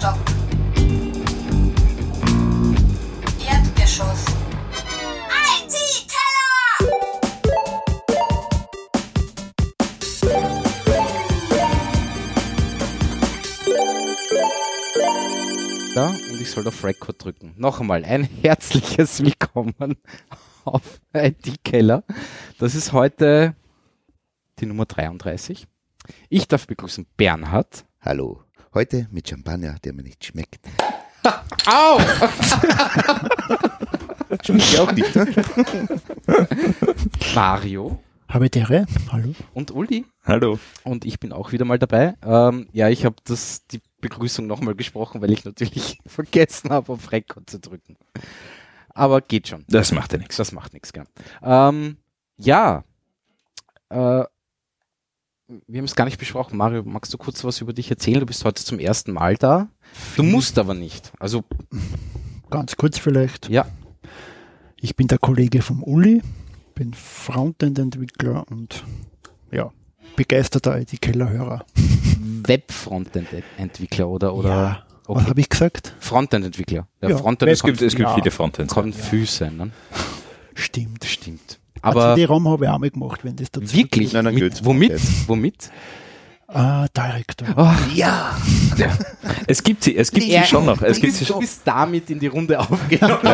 Stopp. Erdgeschoss. IT-Keller! Und ich soll auf Record drücken. Noch einmal ein herzliches Willkommen auf IT-Keller. Das ist heute die Nummer 33. Ich darf begrüßen Bernhard. Hallo. Heute mit Champagner, der mir nicht schmeckt. Au! Schmeckt ja auch nicht, ne? Mario. Habe Dere, hallo. Und Uli. Hallo. Und ich bin auch wieder mal dabei. Ich habe die Begrüßung nochmal gesprochen, weil ich natürlich vergessen habe, auf Record zu drücken. Aber geht schon. Das macht ja nichts. Das macht nichts, genau. Wir haben es gar nicht besprochen. Mario, magst du kurz was über dich erzählen? Du bist heute zum ersten Mal da. Du musst aber nicht. Also ganz kurz vielleicht. Ja. Ich bin der Kollege vom Uli, bin Frontend-Entwickler und ja, begeisterter IT-Keller-Hörer. Web-Frontend-Entwickler oder? Ja. Okay. Was habe ich gesagt? Frontend-Entwickler. Ja, Frontend Es gibt viele Frontends. kann Füße sein, ne? Stimmt. Aber CD-ROM habe ich auch mal gemacht, wenn das dazu wirklich? Nein, gut. Womit? Director. Oh, Ja! Es gibt sie schon noch. Du bist damit in die Runde aufgenommen.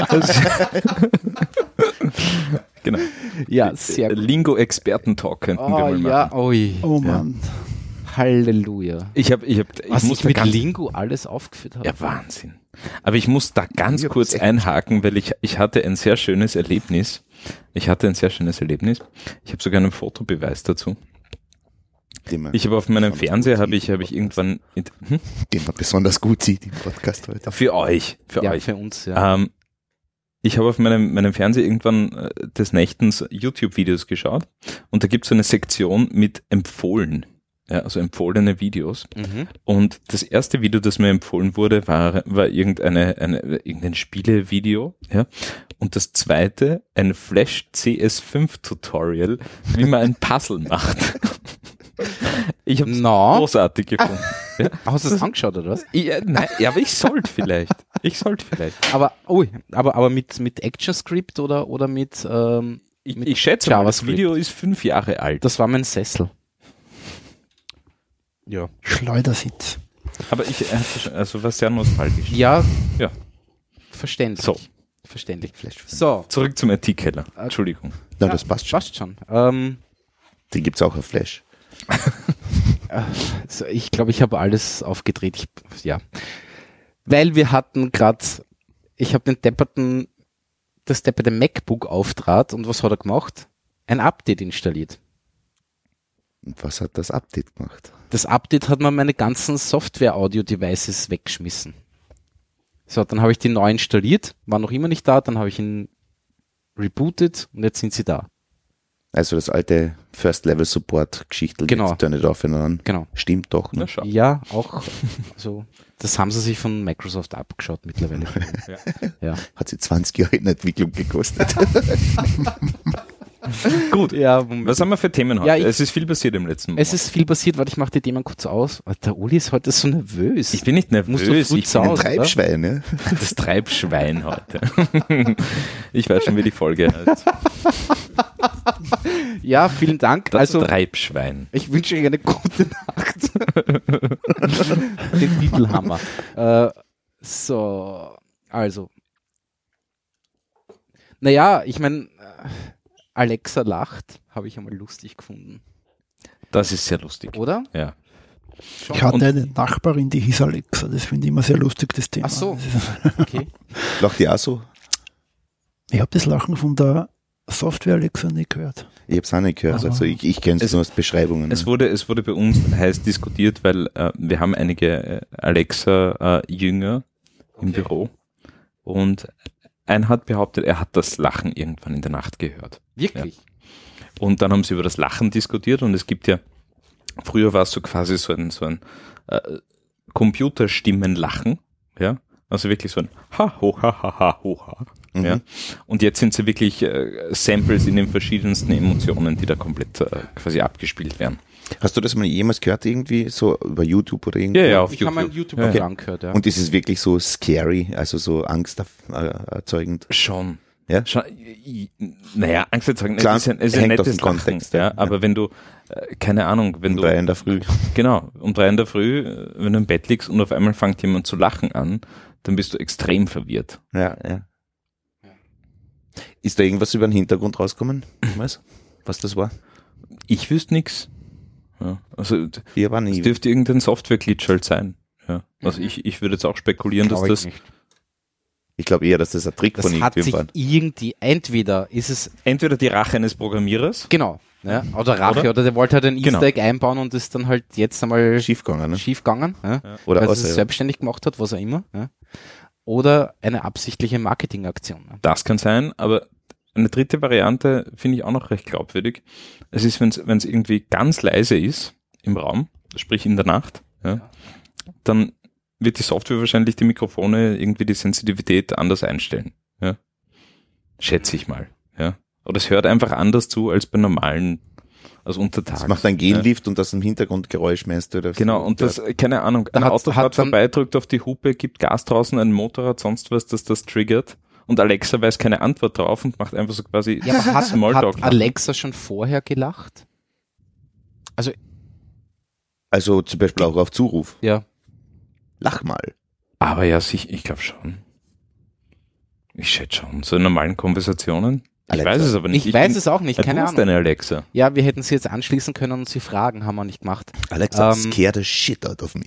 Genau. Ja, sehr gut. Lingo-Experten-Talk könnten wir mal machen. Ja, oi. Oh Mann. Halleluja. Was ich mit Lingo alles aufgeführt habe. Ja, Wahnsinn. Aber ich muss da ganz kurz einhaken, weil ich hatte ein sehr schönes Erlebnis. Ich habe sogar einen Fotobeweis dazu. Ich habe auf meinem Fernseher irgendwann den man besonders gut sieht im Podcast heute. Für euch. Für uns, ja. Ich habe auf meinem Fernseher irgendwann des Nächtens YouTube-Videos geschaut und da gibt es so eine Sektion mit empfohlen. Ja, also empfohlene Videos. Mhm. Und das erste Video, das mir empfohlen wurde, war irgendein Spielevideo. Ja. Und das zweite, ein Flash CS5 Tutorial, wie man ein Puzzle macht. Ich habe es großartig gefunden. Ja. Hast du das angeschaut, oder was? Nein, aber ich sollte vielleicht. Aber mit ActionScript oder mit ich schätze mal, das Video ist 5 Jahre alt. Das war mein Sessel. Ja. Schleudersitz. Aber was sehr nostalgisch. Ja. Verständlich. So. Verständlich. So. Zurück zum IT-Keller. Entschuldigung. Na, das passt schon. Den gibt es auch auf Flash. Ich glaube, ich habe alles aufgedreht. Weil wir hatten gerade, ich habe das depperte MacBook auftrat und was hat er gemacht? Ein Update installiert. Und was hat das Update gemacht? Das Update hat mir meine ganzen Software-Audio-Devices weggeschmissen. So, dann habe ich die neu installiert, war noch immer nicht da, dann habe ich ihn rebootet und jetzt sind sie da. Also das alte First-Level-Support-Geschichte, Genau. Turn it off and on. Genau. Stimmt doch. Ne? Ja, auch so. Das haben sie sich von Microsoft abgeschaut mittlerweile. Ja. Hat sie 20 Jahre in Entwicklung gekostet. Gut. Ja, was haben wir für Themen heute? Es ist viel passiert im letzten Monat. Es ist viel passiert, warte, ich mache die Themen kurz aus. Der Uli ist heute so nervös. Ich bin nicht nervös, ich bin ein Treibschwein. Ne? Das Treibschwein heute. Ich weiß schon, wie die Folge heißt. Ja, vielen Dank. Das Treibschwein. Ich wünsche euch eine gute Nacht. Den Titelhammer. Naja, ich meine, Alexa lacht, habe ich einmal lustig gefunden. Das ist sehr lustig. Oder? Ja. Ich hatte eine Nachbarin, die hieß Alexa. Das finde ich immer sehr lustig, das Thema. Ach so, okay. Lacht die auch so? Ich habe das Lachen von der Software Alexa nicht gehört. Ich habe es auch nicht gehört. Also ich kenne es nur aus Beschreibungen. Es wurde bei uns heiß diskutiert, weil wir haben einige Alexa-Jünger im Büro und einer hat behauptet, er hat das Lachen irgendwann in der Nacht gehört. Wirklich? Ja. Und dann haben sie über das Lachen diskutiert und es gibt ja, früher war es so quasi so ein Computerstimmenlachen, ja, also wirklich so ein ha, ho, ha, ha, ha, ho, ha. Mhm. Ja. Und jetzt sind sie wirklich Samples in den verschiedensten Emotionen, die da komplett quasi abgespielt werden. Hast du das mal jemals gehört, irgendwie, so über YouTube oder irgendwie? Ja, auf Ich habe YouTube. meinen YouTube-Programm gehört, ja. Und ist es wirklich so scary, also so angsterzeugend? Schon. Ja? Schon, naja, angsterzeugend Klar, ist ein hängt auf nettes den Kontext, Lachen, ja, ja. aber wenn du, keine Ahnung, wenn Um du 3 in der Früh. Genau, um 3 in der Früh, wenn du im Bett liegst und auf einmal fängt jemand zu lachen an, dann bist du extrem verwirrt. Ja. Ist da irgendwas über den Hintergrund rausgekommen? Was das war? Ich wüsste nix. Ja, also Hier war es nie. dürfte irgendein Software-Glitch halt sein. Ja. Also ich würde jetzt auch spekulieren, dass Glaube ich das nicht. Ich glaube eher, dass das ein Trick Das von hat sich irgendjemandem war. entweder ist es, entweder die Rache eines Programmierers, genau, ja, oder Rache, oder der wollte halt ein Genau. Easter Egg einbauen und ist dann halt jetzt einmal Schiefgegangen, ne? schief gegangen, ja, Oder weil er außer, es selbstständig gemacht hat, was auch immer, ja. Oder eine absichtliche Marketingaktion. Ja. das kann sein, aber eine dritte Variante finde ich auch noch recht glaubwürdig. Es ist, wenn es irgendwie ganz leise ist im Raum, sprich in der Nacht, ja, dann wird die Software wahrscheinlich die Mikrofone irgendwie die Sensitivität anders einstellen. Ja. Schätze ich mal. Ja. Oder es hört einfach anders zu als bei normalen, also untertags. das macht ein Genlift und das im Hintergrund Geräusch meinst du? Oder Genau, und das, keine Ahnung, ein Da Auto hat fährt dann- vorbei, drückt auf die Hupe, gibt Gas draußen, ein Motorrad, sonst was, dass das triggert. Und Alexa weiß keine Antwort drauf und macht einfach so quasi Ja, aber Smalltalk. hat Alexa schon vorher gelacht? Also zum Beispiel auch auf Zuruf. Ja. Lach mal. Aber ja, ich glaube schon. Ich schätze schon. So in normalen Konversationen. Alexa. Ich weiß es aber nicht. Ich weiß es auch nicht, keine Du bist Ahnung. deine Alexa. Ja, wir hätten sie jetzt anschließen können und sie fragen, haben wir nicht gemacht. Alexa, scare the shit out of me.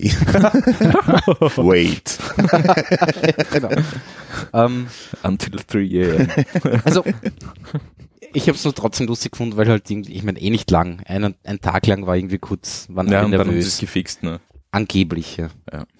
Wait. Genau. Until 3 a.m. Also, ich habe es nur trotzdem lustig gefunden, weil halt irgendwie, ich meine, nicht lang. Ein Tag lang war irgendwie kurz, waren Ja, alle und dann haben sie es nervös. gefixt, ne? Angeblich, ja.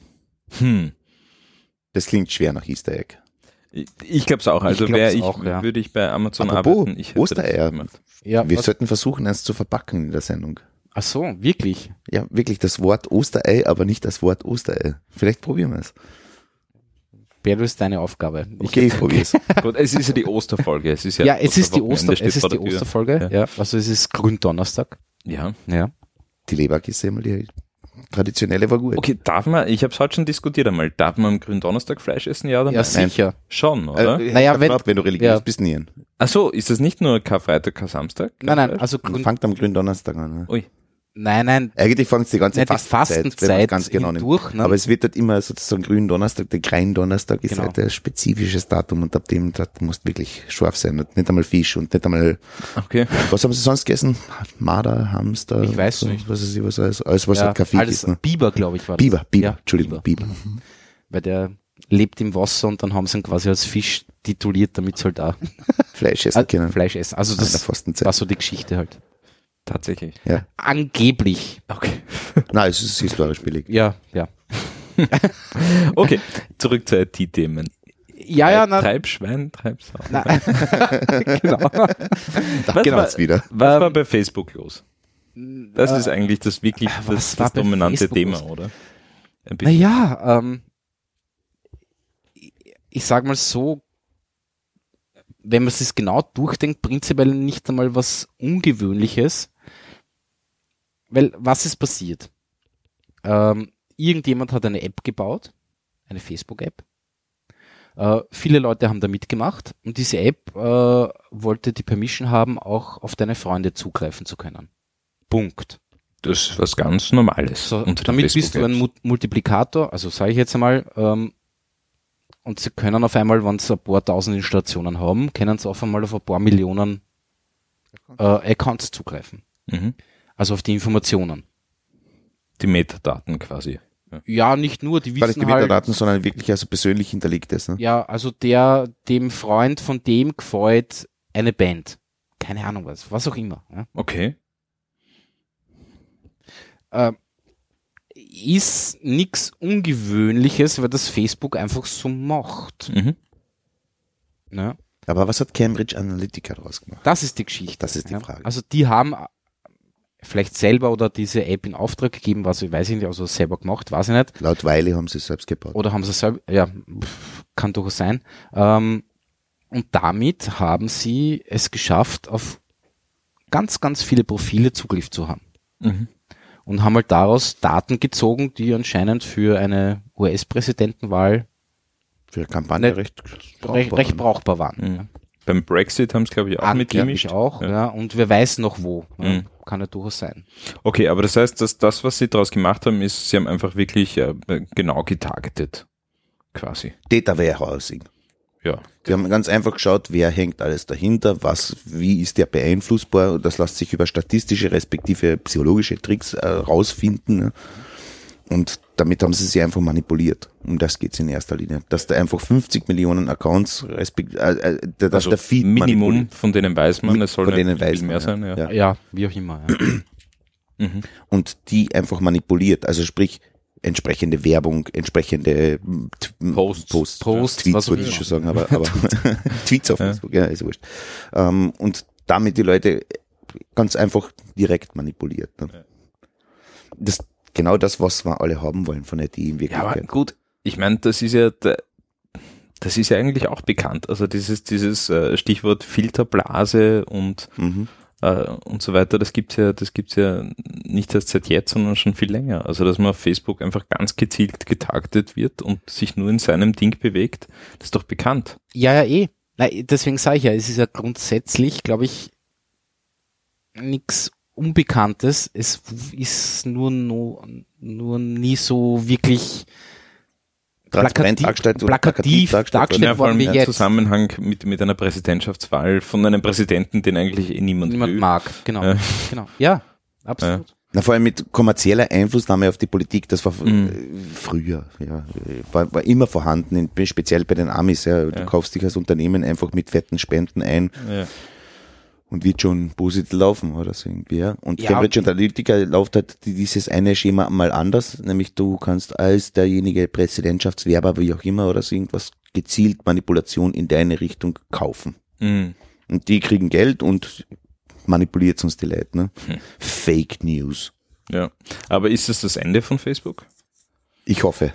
Das klingt schwer nach Easter Egg. Ich glaube es auch. Also Ich glaub's wäre ich, auch, ja. würde ich bei Amazon Apropos arbeiten. Ich hätte Ostereier. das gemacht. Ja, Wir was, sollten versuchen, eins zu verpacken in der Sendung. ach so, wirklich? Ja, wirklich das Wort Osterei, aber nicht das Wort Osterei. Vielleicht probieren wir es. Bert, ist deine Aufgabe. Okay, ich probiere es. Gut, es ist ja die Osterfolge. Es ist ja, Ja, es ist die Osterwochenende steht vor der Tür. Osterfolge, ja. Also es ist Gründonnerstag. Ja. Ja. Die Leberkiste einmal, die traditionelle war gut. Okay, darf man, ich habe es heute schon diskutiert einmal, darf man am Gründonnerstag Fleisch essen, ja oder Ja, nein? sicher. Schon, oder? Naja, wenn du religiös ja. bist, nie. Ach so, ist das nicht nur Karfreitag, Karsamstag? Nein, also Man fängt am Gründonnerstag an. Ne? Ui. nein, Eigentlich fängt es die ganze nicht die Fastenzeit, wenn man es Fastenzeit ganz genau nimmt. hindurch, ne? Aber es wird halt immer sozusagen Gründonnerstag, der Gründonnerstag ist Genau. halt ein spezifisches Datum und ab dem Datum musst du wirklich scharf sein und nicht einmal Fisch und nicht einmal, Okay. was haben sie sonst gegessen? Marder, Hamster? Ich weiß so, nicht. Was ist was alles was ja, halt Kaffee alles ist. Ne? Biber, glaube ich, war das. Biber, Ja, Entschuldigung, Biber. Weil der lebt im Wasser und dann haben sie ihn quasi als Fisch tituliert, damit sie halt auch Fleisch essen können. Fleisch essen. Also In der das Fastenzeit. war so die Geschichte halt. Tatsächlich. Ja. Angeblich. Okay. Nein, es ist historisch billig. Ja. Okay, zurück zu IT-Themen. Ja, na, Treibschwein, Treibsau. na, genau. Was Genau, war, jetzt wieder. was war bei Facebook los? Das ist eigentlich das wirklich was das war bei dominante Facebook Thema, los? oder? Ein bisschen. Naja, ich sag mal so, wenn man es genau durchdenkt, prinzipiell nicht einmal was Ungewöhnliches. Weil, was ist passiert? Irgendjemand hat eine App gebaut, eine Facebook-App. Viele Leute haben da mitgemacht und diese App wollte die Permission haben, auch auf deine Freunde zugreifen zu können. Punkt. Das ist was ganz Normales. So, unter den damit bist du ein Facebook-Apps. Multiplikator, also sage ich jetzt einmal, und sie können auf einmal, wenn sie ein paar tausend Installationen haben, können sie auf einmal auf ein paar Millionen Accounts zugreifen. Mhm. Also auf die Informationen. Die Metadaten quasi. Ja, nicht nur, die Gar nicht wissen die halt, Metadaten, sondern wirklich also persönlich hinterlegtes. Ne? ja, also dem Freund von dem gefällt eine Band. Keine Ahnung was auch immer. Ja. Okay. Ist nichts Ungewöhnliches, weil das Facebook einfach so macht. Mhm. Ne? Aber was hat Cambridge Analytica daraus gemacht? Das ist die Geschichte. Das ist die Frage. Also die haben vielleicht selber oder diese App in Auftrag gegeben, was ich weiß nicht, also selber gemacht, weiß ich nicht. Laut Wiley haben sie es selbst gebaut. Oder haben sie selber, ja, kann durchaus sein. Und damit haben sie es geschafft, auf ganz, ganz viele Profile Zugriff zu haben. Mhm. und haben halt daraus Daten gezogen, die anscheinend für eine US-Präsidentenwahl Für eine Kampagne Nicht- recht recht brauchbar waren. Mhm. Beim Brexit haben es, glaube ich, auch Angeblich mitgemischt. auch, Ja. ja, und wer weiß noch wo. Ja, Mhm. kann ja durchaus sein. Okay, aber das heißt, dass das, was sie daraus gemacht haben, ist, sie haben einfach wirklich genau getargetet. Quasi. Data Warehousing. Ja. Die haben ganz einfach geschaut, wer hängt alles dahinter, wie ist der beeinflussbar, und das lässt sich über statistische respektive psychologische Tricks rausfinden. Ne? Und damit haben sie sie einfach manipuliert. Um das geht's in erster Linie. Dass da einfach 50 Millionen Accounts dass Also der Feed Minimum, manipuliert. von denen weiß man, es soll Von nicht denen viel weiß mehr man, sein. Ja. ja. Ja, wie auch immer. Ja. Mhm. Und die einfach manipuliert. Also sprich, entsprechende Werbung, entsprechende Posts. Tweets was auch würde ich immer. schon sagen, aber Tweets auf Facebook, ja, ist wurscht. Und damit die Leute ganz einfach direkt manipuliert. Ne? Ja. Das genau das, was wir alle haben wollen von IT in Ja, aber Wirklichkeit. gut, ich meine, das ist ja eigentlich auch bekannt. Also dieses Stichwort Filterblase und so weiter, das gibt's ja nicht erst seit jetzt, sondern schon viel länger. Also dass man auf Facebook einfach ganz gezielt getargetet wird und sich nur in seinem Ding bewegt, das ist doch bekannt. Ja, Nein, deswegen sage ich ja, es ist ja grundsätzlich, glaube ich, nichts Unbekanntes. Es ist nur nie so wirklich Transparent dargestellt oder plakativ dargestellt Ja, vor allem worden wie im jetzt. Zusammenhang mit einer Präsidentschaftswahl von einem Präsidenten, den eigentlich niemand Niemand will. mag, genau. Ja. Genau. Ja, absolut. Na, vor allem mit kommerzieller Einflussnahme auf die Politik, das war früher, ja, war immer vorhanden, speziell bei den Amis. Ja. Du kaufst dich als Unternehmen einfach mit fetten Spenden ein. Ja. Und wird schon positiv laufen oder so irgendwie. Ja. Und Ja, Cambridge Analytica läuft halt dieses eine Schema mal anders, nämlich du kannst als derjenige Präsidentschaftswerber, wie auch immer oder so irgendwas, gezielt Manipulation in deine Richtung kaufen. Mhm. Und die kriegen Geld und manipuliert uns die Leute. Ne? Fake News. Ja. Aber ist es das Ende von Facebook? Ich hoffe.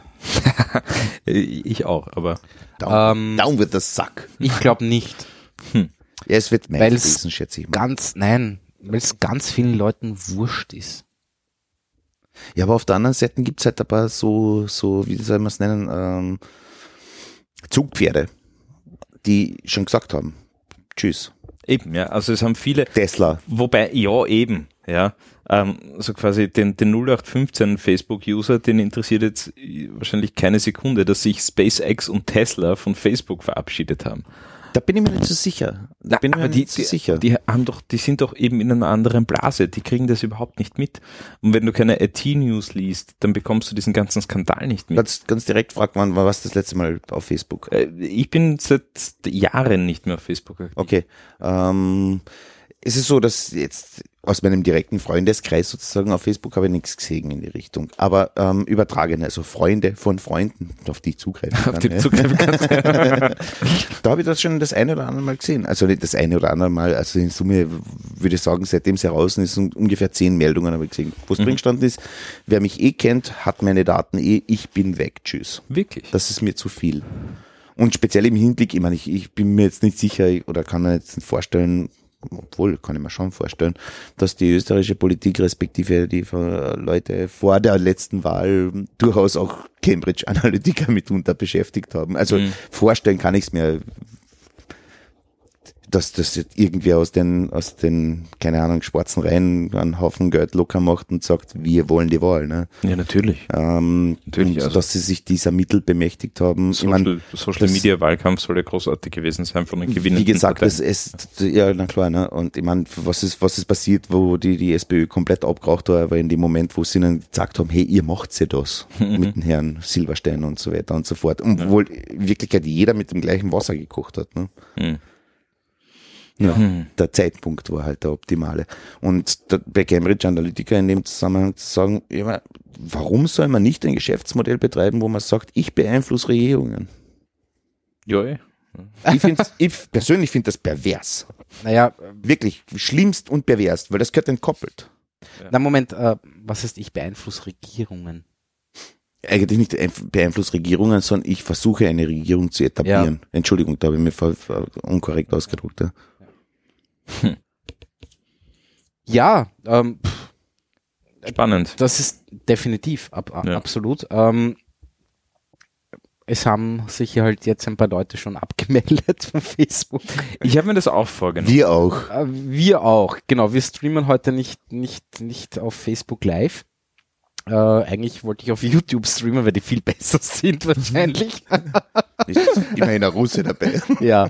Ich auch, aber Down with the suck. Ich glaube nicht. Ja, es wird Weil's gewesen, schätze ich mal. Weil es ganz vielen Leuten wurscht ist. Ja, aber auf der anderen Seite gibt's halt ein paar so, wie soll man es nennen, Zugpferde, die schon gesagt haben, tschüss. eben, ja. Also es haben viele, Tesla. wobei, ja, eben, ja. So quasi den 0815 Facebook-User, den interessiert jetzt wahrscheinlich keine Sekunde, dass sich SpaceX und Tesla von Facebook verabschiedet haben. Da bin ich mir nicht so sicher. Die sind doch eben in einer anderen Blase, die kriegen das überhaupt nicht mit. Und wenn du keine IT-News liest, dann bekommst du diesen ganzen Skandal nicht mit. Ganz direkt fragt man, war was das letzte Mal auf Facebook? Ich bin seit Jahren nicht mehr auf Facebook. Okay. Es ist so, dass jetzt aus meinem direkten Freundeskreis sozusagen auf Facebook habe ich nichts gesehen in die Richtung. Aber übertragen, also Freunde von Freunden, auf die ich zugreifen kann. Auf die zugreifen kannst. Da habe ich das schon das eine oder andere Mal gesehen. Also nicht das eine oder andere Mal, also in Summe würde ich sagen, seitdem es heraus ist, ungefähr 10 Meldungen habe ich gesehen. Wo es drin gestanden ist, wer mich kennt, hat meine Daten ich bin weg, tschüss. Wirklich? Das ist mir zu viel. Und speziell im Hinblick, ich meine, ich bin mir jetzt nicht sicher oder kann mir jetzt nicht vorstellen, obwohl, kann ich mir schon vorstellen, dass die österreichische Politik respektive die Leute vor der letzten Wahl durchaus auch Cambridge Analytica mitunter beschäftigt haben. Also vorstellen kann ich es mir, dass das jetzt irgendwer aus den, keine Ahnung, schwarzen Reihen einen Haufen Geld locker macht und sagt, wir wollen die Wahl. Ne? Ja, natürlich. Natürlich, also. dass sie sich dieser Mittel bemächtigt haben. Social Media Wahlkampf soll ja großartig gewesen sein von den Gewinnenden. Wie gesagt, ja, na klar, ne? Und ich meine, was ist passiert, wo die SPÖ komplett abgeraucht war, aber in dem Moment, wo sie ihnen gesagt haben, hey, ihr macht ja das mit dem Herrn Silberstein und so weiter und so fort. Obwohl in Wirklichkeit jeder mit dem gleichen Wasser gekocht hat. Ne? Ja, der Zeitpunkt war halt der optimale. Und bei Cambridge Analytica in dem Zusammenhang zu sagen, ja, warum soll man nicht ein Geschäftsmodell betreiben, wo man sagt, ich beeinflusse Regierungen? Ja, Ich persönlich finde das pervers. Naja, Wirklich schlimmst und pervers, weil das gehört entkoppelt. na Moment, was heißt, ich beeinflusse Regierungen? Eigentlich nicht beeinflusse Regierungen, sondern ich versuche eine Regierung zu etablieren. Ja. Entschuldigung, da habe ich mich unkorrekt ausgedrückt. Ja. Ja, Spannend. Das ist definitiv, Ja. absolut. Es haben sich halt jetzt ein paar Leute schon abgemeldet von Facebook. Ich habe mir das auch vorgenommen. Wir auch. Wir auch, genau. Wir streamen heute nicht auf Facebook Live. Eigentlich wollte ich auf YouTube streamen, weil die viel besser sind wahrscheinlich. Ist immerhin ein Russe dabei. Ja.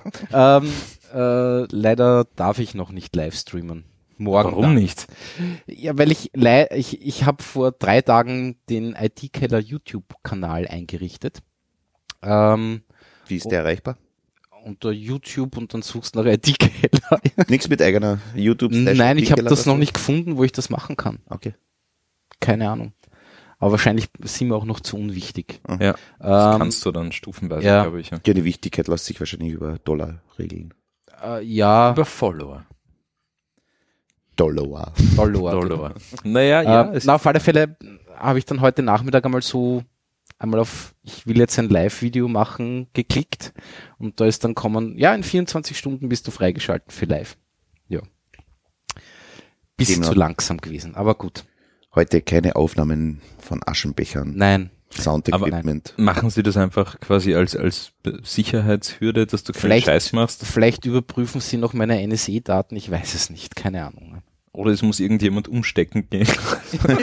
Leider darf ich noch nicht live streamen. Morgen. Warum dann. nicht? Ja, weil ich habe vor 3 Tagen den IT-Keller YouTube-Kanal eingerichtet. Wie ist der erreichbar? Unter YouTube und dann suchst du nach IT-Keller. Nichts mit eigener YouTube. Nein, ich habe das noch nicht gefunden, wo ich das machen kann. Okay. Keine Ahnung. Aber wahrscheinlich sind wir auch noch zu unwichtig. Ja, das kannst du dann stufenweise, ja. glaube ich. Ja. Ja, die Wichtigkeit lässt sich wahrscheinlich über Dollar regeln. Ja, Über Follower. Dollar. Dollar. Naja, ja. na, auf alle Fälle habe ich dann heute Nachmittag einmal auf, ich will jetzt ein Live-Video machen, geklickt und da ist dann kommen, ja, in 24 Stunden bist du freigeschaltet für Live. Ja. Bisschen Genau. zu langsam gewesen, aber gut. Heute keine Aufnahmen von Aschenbechern, Nein. Sound-Equipment. Machen Sie das einfach quasi als Sicherheitshürde, dass du keinen Scheiß machst? Vielleicht überprüfen sie noch meine NSE-Daten, ich weiß es nicht, keine Ahnung. Oder es muss irgendjemand umstecken gehen. Heute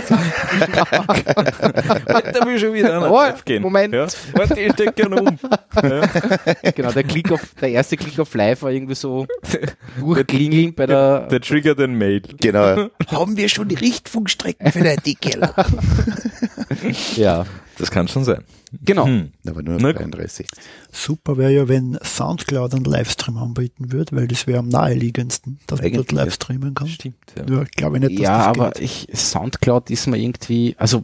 will schon wieder einer live gehen. Moment. Ja? Warte, ich stecke gerne um. Ja. Genau, der erste Klick auf Live war irgendwie so durchklingeln bei der Der triggert ein Mail. Genau. Haben wir schon die Richtfunkstrecken für den IT-Keller? ja, Das kann schon sein. genau. Aber nur Na gut. 33. Super wäre ja, wenn Soundcloud einen Livestream anbieten würde, weil das wäre am naheliegendsten, dass man dort Eigentlich, ja. live streamen kann. Stimmt, ja. Ja, glaube ich nicht, dass Ja, das aber geht. Soundcloud ist mir irgendwie, also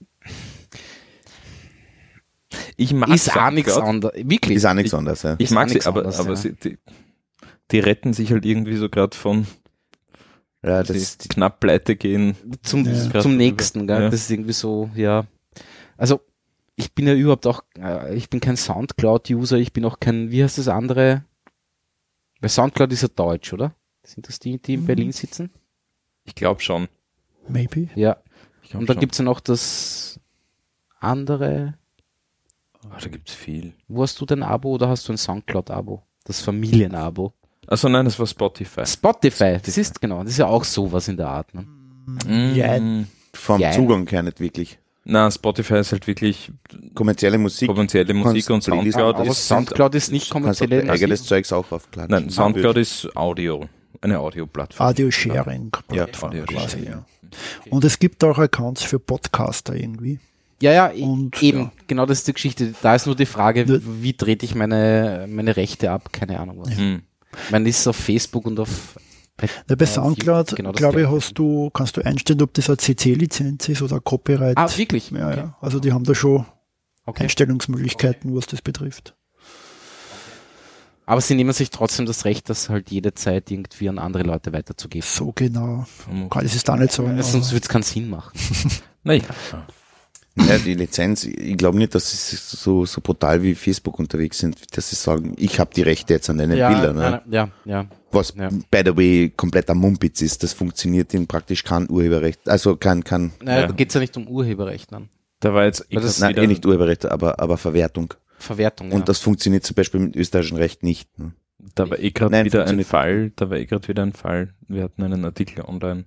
Ich mag ist auch nichts Soundcloud. anderes. Wirklich. Ist auch nichts anderes, ja. Ich Ist auch mag sie, nichts aber, anderes, aber ja. die retten sich halt irgendwie so gerade von Ja, die das, knapp pleite gehen. zum Ja. nächsten, gell? Ja. Das ist irgendwie so, ja. Also, ich bin ja überhaupt auch, ich bin kein Soundcloud-User, ich bin auch kein, wie heißt das andere? Weil Soundcloud ist ja deutsch, oder? Sind das die in Berlin sitzen? Ich glaube schon. Maybe. Ja. Ich glaub Und dann schon. gibt's ja noch das andere. Da gibt's viel. Wo hast du dein Abo oder hast du ein Soundcloud-Abo? Das Familienabo. Also nein, das war Spotify. Spotify, das ist genau, das ist ja auch sowas in der Art. Ne? Ja. vom Ja. Zugang her nicht wirklich. Na, Spotify ist halt wirklich Kommerzielle Musik. kommerzielle Musik und Playlist- Soundcloud Aber ist Soundcloud ist nicht Kannst auch kommerzielle eigenes Musik. Zeugs auch aufladen. Nein, Soundcloud ist Audio, eine Audioplattform. Audio-Sharing-Plattform Ja, quasi, Audio-Sharing. ja. Und es gibt auch Accounts für Podcaster irgendwie. Ja, Und, eben, ja. genau das ist die Geschichte. Da ist nur die Frage, Ne- wie trete ich meine Rechte ab? Keine Ahnung was. Hm. Man ist auf Facebook und auf Ja, bei Soundcloud, genau das glaube ich, Gleiche. kannst du einstellen, ob das eine CC-Lizenz ist oder Copyright. Ah, wirklich? Ja, Okay. ja. Also die haben da schon Okay. Einstellungsmöglichkeiten, was das betrifft. Aber sie nehmen sich trotzdem das Recht, das halt jederzeit irgendwie an andere Leute weiterzugeben. So genau. Kann ich es da nicht sagen. Sonst aber- wird es keinen Sinn machen. Naja. Ja, die Lizenz, ich glaube nicht, dass sie so brutal wie Facebook unterwegs sind, dass sie sagen, ich habe die Rechte jetzt an deinen Bildern. Ne? Ja. Was, Ja. by the way, komplett am Mumpitz ist. Das funktioniert in praktisch kein Urheberrecht. Also kein Naja, Ja. da geht es ja nicht um Urheberrecht an. Da war jetzt das- nein, nicht Urheberrecht, aber Verwertung. Verwertung. Und das funktioniert zum Beispiel mit österreichischen Recht nicht. Ne? Da war gerade Nein, wieder ein funktioniert Fall, wir hatten einen Artikel online,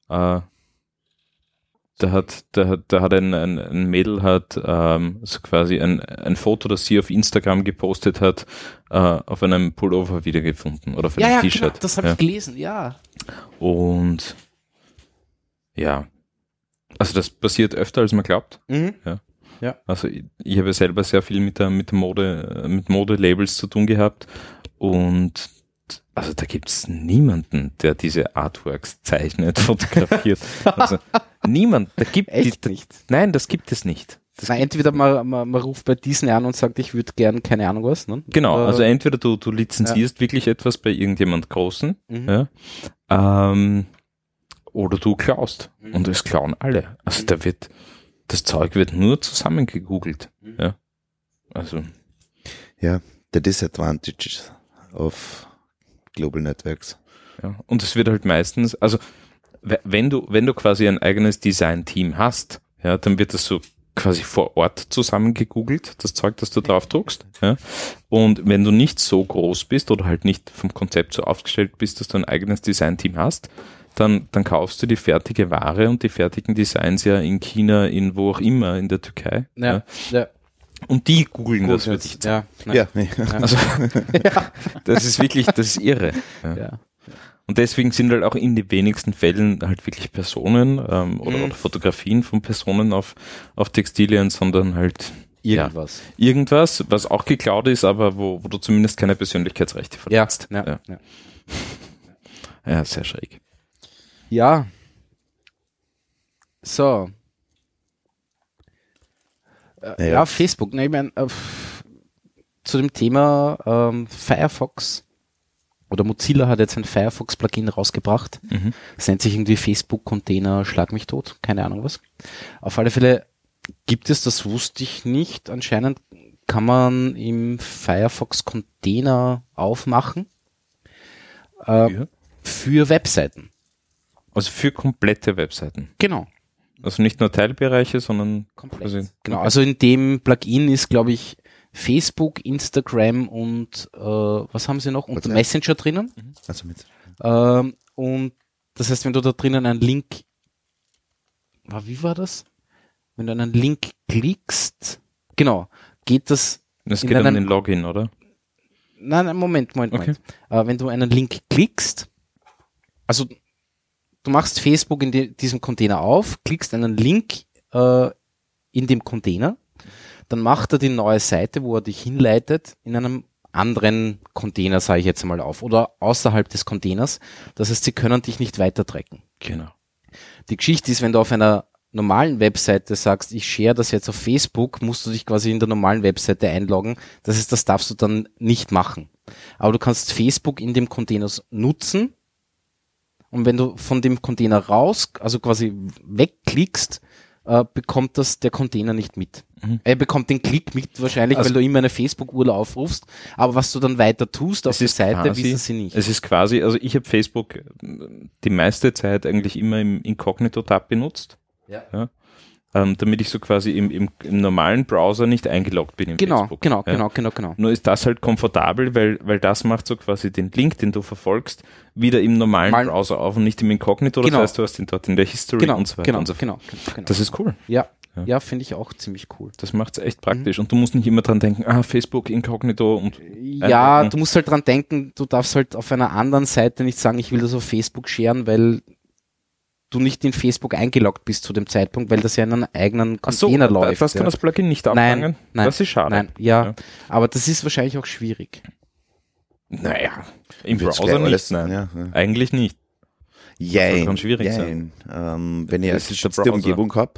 da hat ein Mädel so quasi ein Foto, das sie auf Instagram gepostet hat, auf einem Pullover wiedergefunden oder auf einem ja, T-Shirt. genau, das habe ich gelesen, ja. Und ja, also das passiert öfter, als man glaubt. Mhm. Also ich habe selber sehr viel mit Modelabels zu tun gehabt und also da gibt es niemanden, der diese Artworks zeichnet, fotografiert. Also niemand, Echt nicht. Nein, das gibt es nicht. Na, entweder man ruft bei Disney an und sagt, ich würde gern keine Ahnung was. Ne? Genau, Oder- also entweder du lizenzierst wirklich etwas bei irgendjemand Großen, Mhm. ja, oder du klaust. Mhm. Und es klauen alle. Also das Zeug wird nur zusammengegoogelt. Mhm. Ja. Also, The disadvantages of global networks. ja. Und es wird halt meistens, also wenn du quasi ein eigenes Design-Team hast, ja, dann wird das so quasi vor Ort zusammengegoogelt, das Zeug, das du drauf druckst. Ja. Und wenn du nicht so groß bist oder halt nicht vom Konzept so aufgestellt bist, dass du ein eigenes Design-Team hast, dann kaufst du die fertige Ware und die fertigen Designs ja in China, in wo auch immer, in der Türkei. Ja. Und die googeln Gut, das für jetzt. dich. Ja. Also, das ist wirklich, das ist irre. Ja. Ja. Und deswegen sind halt auch in den wenigsten Fällen halt wirklich Personen oder Fotografien von Personen auf Textilien, sondern halt Irgendwas. irgendwas, was auch geklaut ist, aber wo du zumindest keine Persönlichkeitsrechte verletzt. Ja. Ja, sehr schräg. Ja. So. Ja, Facebook. Ne, ich meine, zu dem Thema Firefox oder Mozilla hat jetzt ein Firefox-Plugin rausgebracht. Das nennt sich irgendwie Facebook-Container Schlag mich tot. Keine Ahnung was. Auf alle Fälle gibt es, das wusste ich nicht. Anscheinend kann man im Firefox Container aufmachen für Webseiten. Also für komplette Webseiten. Genau. Also nicht nur Teilbereiche, sondern Komplett. quasi, Genau, also in dem Plugin ist, glaube ich, Facebook, Instagram und was haben sie noch? Und WhatsApp. Messenger drinnen. Also mit. Und das heißt, wenn du da drinnen einen Link, wie war das? Wenn du einen Link klickst, genau, geht das das in geht um einen- den Login, oder? Nein, Moment. Okay. Wenn du einen Link klickst, also du machst Facebook in diesem Container auf, klickst einen Link in dem Container, dann macht er die neue Seite, wo er dich hinleitet, in einem anderen Container, sage ich jetzt mal auf, oder außerhalb des Containers. Das heißt, sie können dich nicht weiter tracken. Genau. Die Geschichte ist, wenn du auf einer normalen Webseite sagst, ich share das jetzt auf Facebook, musst du dich quasi in der normalen Webseite einloggen. Das heißt, das darfst du dann nicht machen. Aber du kannst Facebook in dem Container nutzen und wenn du von dem Container raus, also quasi wegklickst, bekommt das der Container nicht mit. Er bekommt den Klick mit wahrscheinlich, Also- weil du immer eine Facebook-URL aufrufst, aber was du dann weiter tust auf Es der ist Seite, quasi- wissen sie nicht. Es ist quasi, also ich habe Facebook die meiste Zeit eigentlich immer im Inkognito-Tab benutzt, damit ich so quasi im normalen Browser nicht eingeloggt bin im Facebook. Genau. Nur ist das halt komfortabel, weil das macht so quasi den Link, den du verfolgst, wieder im normalen Browser auf und nicht im Inkognito. Das Genau. heißt, du hast ihn dort in der History und so weiter und so fort. Genau. Das ist cool. Ja, finde ich auch ziemlich cool. Das macht es echt praktisch. Und du musst nicht immer dran denken, Facebook, Inkognito und Ja, einloggen. du musst halt dran denken, du darfst halt auf einer anderen Seite nicht sagen, ich will das auf Facebook sharen, weil du nicht in Facebook eingeloggt bist zu dem Zeitpunkt, weil das ja in einem eigenen Ach so, Container läuft. das kann das Plugin nicht abfangen? Nein, Das ist schade. Nein, ja, aber das ist wahrscheinlich auch schwierig. Naja, im Wird's Browser gleich alles- nicht, nein. ja. Eigentlich nicht. Jein. kann schwierig Jein. Wenn ich eine Das ist der geschützte Browser. Umgebung habe,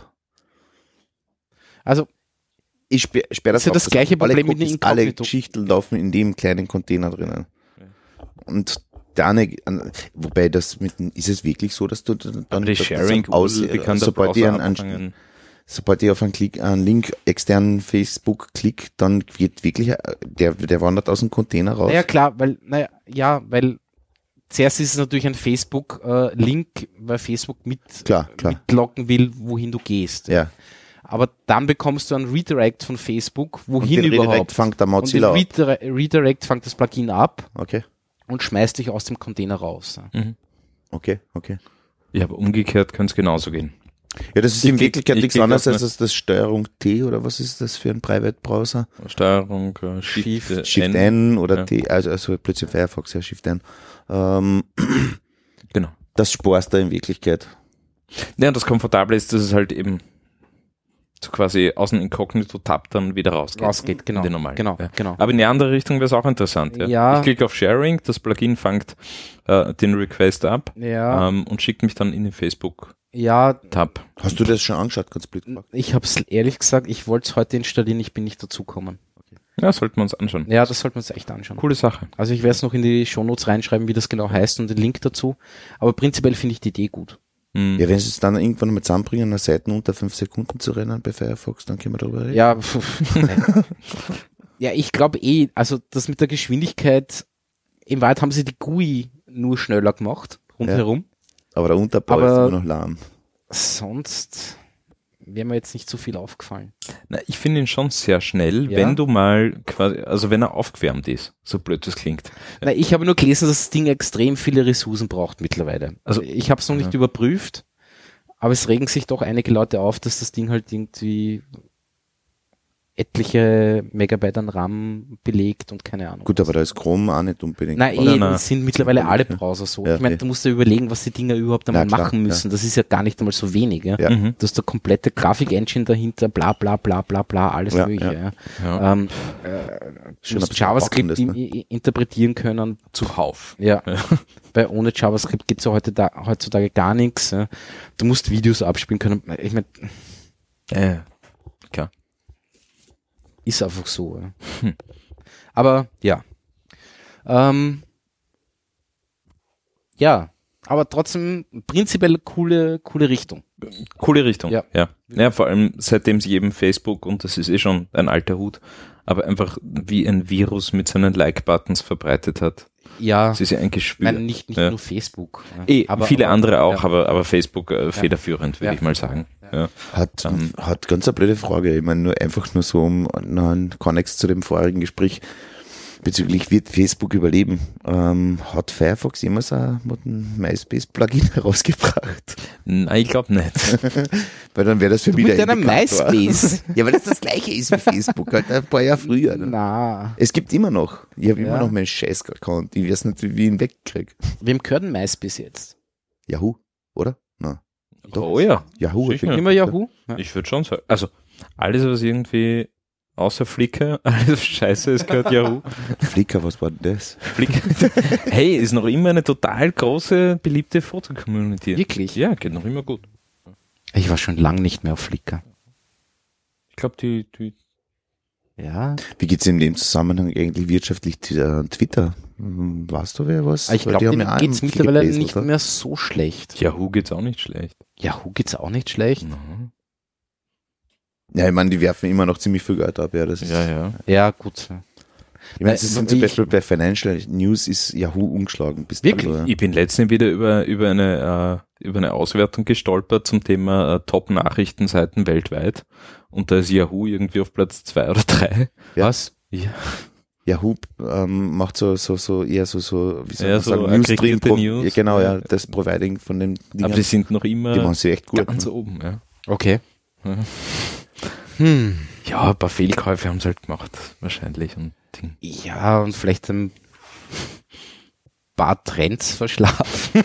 Also, ich sperre das ist ja auf. das gleiche alle Problem mit Cookies, den alle Inkognito. Geschichten laufen in dem kleinen Container drinnen. Und der eine, wobei das ist es wirklich so, dass du dann Aber die das Sharing die kann der sobald ich Browser einen abfangen. sobald ich auf einen Link externen Facebook klicke, dann wird wirklich, der wandert aus dem Container raus. naja, klar, weil zuerst ist es natürlich ein Facebook-Link, weil Facebook Klar. mitlocken will, wohin du gehst. Ja. Aber dann bekommst du einen Redirect von Facebook, wohin den überhaupt. Redirect fängt der Und Mozilla den ab. Redirect fängt das Plugin ab Okay. und schmeißt dich aus dem Container raus. Okay. Ja, aber umgekehrt kann es genauso gehen. Ja, das ist Ich in klick- Wirklichkeit ich nichts klick anderes auf als das Steuerung T oder was ist das für ein Private-Browser? Steuerung, Shift, Shift N oder Ja. T, also plötzlich Firefox, ja, Shift N. Genau. Das sparst du in Wirklichkeit. Ja, und das Komfortable ist, dass es halt eben so quasi aus dem Inkognito-Tab dann wieder rausgeht. Genau. In den normalen. Genau. Aber in die andere Richtung wäre es auch interessant. Ja. Ich klicke auf Sharing, das Plugin fängt den Request ab Ja, und schickt mich dann in den Facebook-Tab. ja, Hast du das schon angeschaut, ganz blöd gefragt? ich habe es ehrlich gesagt, ich wollte es heute installieren, ich bin nicht dazugekommen. Ja, sollten wir uns anschauen. Ja, das sollten wir uns echt anschauen. Coole Sache. Also ich werde es noch in die Shownotes reinschreiben, wie das genau heißt und den Link dazu. Aber prinzipiell finde ich die Idee gut. Mhm. Ja, wenn sie es dann irgendwann mal zusammenbringen, eine Seiten unter 5 Sekunden zu rennen bei Firefox, dann können wir darüber reden. Ja, ja, ich glaube also das mit der Geschwindigkeit, in Wahrheit haben sie die GUI nur schneller gemacht, rundherum. Aber der Unterbau Aber- ist immer noch lahm. Sonst wäre mir jetzt nicht so viel aufgefallen. Na, ich finde ihn schon sehr schnell, Ja. wenn du mal quasi, also wenn er aufgewärmt ist, so blöd das klingt. Na, ich habe nur gelesen, dass das Ding extrem viele Ressourcen braucht mittlerweile. Also ich habe es noch nicht überprüft, aber es regen sich doch einige Leute auf, dass das Ding halt irgendwie etliche Megabyte an RAM belegt und keine Ahnung. Gut, aber da ist Chrome auch nicht unbedingt. Nein, Oder das sind mittlerweile alle Browser so. Ja, Ich meine, du musst ja überlegen, was die Dinger überhaupt einmal Na, klar, machen müssen. Das ist ja gar nicht einmal so wenig. Ja? Ja. Mhm. Du hast eine komplette Grafik-Engine dahinter, bla bla bla bla bla, alles Ja, mögliche. ja. Ja. Ja. Du Schon ein musst bisschen JavaScript Trockenes, ne? interpretieren können. Zuhauf. Ja, weil ohne JavaScript geht's ja heutzutage gar nichts. Ja. Du musst Videos abspielen können. Ich meine, Klar. ist einfach so. Ja. Aber ja. Ja, aber trotzdem prinzipiell coole Richtung. Coole Richtung. Ja. Ja, vor allem seitdem sie eben Facebook, und das ist eh schon ein alter Hut, aber einfach wie ein Virus mit seinen Like-Buttons verbreitet hat. Ja, Das ist ja ein ich Geschwür. meine, nicht Ja. nur Facebook. Ja. Viele andere auch, ja. aber Facebook federführend, würde Ja. ich mal sagen. Ja. Hat ganz eine blöde Frage. Ich meine, nur so um noch einen Konnex zu dem vorigen Gespräch bezüglich wird Facebook überleben. Hat Firefox immer so ein MySpace-Plugin herausgebracht? Nein, ich glaube nicht. Weil dann wäre das für mich mit der deinem Indikator. MySpace. Ja, weil das gleiche ist wie Facebook, halt ein paar Jahre früher. Ne? Na, Es gibt immer noch. Ich habe Ja. immer noch meinen Scheiß-Account. Ich weiß nicht, wie ich ihn wegkriege. wem gehört denn MySpace jetzt? Yahoo, oder? Nein. Doch. Oh ja, Yahoo. Sicher. hat- Immer Yahoo? Ja. ich würde schon sagen. Also, alles, was irgendwie außer Flickr, alles Scheiße ist, gehört Yahoo. Flickr, was war denn das? Flickr, hey, ist noch immer eine total große, beliebte Foto-Community. Wirklich? Ja, geht noch immer gut. Ich war schon lange nicht mehr auf Flickr. Ich glaube, die Ja, Wie geht's in dem Zusammenhang eigentlich wirtschaftlich Twitter? Weißt du, wer was? ich Weil glaube, die haben denen ja auch geht's viel mittlerweile gebläst, nicht oder? mehr so schlecht. Yahoo geht's auch nicht schlecht. Yahoo geht's auch nicht schlecht. Mhm. Ja, ich meine, die werfen immer noch ziemlich viel Geld ab. Ja, das ist, Ja. Ja, gut. Ich meine, sie sind zum Ich- Beispiel bei Financial News ist Yahoo umgeschlagen. Bis Wirklich? dato, ja. Ich bin letztens wieder über eine Auswertung gestolpert zum Thema Top-Nachrichtenseiten weltweit. Und da ist Yahoo irgendwie auf Platz 2 oder 3. Ja. Was? Ja. Yahoo macht so eher so, wie soll Ja, man so sagen, aggregierte Pro- News. Ja, genau, ja, Ja. das Providing von dem Ding. Aber die sind noch Die immer machen sie echt gut. ganz Ne? oben. Ja. Okay. Ja. Hm. Ja, ein paar Fehlkäufe haben sie halt gemacht, wahrscheinlich. Und Ding. Ja, und vielleicht ein paar Trends verschlafen.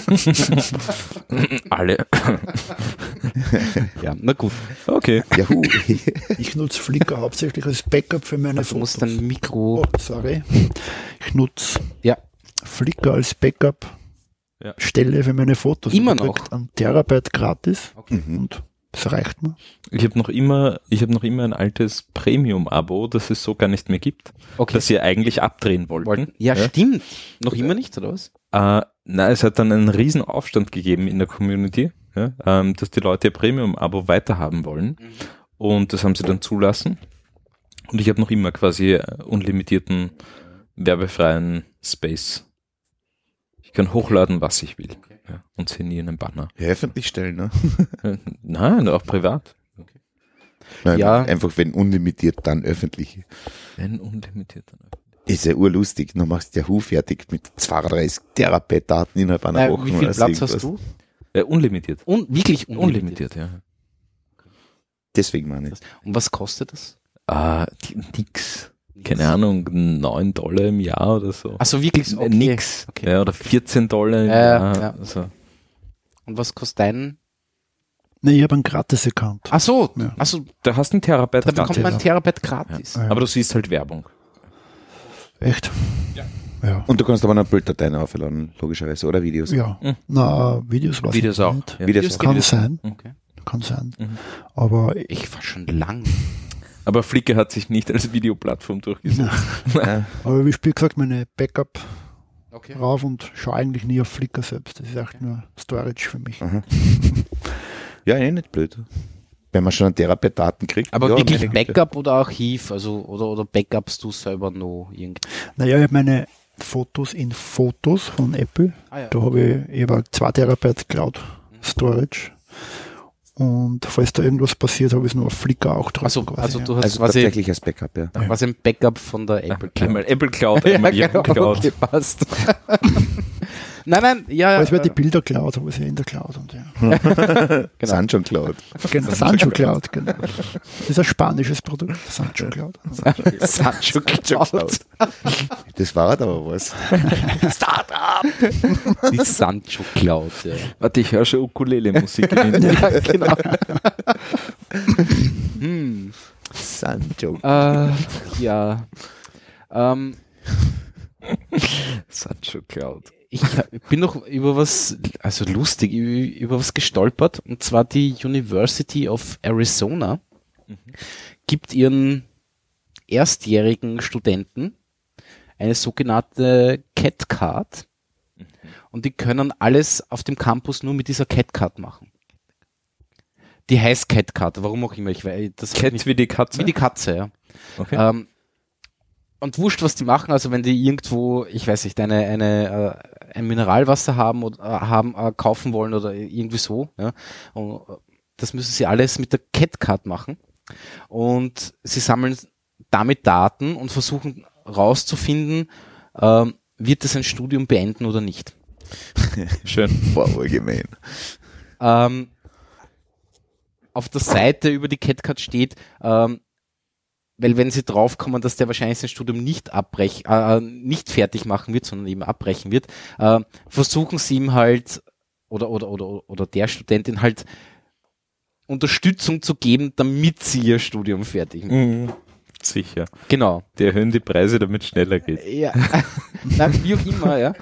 Alle. Ja, na gut. Okay. Yahoo. Ich nutze Flickr hauptsächlich als Backup für meine Du musst Fotos. dein Mikro. Oh, sorry. Ich nutze Ja. Flickr als Backup Ja. Stelle für meine Fotos. Immer Und ich noch? krieg einen Terabyte gratis Mhm. und das reicht mir. Ich habe noch immer ein altes Premium-Abo, das es so gar nicht mehr gibt, Okay. das sie eigentlich abdrehen wollten. Ja, stimmt. Noch immer nicht, oder was? Na, es hat dann einen riesen Aufstand gegeben in der Community, ja, dass die Leute ihr Premium-Abo weiterhaben wollen. Und das haben sie dann zulassen. Und ich habe noch immer quasi unlimitierten, werbefreien Space. Ich kann hochladen, was ich will. Ja, und sehe nie einen Banner. Ja, öffentlich stellen, ne? Nein, auch privat. Nein, Ja. Einfach, wenn unlimitiert, dann öffentlich. Wenn unlimitiert. Ist ja urlustig. Dann machst du Yahoo fertig mit 32 Terabyte Daten innerhalb einer Woche. Wie viel oder Platz irgendwas. hast du? Unlimitiert. Wirklich unlimitiert. Unlimitiert, ja. Deswegen meine ich. Und was kostet das? Nix. Keine Ahnung, $9 im Jahr oder so. Achso, wirklich so? Okay. Nix. Okay. Ja, oder $14 im Ja, Jahr. ja. Also. Und was kostet dein? Ne, ich habe einen Gratis-Account. Achso, Ja. achso, Da hast du einen Terabyte da bekommt gratis. man ein Terabyte gratis. Ja. Aber du siehst halt Werbung. Echt? Ja. Und du kannst aber noch Bilddateien aufladen, logischerweise, oder Videos. Ja. Mhm. Na, Videos weiß Videos ich auch. nicht. Ja. Videos Kann Videos. sein. Okay. Kann sein. Mhm. Aber Ich war schon lang. Aber Flickr hat sich nicht als Videoplattform durchgesetzt. Ja. Aber wie gesagt, meine Backup Okay. rauf und schaue eigentlich nie auf Flickr selbst. Das ist echt nur Storage für mich. Aha. Ja, nicht blöd. Wenn man schon einen Terabyte Daten kriegt. Aber ja, wirklich meine Güte. Backup oder Archiv, also oder Backups du selber noch irgendwie. Naja, ich habe meine Fotos in Fotos von Apple. Ah, ja. Da habe ich über 2 Terabyte Cloud Storage. Und falls da irgendwas passiert, habe ich es nur auf Flickr auch drauf. Also du hast Also quasi tatsächlich als Backup, ja. was ein Backup von der Apple Cloud. Einmal Apple Cloud, einmal Yahoo Cloud. Okay, passt. Nein, ja. Aber es wird die Bilder Cloud, aber es ist ja in der Cloud. Und ja. Genau. Sancho Cloud. Genau, Sancho Cloud, genau. Das ist ein spanisches Produkt, Sancho Cloud. Sancho Cloud. Das war aber was. Die Sancho Cloud, ja. Warte, ich höre schon Ukulele-Musik im Hintergrund. Ja, genau. Sancho. Ja. Sancho Cloud. Ich bin noch über was, also lustig, über was gestolpert, und zwar die University of Arizona gibt ihren erstjährigen Studenten eine sogenannte Cat Card, und die können alles auf dem Campus nur mit dieser Cat Card machen. Die heißt Cat Card, warum auch immer, ich weiß, das Cat wie die Katze? wie die Katze, ja. Okay. Und wurscht, was die machen, also wenn die irgendwo, ich weiß nicht, ein Mineralwasser haben oder kaufen wollen oder irgendwie so, ja, und das müssen sie alles mit der Cat Card machen, und sie sammeln damit Daten und versuchen rauszufinden, wird es ein Studium beenden oder nicht. Schön. Wow, allgemein. Auf der Seite über die Cat Card steht, weil wenn sie draufkommen, dass der wahrscheinlich sein Studium nicht fertig machen wird, sondern eben abbrechen wird, versuchen sie ihm halt oder der Studentin halt Unterstützung zu geben, damit sie ihr Studium fertig machen. Sicher. Genau. Die erhöhen die Preise, damit es schneller geht. Ja. Nein, wie auch immer, ja.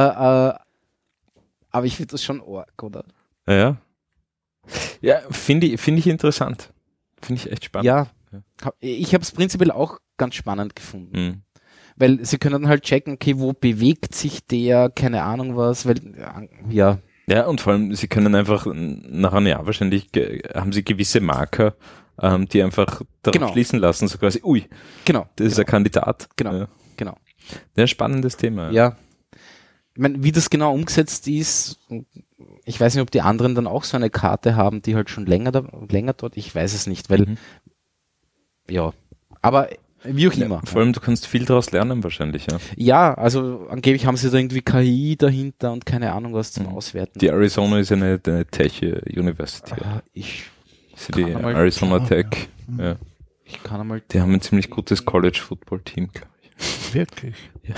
Aber ich finde das schon arg, oder? Ja. Ja, finde ich interessant. Finde ich echt spannend. Ja. Ich habe es prinzipiell auch ganz spannend gefunden. Mhm. Weil sie können dann halt checken, okay, wo bewegt sich der, keine Ahnung was, weil, ja. Ja, und vor allem, sie können einfach nach einem Jahr wahrscheinlich, haben sie gewisse Marker, die einfach darauf schließen lassen, so quasi, ui, Genau. das ist ein Kandidat. Genau. Ja. Genau. Ja, spannendes Thema. Ja. Ich meine, wie das genau umgesetzt ist, ich weiß nicht, ob die anderen dann auch so eine Karte haben, die halt schon länger dort, ich weiß es nicht, weil, ja, aber wie auch immer. Vor allem, du kannst viel daraus lernen wahrscheinlich, ja. Ja, also angeblich haben sie da irgendwie KI dahinter und keine Ahnung was zum Auswerten. Die Arizona ist eine Tech University. Ich Das ist die kann einmal Arizona schauen, Tech. ja. Ja. Ich kann einmal. Die haben ein ziemlich gutes College-Football-Team, glaube ich. Wirklich? Ja.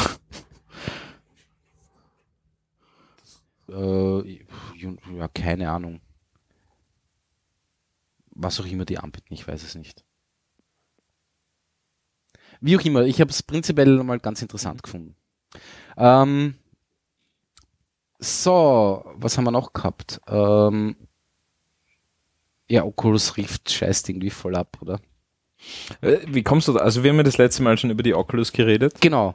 Ja, keine Ahnung. Was auch immer die anbieten, ich weiß es nicht. Wie auch immer, ich habe es prinzipiell mal ganz interessant gefunden. So, was haben wir noch gehabt? Ja, Oculus Rift scheißt irgendwie voll ab, oder? Wie kommst du da? Also wir haben ja das letzte Mal schon über die Oculus geredet. Genau.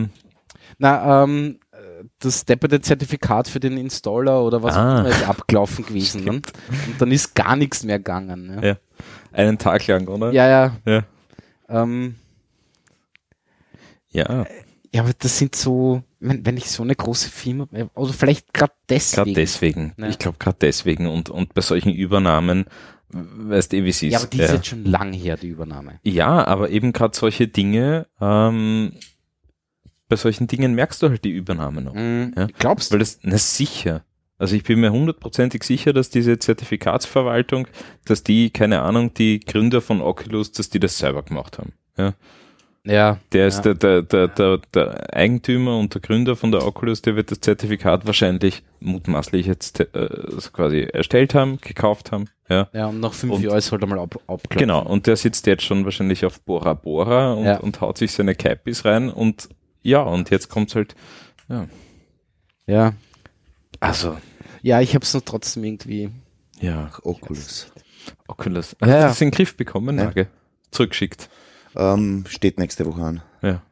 Das depperte Zertifikat für den Installer oder was auch immer ist abgelaufen gewesen. Ne? Und dann ist gar nichts mehr gegangen. Ja. Ja. Einen Tag lang, oder? Ja. Ja. Ja, aber das sind so, wenn ich so eine große Firma, oder vielleicht gerade deswegen. Gerade deswegen. Ja. Ich glaube gerade deswegen. Und bei solchen Übernahmen, weißt du, wie es ist. Ja, aber die ist jetzt schon lang her, die Übernahme. Ja, aber eben gerade solche Dinge, bei solchen Dingen merkst du halt die Übernahme noch. Ja? Glaubst du? Weil das, na sicher. Also ich bin mir 100%ig sicher, dass diese Zertifikatsverwaltung, dass die, keine Ahnung, die Gründer von Oculus, dass die das selber gemacht haben. Ja. Ja. Der ist der Eigentümer und der Gründer von der Oculus, der wird das Zertifikat wahrscheinlich mutmaßlich jetzt quasi erstellt haben, gekauft haben. Ja, ja, und nach 5 Jahren ist halt einmal abklopfen. Genau, und der sitzt jetzt schon wahrscheinlich auf Bora Bora und haut sich seine Cappies rein und ja, und jetzt kommt's halt, Ja. Also. Ja, ich hab's noch trotzdem irgendwie. Ja, Oculus. Oculus. Ja. Hast du das in den Griff bekommen, Nage? Zurückgeschickt. Steht nächste Woche an. Ja.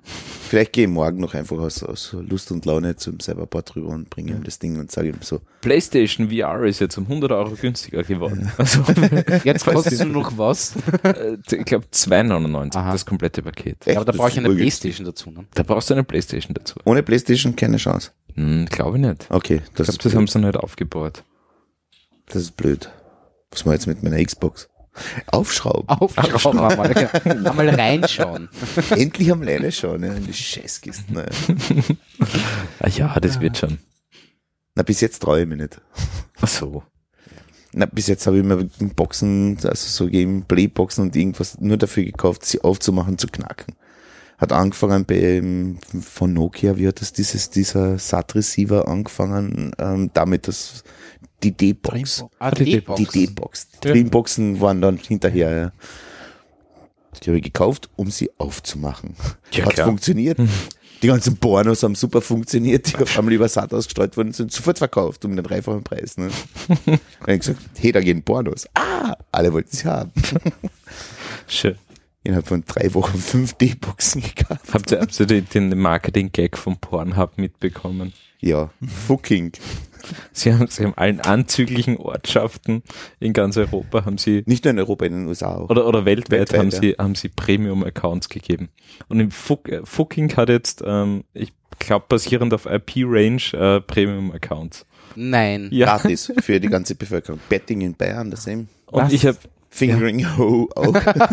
Vielleicht gehe ich morgen noch einfach aus Lust und Laune zum Cyberport rüber und bringe ihm das Ding und sage ihm so. PlayStation VR ist jetzt um 100 Euro günstiger geworden. Also, Jetzt kostet nur noch was. ich glaube 2,99 Aha. das komplette Paket. Echt? Ja, aber da Das brauche ich ist eine urgünstig. Playstation dazu. Ne? Da brauchst du eine PlayStation dazu. Ohne Playstation keine Chance. Glaube ich nicht. Okay, Ich das glaube, ist das blöd. haben sie nicht aufgebaut. Das ist blöd. Was mache ich jetzt mit meiner Xbox? Aufschrauben. Aufschrauben einmal. Einmal reinschauen. Endlich am Leine schauen, ja, in die Scheißkisten. Ja. Ja, das wird schon. Na, bis jetzt traue ich mich nicht. Ach so. Na, bis jetzt habe ich mir Boxen, also so Gameplay-Boxen und irgendwas nur dafür gekauft, sie aufzumachen, zu knacken. Hat angefangen von Nokia, wie hat das dieser SAT-Receiver angefangen, damit das die D-Box. Ah, die D-Box. Die D-Box. Die Ja. Dreamboxen waren dann hinterher, ja. Die habe ich gekauft, um sie aufzumachen. Ja, Hat klar. funktioniert. Die ganzen Pornos haben super funktioniert, die auf einmal über SAT ausgestreut wurden, sind sofort verkauft um den dreifachen Preis. Ne? Dann habe ich gesagt, hey, da gehen Pornos. Alle wollten sie haben. Schön. Innerhalb von 3 Wochen 5 D-Boxen gekauft. Habt ihr den Marketing-Gag vom Pornhub mitbekommen? Ja, fucking. Sie haben allen anzüglichen Ortschaften in ganz Europa haben sie Nicht nur in Europa, in den USA auch. oder weltweit Weltweit, haben sie Premium-Accounts gegeben. Und im Fucking hat jetzt, ich glaube basierend auf IP-Range, Premium-Accounts. Nein. Ja. Gratis für die ganze Bevölkerung. Betting in Bayern, das same. Und Was? ich habe Fingering Ho auch.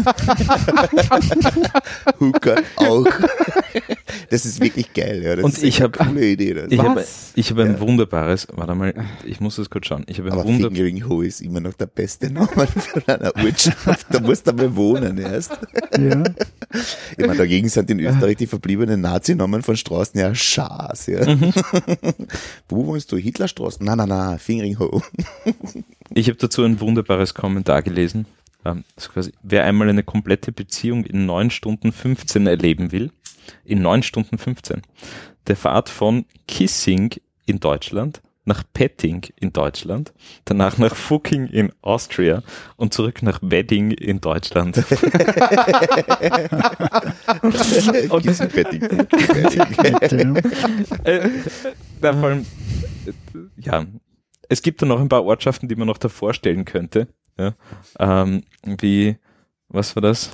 Hooker auch. Das ist wirklich geil, ja. Das Und ist ich eine hab- coole Idee. Das. ich habe ein Ja. wunderbares, warte mal, ich muss das kurz schauen. Ich habe ein Aber wunderbares. Fingering Ho ist immer noch der beste Name für eine Ortschaft. Da musst du aber wohnen erst. Ja. Ich meine, dagegen sind in Österreich die verbliebenen Nazi-Namen von Straßen ja Schaß, ja. Wo wohnst du? Hitlerstraßen? Nein, Fingering Ho. Ich habe dazu ein wunderbares Kommentar gelesen. Das ist quasi, wer einmal eine komplette Beziehung in 9 Stunden 15 erleben will, in 9 Stunden 15, der fahrt von Kissing in Deutschland nach Petting in Deutschland, danach nach Fucking in Austria und zurück nach Wedding in Deutschland. Und Kissing, Betting. Da vor allem, ja, es gibt da noch ein paar Ortschaften, die man noch davor stellen könnte. Ja. Wie, was war das?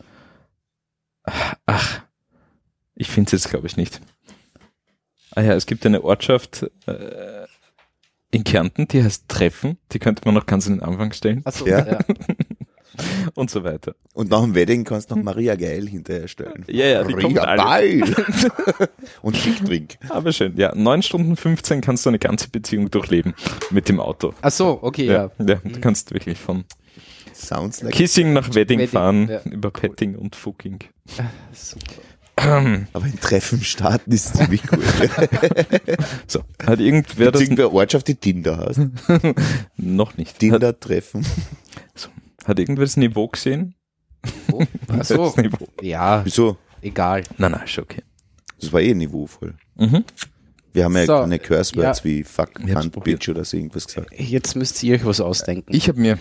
Ach, ich finde es jetzt glaube ich nicht. Ah ja, es gibt eine Ortschaft in Kärnten, die heißt Treffen, die könnte man noch ganz an den Anfang stellen Achso, Ja. ja. und so weiter. Und nach dem Wedding kannst du noch Maria Geil hinterher stellen. Ja, die kommen Maria alle. Geil. Und Schicktrink. Aber schön, ja, 9 Stunden 15 kannst du eine ganze Beziehung durchleben mit dem Auto. Achso, okay, ja. Ja, du kannst wirklich von Sounds like. Kissing nach Wedding Wedding, fahren, ja. über Petting und Fucking. Super. Aber ein Treffen starten ist ziemlich cool. So, hat irgendwer Gibt's das irgendeine Ortschaft, die Tinder heißt? noch nicht? Tinder-Treffen. Hat irgendwer das Niveau gesehen? Oh, achso, Das Niveau. ja, Wieso? egal. Nein, ist okay. Das war niveauvoll. Mhm. Wir haben ja So, keine Curse-Words wie fuck, Ich hab's cunt, probiert. bitch oder so irgendwas gesagt. Jetzt müsst ihr euch was ausdenken. Ich habe mir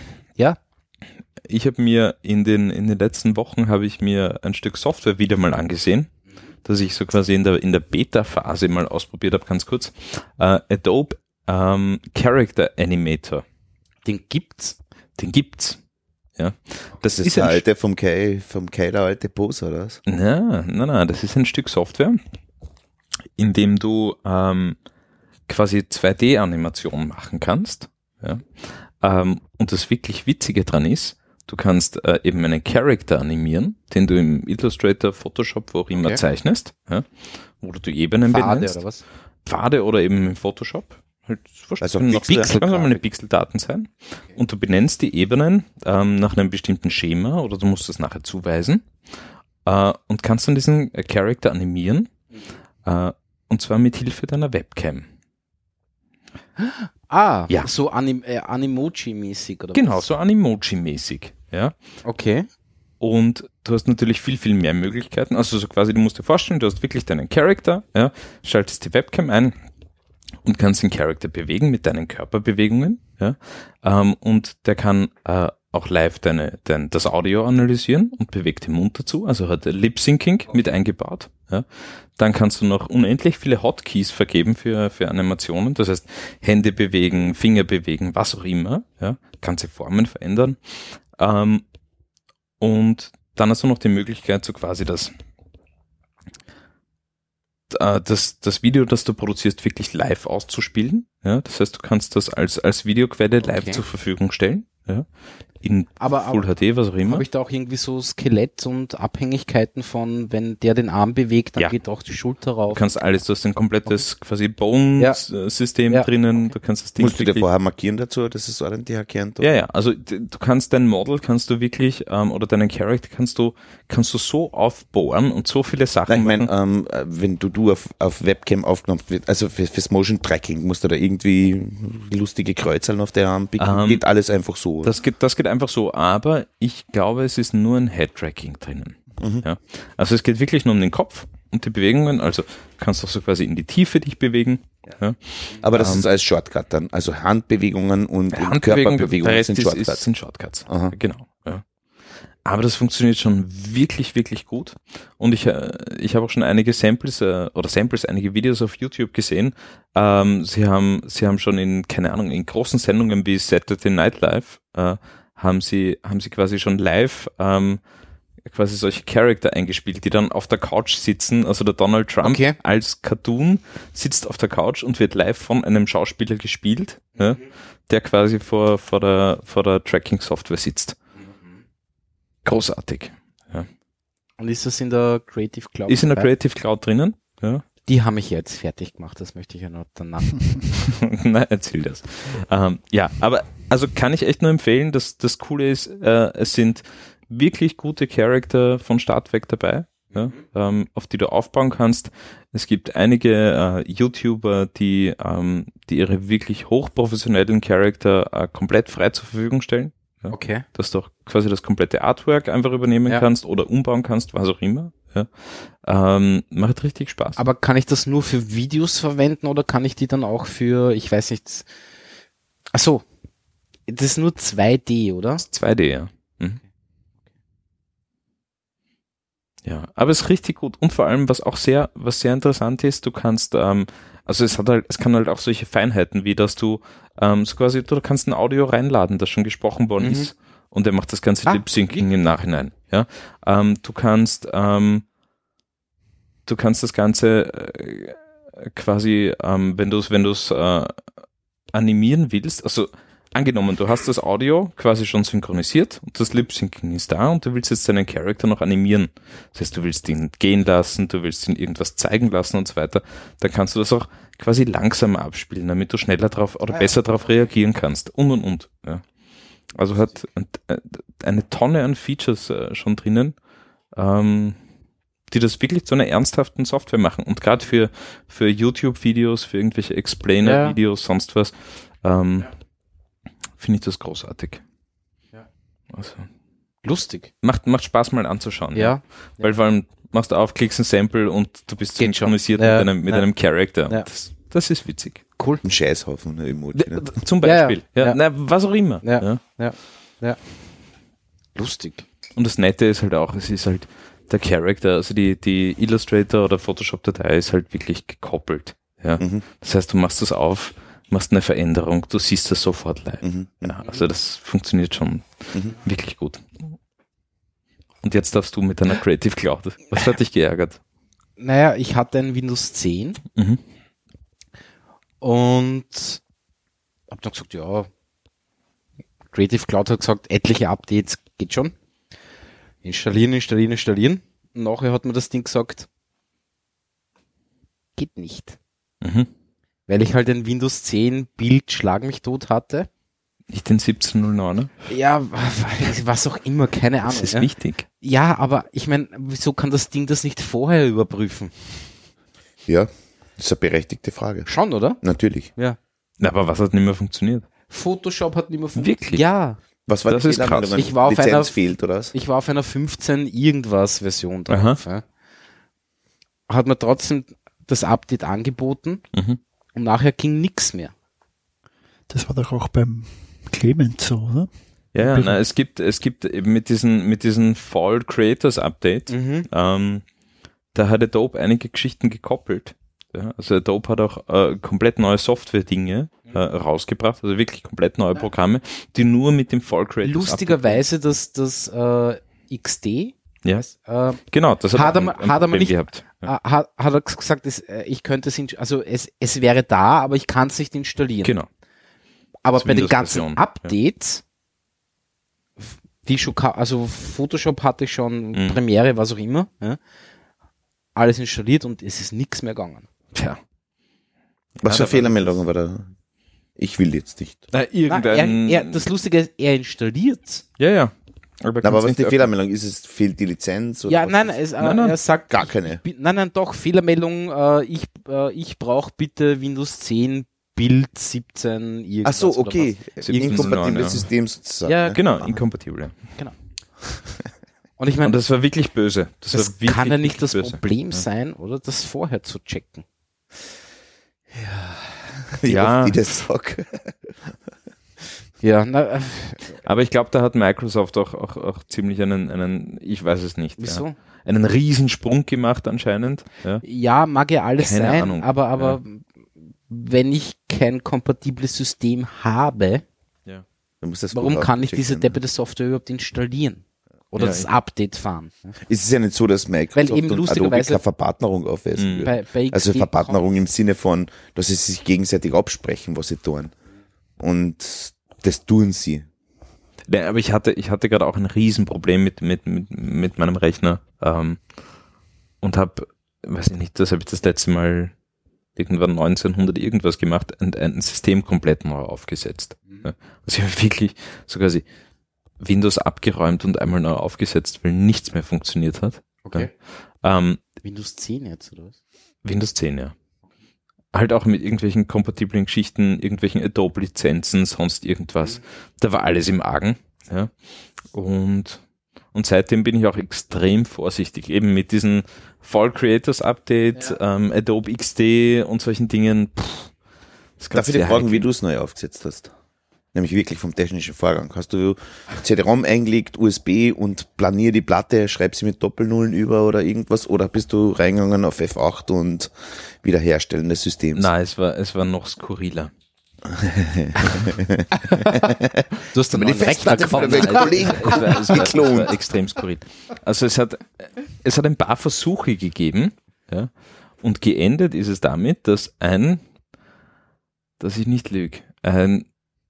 Ja? in den letzten Wochen habe ich mir ein Stück Software wieder mal angesehen, das ich so quasi in der Beta-Phase mal ausprobiert habe, ganz kurz. Adobe Character Animator. Den gibt's. Den gibt's. Ja. Das Das ist der ein alte vom Kai der alte Poser, oder was? Nein, das ist ein Stück Software, in dem du quasi 2D-Animation machen kannst. Ja? Und das wirklich Witzige dran ist, du kannst eben einen Charakter animieren, den du im Illustrator, Photoshop, wo auch immer Okay. zeichnest, ja? Wo du die Ebenen Pfade benennst. oder was? Pfade oder eben im Photoshop. Halt, Also können auch Pixel- kann eine Pixeldaten sein. Und du benennst die Ebenen nach einem bestimmten Schema oder du musst das nachher zuweisen und kannst dann diesen Charakter animieren und zwar mit Hilfe deiner Webcam. Ah, Ja. so Animoji-mäßig oder Genau, was? so Animoji-mäßig. Ja. Okay. Und du hast natürlich viel, viel mehr Möglichkeiten. Also so quasi, du musst dir vorstellen, du hast wirklich deinen Charakter, ja, schaltest die Webcam ein und kannst den Charakter bewegen mit deinen Körperbewegungen. Ja, und der kann auch live das Audio analysieren und bewegt den Mund dazu. Also hat Lip-Syncing mit eingebaut. Ja. Dann kannst du noch unendlich viele Hotkeys vergeben für Animationen. Das heißt, Hände bewegen, Finger bewegen, was auch immer. Ja. Ganze Formen verändern. Und dann hast du noch die Möglichkeit, so quasi das Video, das du produzierst, wirklich live auszuspielen. Ja, das heißt, du kannst das als Videoquelle live zur Verfügung stellen. Ja, in Full HD, was auch immer. Habe ich da auch irgendwie so Skelett und Abhängigkeiten von, wenn der den Arm bewegt, dann geht auch die Schulter rauf? Du kannst alles, du hast ein komplettes quasi Bone-System drinnen. Du kannst das Ding musst du dir vorher markieren dazu, dass es ordentlich erkennt? Oder? Ja, also du kannst dein Model, kannst du wirklich, oder deinen Charakter kannst du so aufbohren und so viele Sachen machen. Ich meine, wenn du auf Webcam aufgenommen wird, also fürs Motion Tracking, musst du da irgendwie lustige Kreuzerl auf der Arm biegen? Geht alles einfach so? Das geht einfach so, aber ich glaube, es ist nur ein Head-Tracking drinnen. Ja. Also es geht wirklich nur um den Kopf und die Bewegungen, also kannst du auch so quasi in die Tiefe dich bewegen. Ja. Aber das ist als Shortcut dann, also Handbewegungen und Körperbewegungen sind Shortcuts. Sind Shortcuts. Genau. Ja. Aber das funktioniert schon wirklich, wirklich gut. Und ich habe auch schon einige einige Videos auf YouTube gesehen. Sie haben schon in großen Sendungen wie Saturday Night Live, haben sie quasi schon live quasi solche Charakter eingespielt, die dann auf der Couch sitzen. Also der Donald Trump als Cartoon sitzt auf der Couch und wird live von einem Schauspieler gespielt, der quasi vor der Tracking-Software sitzt. Großartig. Ja. Und ist das in der Creative Cloud? Ist in der Creative Cloud drinnen. Ja. Die haben mich jetzt fertig gemacht, das möchte ich ja noch danach. Nein, erzähl das. Ja, aber also kann ich echt nur empfehlen, dass das Coole ist, es sind wirklich gute Charakter von Start weg dabei, auf die du aufbauen kannst. Es gibt einige YouTuber, die ihre wirklich hochprofessionellen Charakter komplett frei zur Verfügung stellen. Ja, okay. Dass du auch quasi das komplette Artwork einfach übernehmen kannst oder umbauen kannst, was auch immer. Ja. Macht richtig Spaß. Aber kann ich das nur für Videos verwenden oder kann ich die dann auch für, ich weiß nicht, ach so, das ist nur 2D, oder? 2D, ja. Mhm. Ja, aber es ist richtig gut. Und vor allem, was sehr interessant ist, du kannst, also es kann halt auch solche Feinheiten, wie dass du so quasi, du kannst ein Audio reinladen, das schon gesprochen worden ist, und er macht das ganze Lip-Syncing im Nachhinein. Ja, du kannst das Ganze quasi, wenn du es animieren willst, also angenommen, du hast das Audio quasi schon synchronisiert und das Lip-Syncing ist da und du willst jetzt deinen Charakter noch animieren. Das heißt, du willst ihn gehen lassen, du willst ihn irgendwas zeigen lassen und so weiter. Dann kannst du das auch quasi langsamer abspielen, damit du schneller drauf oder besser darauf reagieren kannst. Und. Ja. Also hat eine Tonne an Features schon drinnen, die das wirklich zu einer ernsthaften Software machen. Und gerade für YouTube-Videos, für irgendwelche Explainer-Videos, sonst was, finde ich das großartig. Ja. Also, lustig. Macht Spaß mal anzuschauen. Ja. Weil vor allem machst du auf, klickst ein Sample und du bist synchronisiert mit einem Charakter. Ja. Das ist witzig. Cool. Ein Scheißhaufen, ne, Emoji. Ne? Zum Beispiel. Ja. Na, was auch immer. Ja. Lustig. Und das Nette ist halt auch, es ist halt der Charakter, also die Illustrator oder Photoshop-Datei ist halt wirklich gekoppelt. Ja. Das heißt, du machst das auf, machst eine Veränderung, du siehst das sofort live. Ja, also das funktioniert schon wirklich gut. Und jetzt darfst du mit deiner Creative Cloud. Was hat dich geärgert? Naja, ich hatte ein Windows 10 und hab dann gesagt, ja, Creative Cloud hat gesagt, etliche Updates, geht schon. Installieren. Und nachher hat mir das Ding gesagt, geht nicht. Weil ich halt ein Windows 10 Bild Schlag mich tot hatte. Nicht den 1709er? Ja, was auch immer, keine Ahnung. Das ist wichtig. Ja, aber ich meine, wieso kann das Ding das nicht vorher überprüfen? Ja, das ist eine berechtigte Frage. Schon, oder? Natürlich. Ja. Aber was hat nicht mehr funktioniert? Photoshop hat nicht mehr funktioniert. Wirklich? Ja. Was war das? Ist krass. Ich war Lizenz fehlt, oder was? Ich war auf einer 15 irgendwas Version drauf. Ja. Hat mir trotzdem das Update angeboten und nachher ging nichts mehr. Das war doch auch beim Clement so, oder? Ja, na, es gibt eben mit diesen Fall Creators Update, da hat Adobe einige Geschichten gekoppelt. Ja, also Adobe hat auch komplett neue Software-Dinge rausgebracht, also wirklich komplett neue Programme, die nur mit dem Fall Creators Lustigerweise das XD, ja, genau, das hat er mal nicht gehabt. Ja. hat er gesagt, ich könnte es wäre da, aber ich kann es nicht installieren. Genau. Aber Das bei den Windows-Version, ganzen Updates, die schon, also Photoshop hatte ich schon, Premiere, was auch immer, ja, alles installiert und es ist nichts mehr gegangen. Tja. Was für Fehlermeldungen war da? Ich will jetzt nicht. Das Lustige ist, er installiert. Ja. Aber was ist die Fehlermeldung? Fehlt die Lizenz? Oder Ja, nein, er sagt gar keine. Nein, doch, Fehlermeldung, ich brauche bitte Windows 10 Bild 17 irgendwas. Ach so, okay. Inkompatibles ja. System sozusagen. Ja, ne? Genau, inkompatibel. Genau. Und ich meine, Und das war wirklich böse. das war wirklich, kann ja nicht das böse. Problem sein, oder das vorher zu checken. Wie Ja. oft ich das sag. Ja, Aber ich glaube, da hat Microsoft auch ziemlich einen, ich weiß es nicht. wieso? Ja, einen Riesensprung gemacht anscheinend. Ja. Ja, mag ja alles Keine sein, Ahnung. aber wenn ich kein kompatibles System habe, Du musst das warum gut kann ich diese abchecken. depperte Software überhaupt installieren? Oder Ja, das Update fahren? Es ist ja nicht so, dass Microsoft Weil eben und Adobe lustigerweise- keine Verpartnerung aufweisen würde. Bei XD Also Verpartnerung im Sinne von, dass sie sich gegenseitig absprechen, was sie tun. Und das tun sie. Ja, aber ich hatte gerade auch ein Riesenproblem mit meinem Rechner und habe, weiß ich nicht, das habe ich das letzte Mal irgendwann 1900 irgendwas gemacht und ein System komplett neu aufgesetzt. Ja. Also ich habe wirklich so quasi Windows abgeräumt und einmal neu aufgesetzt, weil nichts mehr funktioniert hat. Okay. Ja. Windows 10 jetzt, oder was? Windows 10, ja. Halt auch mit irgendwelchen kompatiblen Geschichten, irgendwelchen Adobe-Lizenzen, sonst irgendwas. Da war alles im Argen. Ja. Und seitdem bin ich auch extrem vorsichtig, eben mit diesen Fall Creators Update, Adobe XD und solchen Dingen. Darf ich dir fragen, wie du es neu aufgesetzt hast? Nämlich wirklich vom technischen Vorgang. Hast du CD-ROM eingelegt, USB und planier die Platte, schreib sie mit Doppelnullen über oder irgendwas? Oder bist du reingegangen auf F8 und Wiederherstellen des Systems? Nein, es war noch skurriler. Du hast Aber die Festplatte von gekauft, der Alter. Kollegen Es war geklont. extrem skurril. Also es hat ein paar Versuche gegeben, ja, und geendet ist es damit, dass ich nicht lüge, ein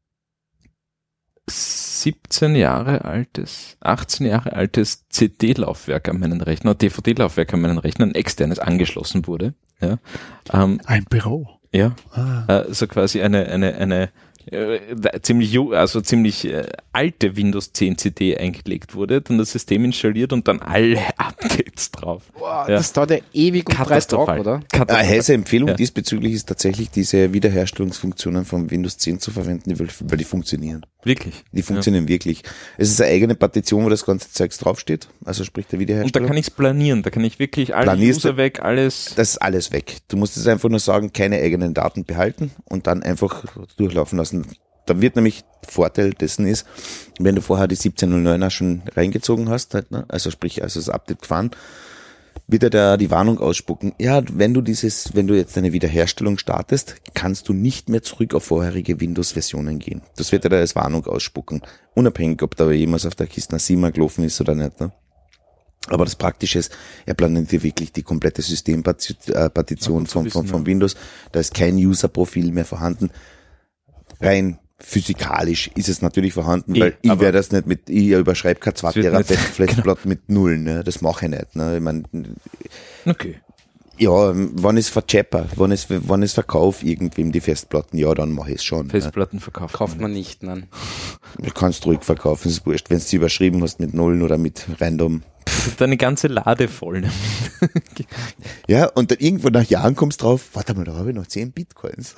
18 Jahre altes CD-Laufwerk an meinen Rechner, DVD-Laufwerk an meinen Rechner, ein externes angeschlossen wurde. Ja, Ein Büro. ja, Ah. so quasi eine ziemlich alte Windows 10 CD eingelegt wurde, dann das System installiert und dann alle Updates drauf. Boah, Ja. das dauert ja ewig und 3 Tage, Katastrophal. oder? Eine heiße Empfehlung Ja. diesbezüglich ist tatsächlich, diese Wiederherstellungsfunktionen von Windows 10 zu verwenden, weil die funktionieren. Wirklich. Die funktionieren wirklich. Es ist eine eigene Partition, wo das ganze Zeugs draufsteht, also sprich der Und da Wiederherstellung. kann ich es planieren, da kann ich wirklich alle Planierst User du- weg, alles. Das ist alles weg. Du musst es einfach nur sagen, keine eigenen Daten behalten und dann einfach durchlaufen lassen. Da wird nämlich Vorteil dessen ist, wenn du vorher die 1709er schon reingezogen hast, halt, ne? Also sprich, also das Update gefahren, wird er da die Warnung ausspucken. Ja, wenn du jetzt eine Wiederherstellung startest, kannst du nicht mehr zurück auf vorherige Windows-Versionen gehen. Das wird er da als Warnung ausspucken. Unabhängig, ob da jemals auf der Kiste 7 gelaufen ist oder nicht, ne? Aber das Praktische ist, er planiert dir wirklich die komplette Systempartition von Windows. Da ist kein User-Profil mehr vorhanden. Rein physikalisch ist es natürlich vorhanden, weil ich aber werde das nicht ich überschreibe keine 2 wird Terabyte nicht- Festplatte mit Nullen, ne? Das mache ich nicht, ne? Ich mein, Okay. ja, wann ist Verchepper, wann ist Verkauf irgendwem die Festplatten, ja, dann mache ich es schon. Ne? Festplattenverkauf. Kauft man nicht, nein. Du kannst ruhig verkaufen, ist wurscht, wenn du sie überschrieben hast mit Nullen oder mit Random. Deine ganze Lade voll. Ja, und dann irgendwo nach Jahren kommst drauf, warte mal, da habe ich noch 10 Bitcoins.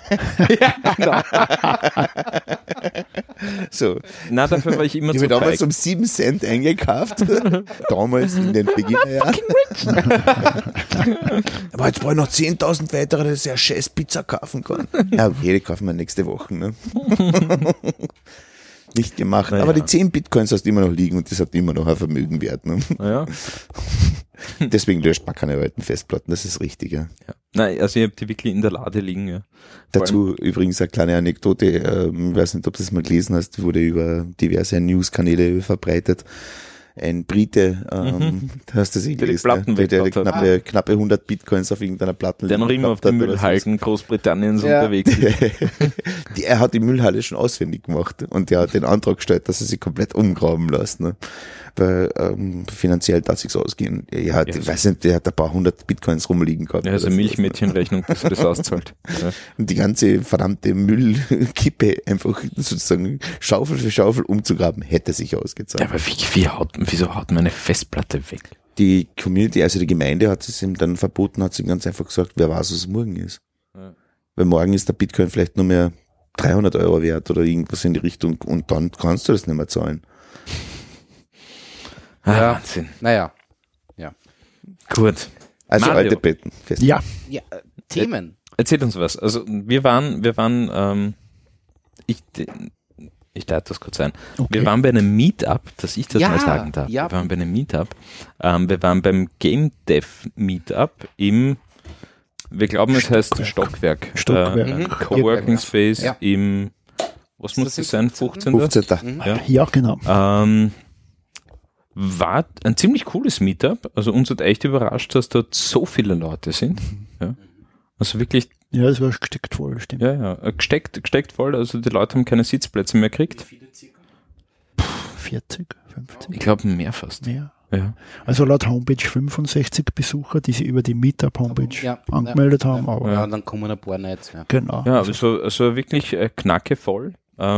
So. Na, dafür war ich immer Ich zu habe damals feig. um 7 Cent eingekauft. Damals in den Beginnerjahren. Aber jetzt brauche ich noch 10.000 weitere, dass ich eine scheiß Pizza kaufen kann. Ja, okay, die kaufen wir nächste Woche. Ne? Nicht gemacht. Naja. Aber die 10 Bitcoins hast du immer noch liegen und das hat immer noch ein Vermögen wert. Ne? Ja. Deswegen löscht man keine alten Festplatten, das ist richtig, ja. Ja. Nein, also ich habe die wirklich in der Lade liegen, ja. Dazu übrigens eine kleine Anekdote, ich weiß nicht, ob du das mal gelesen hast, wurde über diverse Newskanäle verbreitet. Ein Brite, hast du das gelesen? Platten der knappe 100 Bitcoins auf irgendeiner Platte. Der noch immer auf den Müllhalden Großbritanniens unterwegs ist. Er hat die Müllhalle schon auswendig gemacht und der hat den Antrag gestellt, dass er sich komplett umgraben lässt, ne? Weil finanziell darf sich's ausgehen. Ich weiß nicht, der hat ein paar 100 Bitcoins rumliegen gehabt. Ja, also Milchmädchenrechnung, dass er das auszahlt. Ja. Und die ganze verdammte Müllkippe einfach sozusagen Schaufel für Schaufel umzugraben, hätte sich ausgezahlt. Ja, aber wieso haut man eine Festplatte weg? Die Community, also die Gemeinde hat es ihm dann verboten, hat ihm ganz einfach gesagt, wer weiß, was morgen ist. Ja. Weil morgen ist der Bitcoin vielleicht nur mehr 300 € wert oder irgendwas in die Richtung und dann kannst du das nicht mehr zahlen. Ja, Wahnsinn. Naja. Ja. Gut. Also Mario. alte Betten. Fest. Ja, Themen. Erzählt uns was. Also wir waren, ich leite das kurz ein. Okay. Wir waren bei einem Meetup, dass ich das Ja, mal sagen darf. ja. Wir waren bei einem Meetup. Wir waren beim Game Dev Meetup im, wir glauben es heißt Stockwerk. Stockwerk. Coworking Space Ja. im, was muss das sein, 15. 15. Ja. ja, genau. War ein ziemlich cooles Meetup. Also uns hat echt überrascht, dass dort so viele Leute sind. Ja. Also wirklich, Ja, das war gesteckt voll, stimmt. ja, gesteckt voll. Also die Leute haben keine Sitzplätze mehr gekriegt. 40, 50, Ich glaube mehr fast. mehr. Ja. Also laut Homepage 65 Besucher, die sich über die Meetup-Homepage Ja, angemeldet haben. Aber Ja, dann kommen ein paar nicht. Ja. genau. Ja, also wirklich knackevoll.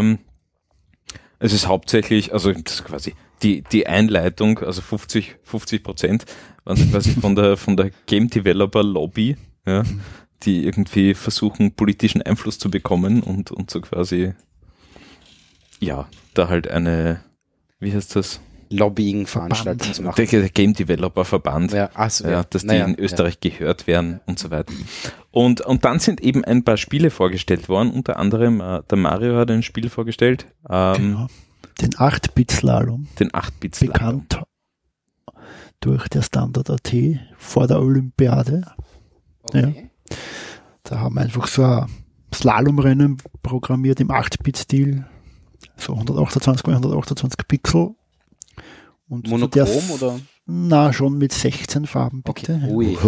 Es ist hauptsächlich, also das ist quasi die Einleitung, also 50%, waren quasi von der Game Developer Lobby, ja, die irgendwie versuchen, politischen Einfluss zu bekommen und so quasi, ja, da halt eine, wie heißt das? Lobbying-Veranstaltungen zu machen. Der Game Developer Verband. Ja, also, Ja, dass die in Österreich gehört werden und so weiter. Und dann sind eben ein paar Spiele vorgestellt worden, unter anderem der Mario hat ein Spiel vorgestellt, Genau. Den 8-Bit-Slalom, den 8-Bit-Slalom. bekannt durch der Standard.at vor der Olympiade. Okay. Da haben wir einfach so ein Slalomrennen programmiert im 8-Bit-Stil, so 128 x 128 Pixel. Und Monochrom oder? Na, schon mit 16 Farben, bitte. Okay. Ui.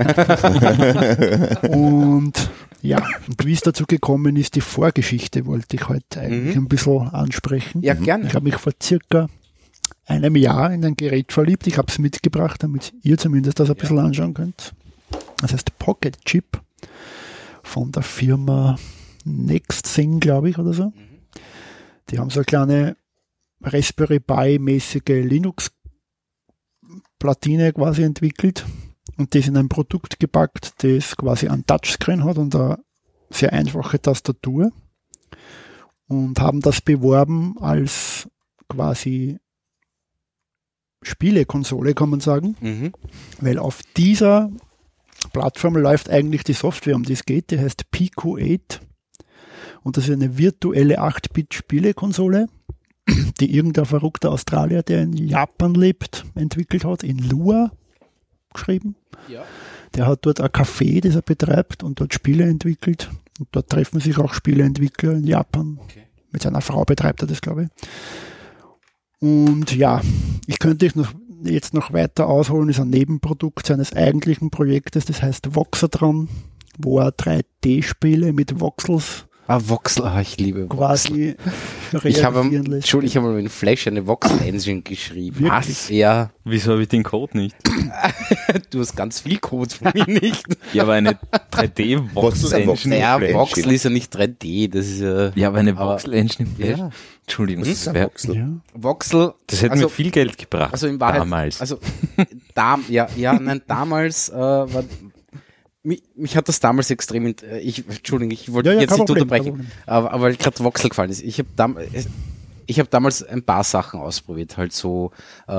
Und ja, und wie es dazu gekommen ist, die Vorgeschichte wollte ich heute eigentlich ein bisschen ansprechen. Ja, gerne. Ich habe mich vor circa einem Jahr in ein Gerät verliebt. Ich habe es mitgebracht, damit ihr zumindest das ein bisschen anschauen könnt. Das heißt Pocket Chip von der Firma NextThing, glaube ich, oder so. Die haben so eine kleine Raspberry Pi-mäßige Linux-Platine quasi entwickelt und das in ein Produkt gepackt, das quasi ein Touchscreen hat und eine sehr einfache Tastatur und haben das beworben als quasi Spielekonsole, kann man sagen, weil auf dieser Plattform läuft eigentlich die Software, um die es geht, die heißt Pico 8 und das ist eine virtuelle 8-Bit-Spielekonsole, die irgendein verrückter Australier, der in Japan lebt, entwickelt hat, in Lua geschrieben. Ja. Der hat dort ein Café, das er betreibt und dort Spiele entwickelt. Und dort treffen sich auch Spieleentwickler in Japan. Okay. Mit seiner Frau betreibt er das, glaube ich. Und ja, ich könnte jetzt noch weiter ausholen, ist ein Nebenprodukt seines eigentlichen Projektes, das heißt Voxatron, wo er 3D-Spiele mit Voxels Voxel, ich liebe Voxel. quasi Ich habe realisieren lässt. Entschuldigung, ich habe mal mit Flash eine Voxel-Engine geschrieben. Wirklich? Ja, Wieso habe ich den Code nicht? du hast ganz viel Code von mir nicht. Ja, aber eine Was ist ein 3D-Voxel-Engine. Voxel? Naja, Flash. Voxel ist ja nicht 3D, das ist ja... Ja, aber eine Aber- Voxel-Engine. Ja. Entschuldigung, Das ist ein das Voxel. Ja. Voxel... hätte also, mir viel Geld gebracht. Also in Wahrheit... damals. Also, damals war... Mich hat das damals extrem... Entschuldigung, ich wollte Ja, jetzt kein nicht Problem, unterbrechen, kein Problem. aber weil gerade Voxel gefallen ist. Ich habe damals ein paar Sachen ausprobiert, halt so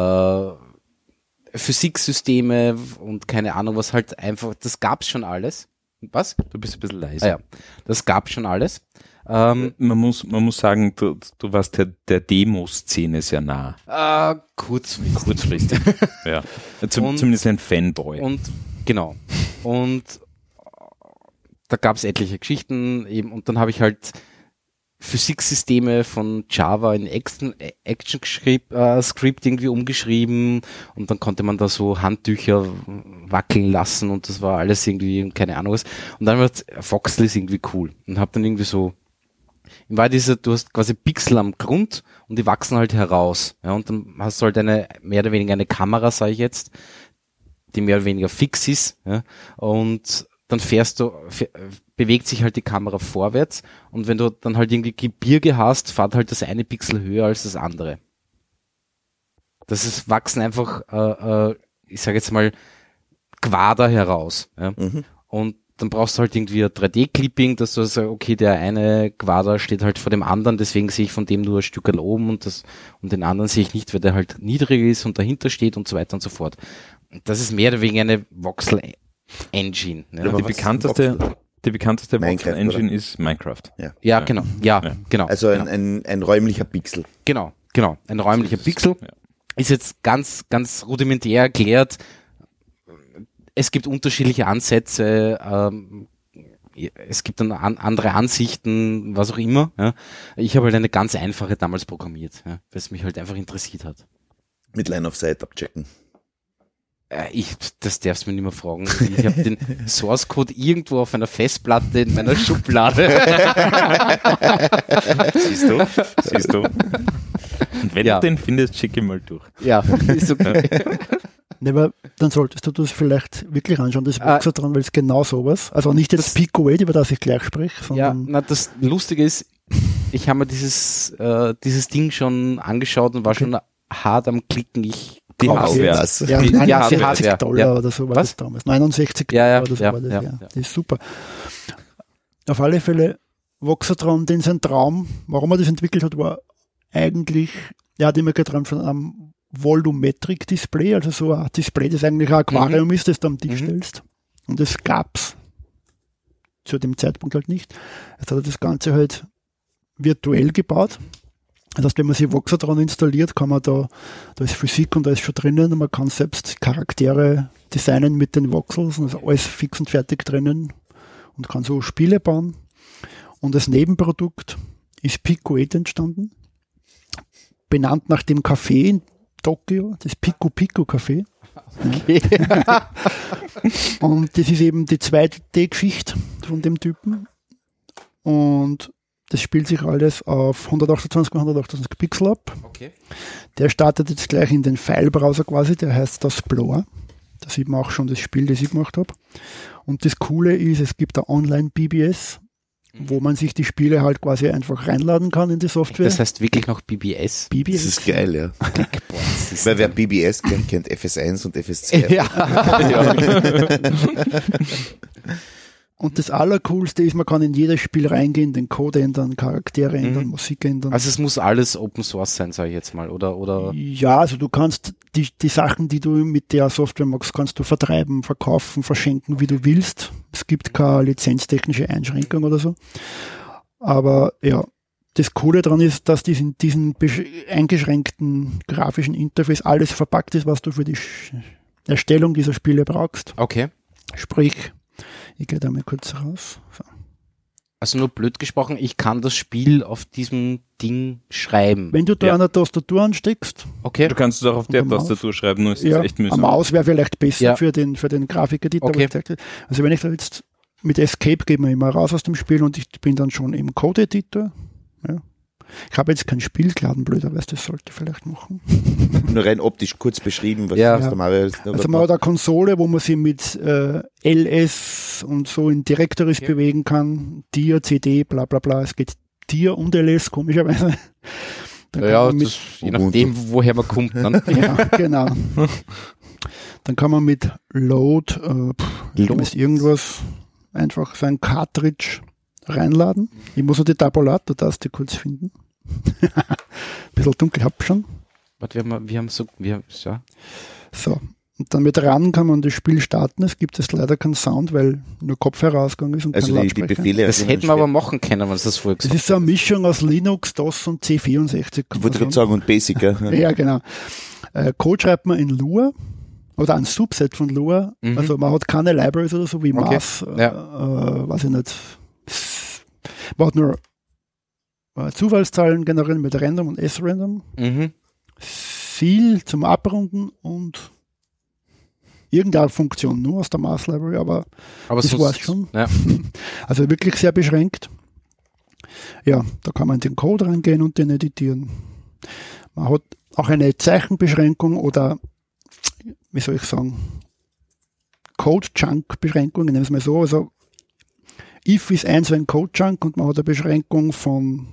Physiksysteme und keine Ahnung, was halt einfach... Das gab's schon alles. Was? Du bist ein bisschen leise. Ah ja, das gab schon alles. Man muss sagen, du warst der Demo-Szene sehr nah. Kurzfristig. Ja. Zumindest ein Fanboy. Und genau. Und da gab es etliche Geschichten eben, und dann habe ich halt Physiksysteme von Java in ActionScript irgendwie umgeschrieben, und dann konnte man da so Handtücher wackeln lassen, und das war alles irgendwie, keine Ahnung was. Und dann wird Voxel ist irgendwie cool, und habe dann irgendwie so, in Wahrheit du hast quasi Pixel am Grund und die wachsen halt heraus. Ja, und dann hast du halt mehr oder weniger eine Kamera, sage ich jetzt, die mehr oder weniger fix ist. Ja, und dann bewegt sich halt die Kamera vorwärts, und wenn du dann halt irgendwie Gebirge hast, fährt halt das eine Pixel höher als das andere. Das ist, wachsen einfach, ich sage jetzt mal, Quader heraus. Ja? Und dann brauchst du halt irgendwie ein 3D-Clipping, dass du sagst, okay, der eine Quader steht halt vor dem anderen, deswegen sehe ich von dem nur ein Stückerl oben, und den anderen sehe ich nicht, weil der halt niedriger ist und dahinter steht und so weiter und so fort. Das ist mehr oder weniger eine Voxel-Engine. Ne? Ja, die bekannteste Voxel-Engine ist Minecraft. Ja, genau. Ja, genau. Also ein räumlicher Pixel. Genau. Ein räumlicher Pixel. Ja. Ist jetzt ganz, ganz rudimentär erklärt. Es gibt unterschiedliche Ansätze, es gibt dann andere Ansichten, was auch immer. Ja. Ich habe halt eine ganz einfache damals programmiert, ja, weil es mich halt einfach interessiert hat. Mit Line of Sight abchecken. Das darfst du mir nicht mehr fragen. Ich habe den Source Code irgendwo auf einer Festplatte in meiner Schublade. Siehst du? Und wenn du den findest, schick ihn mal durch. Ja, ist okay. Ne, aber dann solltest du das vielleicht wirklich anschauen, das Voxatron, weil es genau sowas, also nicht das Pico 8, über das ich gleich spreche, sondern... Ja, das Lustige ist, ich habe mir dieses Ding schon angeschaut und war schon hart am Klicken. Die Hardware. Ja, 69 $, oder so war das damals. 69 $, oder so war das, ja. Das ist super. Auf alle Fälle, Voxatron, den sein Traum, warum er das entwickelt hat, war eigentlich, er hat immer geträumt von einem Volumetric-Display, also so ein Display, das eigentlich ein Aquarium ist, das du am Tisch stellst. Und das gab's zu dem Zeitpunkt halt nicht. Jetzt hat er das Ganze halt virtuell gebaut. Das heißt, wenn man sich Voxatron installiert, kann man da ist Physik und da ist schon drinnen, und man kann selbst Charaktere designen mit den Voxels, also alles fix und fertig drinnen, und kann so Spiele bauen. Und als Nebenprodukt ist Pico 8 entstanden, benannt nach dem Café in Tokio, das Pico Pico Café. Okay. Und das ist eben die 2D-Geschichte von dem Typen. Und das spielt sich alles auf 128 x 128 Pixel ab. Okay. Der startet jetzt gleich in den File-Browser quasi, der heißt das Explorer. Da sieht man auch schon das Spiel, das ich gemacht habe. Und das Coole ist, es gibt da Online-BBS, wo man sich die Spiele halt quasi einfach reinladen kann in die Software. Das heißt wirklich noch BBS? Das ist geil, ja. Weil wer BBS kennt FS1 und FS2. Ja. Und das Allercoolste ist, man kann in jedes Spiel reingehen, den Code ändern, Charaktere ändern, Musik ändern. Also es muss alles Open Source sein, sage ich jetzt mal, oder? Ja, also du kannst die Sachen, die du mit der Software machst, kannst du vertreiben, verkaufen, verschenken, wie du willst. Es gibt keine lizenztechnische Einschränkung oder so. Aber ja, das Coole daran ist, dass in diesem eingeschränkten grafischen Interface alles verpackt ist, was du für die Erstellung dieser Spiele brauchst. Okay. Sprich, ich gehe da mal kurz raus. So. Also nur blöd gesprochen, ich kann das Spiel auf diesem Ding schreiben. Wenn du da eine Tastatur ansteckst. Okay. Du kannst es auch auf der Tastatur schreiben, nur ist es echt mühsam. Am Maus wäre vielleicht besser für den Grafikeditor. Okay. Also wenn ich da jetzt mit Escape geht man immer raus aus dem Spiel und ich bin dann schon im Code-Editor. Ja. Ich habe jetzt kein Spiel geladen, blöderweise, das sollte ich vielleicht machen. Nur rein optisch kurz beschrieben, was der Mario ist. Also man hat eine Konsole, wo man sie mit LS und so in Directories bewegen kann, Dir, CD, bla bla bla. Es geht Dir und LS, komischerweise. Je nachdem, woher man kommt. Dann. Ja, genau. Dann kann man mit Load irgendwas einfach so ein Cartridge reinladen. Ich muss noch die Tabulator-Taste kurz finden. Bisschen dunkel, hab schon. Warte, wir haben so. So, Und dann mit RAN kann man das Spiel starten. Es gibt jetzt leider keinen Sound, weil nur Kopfhörer ausgegangen ist und Also kein die Lautsprecher. Befehle. Das hätten wir aber machen können, wenn es das vorher Das gesagt ist so eine Mischung aus Linux, DOS und C64. Ich wollte gerade sagen, und Basic. Ja. Ja, genau. Code schreibt man in Lua oder ein Subset von Lua. Mhm. Also man hat keine Libraries oder so wie Okay. Mass, Ja. weiß ich nicht. Man hat nur Zufallszahlen generieren mit Random und S-Random. Mhm. Seal zum Abrunden und irgendeine Funktion nur aus der Mass Library, aber Aber das sonst- war's schon. Ja. Also wirklich sehr beschränkt. Ja, da kann man in den Code reingehen und den editieren. Man hat auch eine Zeichenbeschränkung oder, wie soll ich sagen, Code-Chunk-Beschränkung, nennen wir es mal so. Also if ist ein so ein Code-Chunk und man hat eine Beschränkung von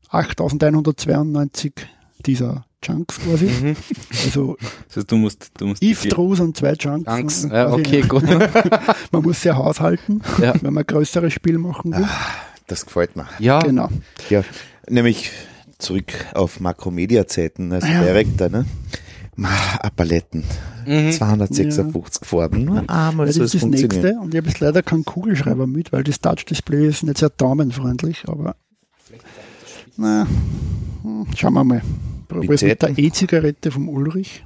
8192 dieser Chunks quasi. Mhm. Also Das heißt, du musst if true sind 2 Chunks. Angst. Und Ja, quasi okay, gut. man muss sehr haushalten, Ja. wenn man ein größeres Spiel machen will. Das gefällt mir. Ja, Genau. Ja, nämlich zurück auf Makromedia-Zeiten als Ja. Director, ne? Paletten. Mhm. 256 Farben. Nur einmal Das soll ist es das funktionieren. nächste und ich habe jetzt leider keinen Kugelschreiber mit, weil das Touch-Display ist nicht sehr daumenfreundlich, aber na, schauen wir mal. Probier es mit der E-Zigarette vom Ulrich.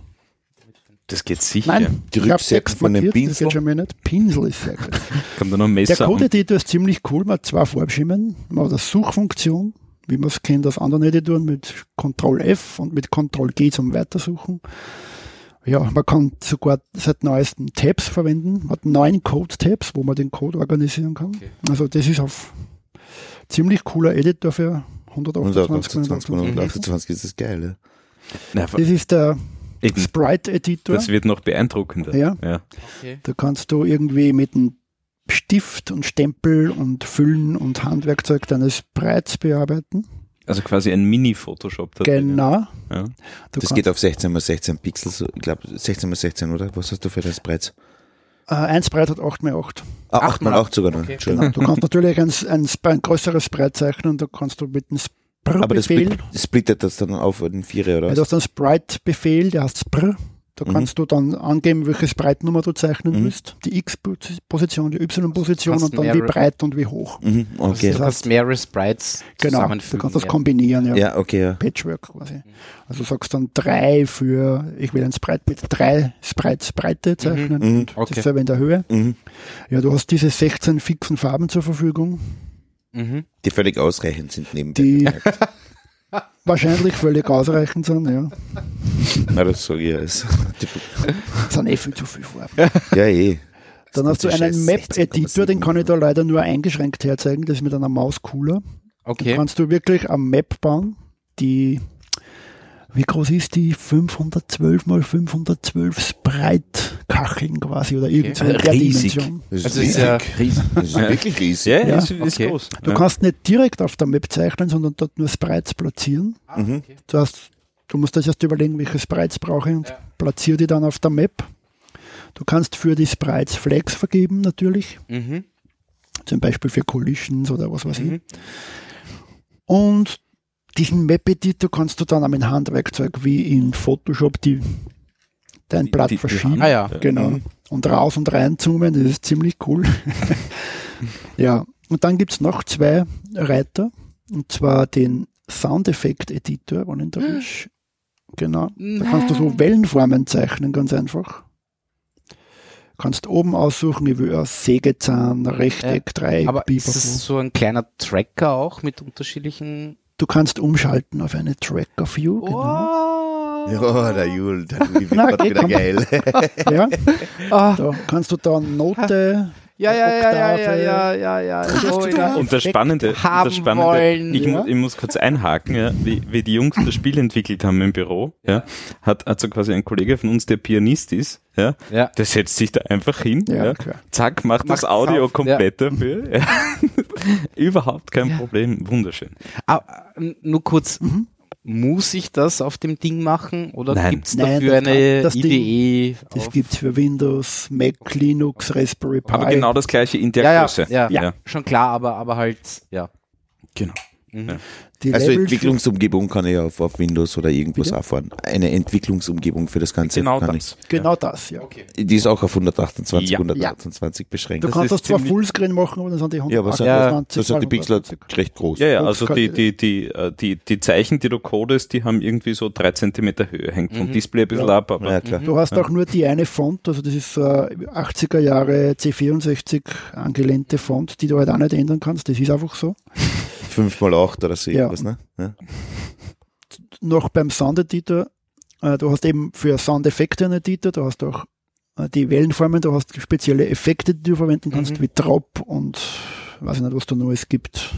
Das geht sicher. Nein, Die ich habe Rückseite Text von dem markiert, das Pinsel. geht schon mal nicht. Pinsel ist sehr gut. Kommt da noch ein Der Messer Code-Editor ist ziemlich cool, man hat 2 Farbschimmen, man hat eine Suchfunktion, wie man es kennt aus anderen Editoren mit Ctrl-F und mit Ctrl-G zum Weitersuchen. Ja, man kann sogar seit neuesten Tabs verwenden. Man hat 9 Code-Tabs, wo man den Code organisieren kann. Okay. Also das ist auf ziemlich cooler Editor für 128, 128 ist das geil, ja. Na, Das ist der eben, Sprite-Editor. das wird noch beeindruckender. Ja. Okay. Da kannst du irgendwie mit einem Stift und Stempel und Füllen und Handwerkzeug deines Sprites bearbeiten. Also quasi ein Mini-Photoshop. da drin. Genau. Ja. Du Das kannst- geht auf 16x16 Pixel, so, ich glaube 16x16, oder? Was hast du für das Brett? ein Sprite hat 8x8. Ah, 8 mal 8x8 sogar noch. Okay. Entschuldigung. Du kannst natürlich ein größeres Sprite zeichnen, da kannst du mit dem Aber das Spr-Befehl, splittet das dann auf in 4 oder du was? hast einen Sprite-Befehl, der heißt Spr, da Mhm. kannst du dann angeben, welche Sprite-Nummer du zeichnen Mhm. willst. Die X-Position, die Y-Position Kannst und dann wie mehrere- breit und wie hoch. Mhm, okay. Du kannst mehrere Sprites Genau, du zusammenfügen. kannst das ja. kombinieren, ja. Ja, okay, ja. Patchwork quasi. Also sagst dann 3 für, ich will ein Sprite mit 3 Sprites Breite zeichnen. Mhm. Und Okay. dasselbe in der Höhe. Mhm. Ja, du hast diese 16 fixen Farben zur Verfügung, Mhm. Die völlig ausreichend sind nebenbei. die wahrscheinlich völlig ausreichend sind, ja. Na, das sage ich als. Das sind viel zu viele Farben. Ja, eh. Dann hast du Das ist einen scheiß Map-Editor, den 16,7. kann ich da leider nur eingeschränkt herzeigen, das ist mit einer Maus cooler. Okay. Kannst du wirklich eine Map bauen, die, wie groß ist die? 512 mal 512 Sprite-Kacheln quasi oder irgend so in der Riesig. Dimension. Das Also ist ist ja- riesig. Das ist wirklich riesig. Ja, Ja, ist okay. groß. Du ja. kannst nicht direkt auf der Map zeichnen, sondern dort nur Sprites platzieren. Mhm. Du musst das erst überlegen, welche Sprites brauche ich und platziere die dann auf der Map. Du kannst für die Sprites Flags vergeben natürlich, Mhm. zum Beispiel für Collisions oder was weiß ich. Mhm. Und diesen Map-Editor kannst du dann auch mit Handwerkzeug wie in Photoshop dein Blatt die verschieben. Ah ja. Genau. Und raus und rein zoomen, das ist ziemlich cool. Ja, und dann gibt es noch 2 Reiter, und zwar den Soundeffekt-Editor, wenn ich da ist. Genau. Da kannst du so Wellenformen zeichnen, ganz einfach. Kannst oben aussuchen, ich will ein Sägezahn, Rechteck, Dreieck, Aber ist Biber. es so ein kleiner Tracker auch mit unterschiedlichen... Du kannst umschalten auf eine Tracker-View. Genau. Oh. Ja, der Jul, der Louis wird Na, grad wieder komm. geil. Ja, Ah. da kannst du dann Note, Ja, Oktave. ja. Oh, ja. Und das Spannende, haben wollen, ich ja. muss kurz einhaken, ja, wie die Jungs das Spiel entwickelt haben im Büro, ja, hat so quasi ein Kollege von uns, der Pianist ist, ja, Ja. der setzt sich da einfach hin, Ja, ja, klar. zack, macht das Macht's Audio auf, komplett dafür, ja. Überhaupt kein Ja. Problem, wunderschön. Ah, nur kurz, muss ich das auf dem Ding machen oder Nein. gibt es Nein, dafür eine das Ding- IDE? das auf- gibt's für Windows, Mac, Linux, Raspberry Pi. Aber genau das gleiche in der ja, Größe. ja, Ja. schon klar, aber halt, ja. Genau. Die Also Levels- Entwicklungsumgebung kann ich auf Windows oder irgendwas Bitte? auch fahren. Eine Entwicklungsumgebung für das Ganze Genau kann das. Genau das, ja. Die ist auch auf 128, Ja. 128 beschränkt. Du Das kannst ist das zwar ziemlich- Fullscreen machen, aber dann sind die Ja, aber 128 das sind die Pixel mal 120. recht groß. Ja, ja, also Hochskaliert. die Zeichen, die du codest, die haben irgendwie so 3 Zentimeter Höhe, hängt vom Display ein bisschen ab, aber Ja, klar. Du hast auch nur die eine Font, also das ist 80er Jahre C64 angelehnte Font, die du halt auch nicht ändern kannst, das ist einfach so. 5x8 oder so Ja. irgendwas, ne? Ja. Noch beim Sound Editor, du hast eben für Soundeffekte einen Editor, du hast auch die Wellenformen, du hast spezielle Effekte, die du verwenden kannst, wie Drop und weiß ich nicht, was da noch es gibt.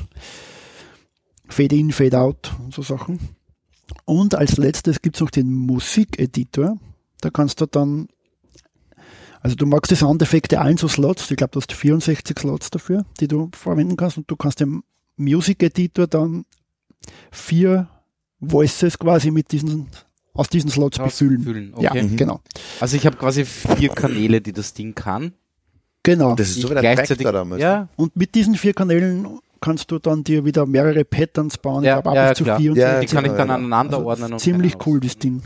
Fade in, Fade out und so Sachen. Und als letztes gibt es noch den Musikeditor. Da kannst du dann, also du magst die Soundeffekte allen so Slots, ich glaube, du hast 64 Slots dafür, die du verwenden kannst und du kannst dem Music Editor dann 4 Voices quasi aus diesen Slots befüllen. Okay. Ja, genau. Also ich habe quasi 4 Kanäle, die das Ding kann. Genau. Das ist so Ich wie der gleichzeitig- Track damals. Ja, Und mit diesen 4 Kanälen kannst du dann dir wieder mehrere Patterns bauen. Ja, ich glaube, ja, bis zu klar. 64. die kann ich dann ja. aneinander Also ordnen. und ziemlich keine cool, Ahnung. das Ding.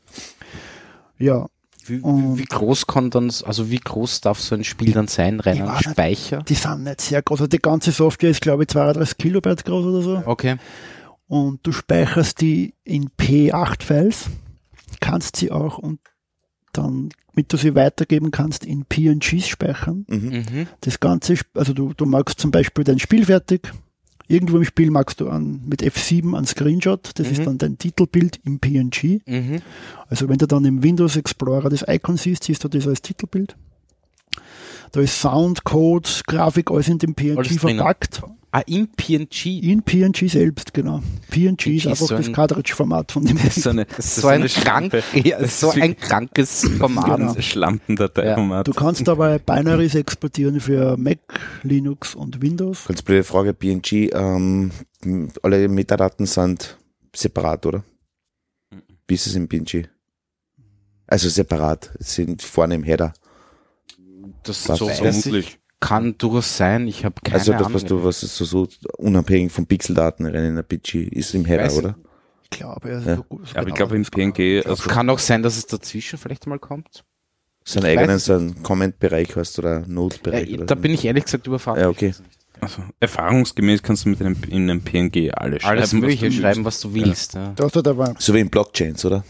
Ja, Wie groß kann dann, also wie groß darf so ein Spiel dann sein, rein Ich an weiß nicht. Speicher? die sind nicht sehr groß. Also die ganze Software ist, glaube ich, 32 Kilobyte groß oder so. Okay. Und du speicherst die in P8-Files, kannst sie auch und dann, damit du sie weitergeben kannst, in PNGs speichern. Mhm. Das Ganze, also du magst zum Beispiel dein Spiel fertig, irgendwo im Spiel magst du mit F7 einen Screenshot, das ist dann dein Titelbild im PNG. Mhm. Also wenn du dann im Windows Explorer das Icon siehst du das als Titelbild. Da ist Sound, Code, Grafik, alles in dem PNG Alles drinnen. verpackt. Ah, im PNG. In PNG selbst, genau. PNG ist einfach so das ein- Cartridge-Format von dem. so eine, So ein, krankes Format. Genau. Schlampendateiformat. Du kannst dabei Binaries exportieren für Mac, Linux und Windows. Ganz blöde Frage, PNG, alle Metadaten sind separat, oder? Wie ist es im PNG? Also separat, sind vorne im Header. Das Was so weiß weiß ich. ich, kann durchaus sein. Ich habe keine Also das, Ahnung. was du, was ist so unabhängig von Pixeldaten rein in der PNG, ist im Header, Weiß oder? Ich glaube, also Ja. so gut- so Aber ich genau glaube im das- PNG, also Kann auch sein, dass es dazwischen vielleicht mal kommt. So einen Ich eigenen, weiß so einen Comment-Bereich hast oder Node-Bereich. oder Da so. bin ich ehrlich gesagt überfragt. Ja, okay. Also, erfahrungsgemäß kannst du in einem PNG alles schreiben. Alles Mögliche was du schreiben, willst. was du willst. Ja. Da hast du dabei. So wie in Blockchains, oder?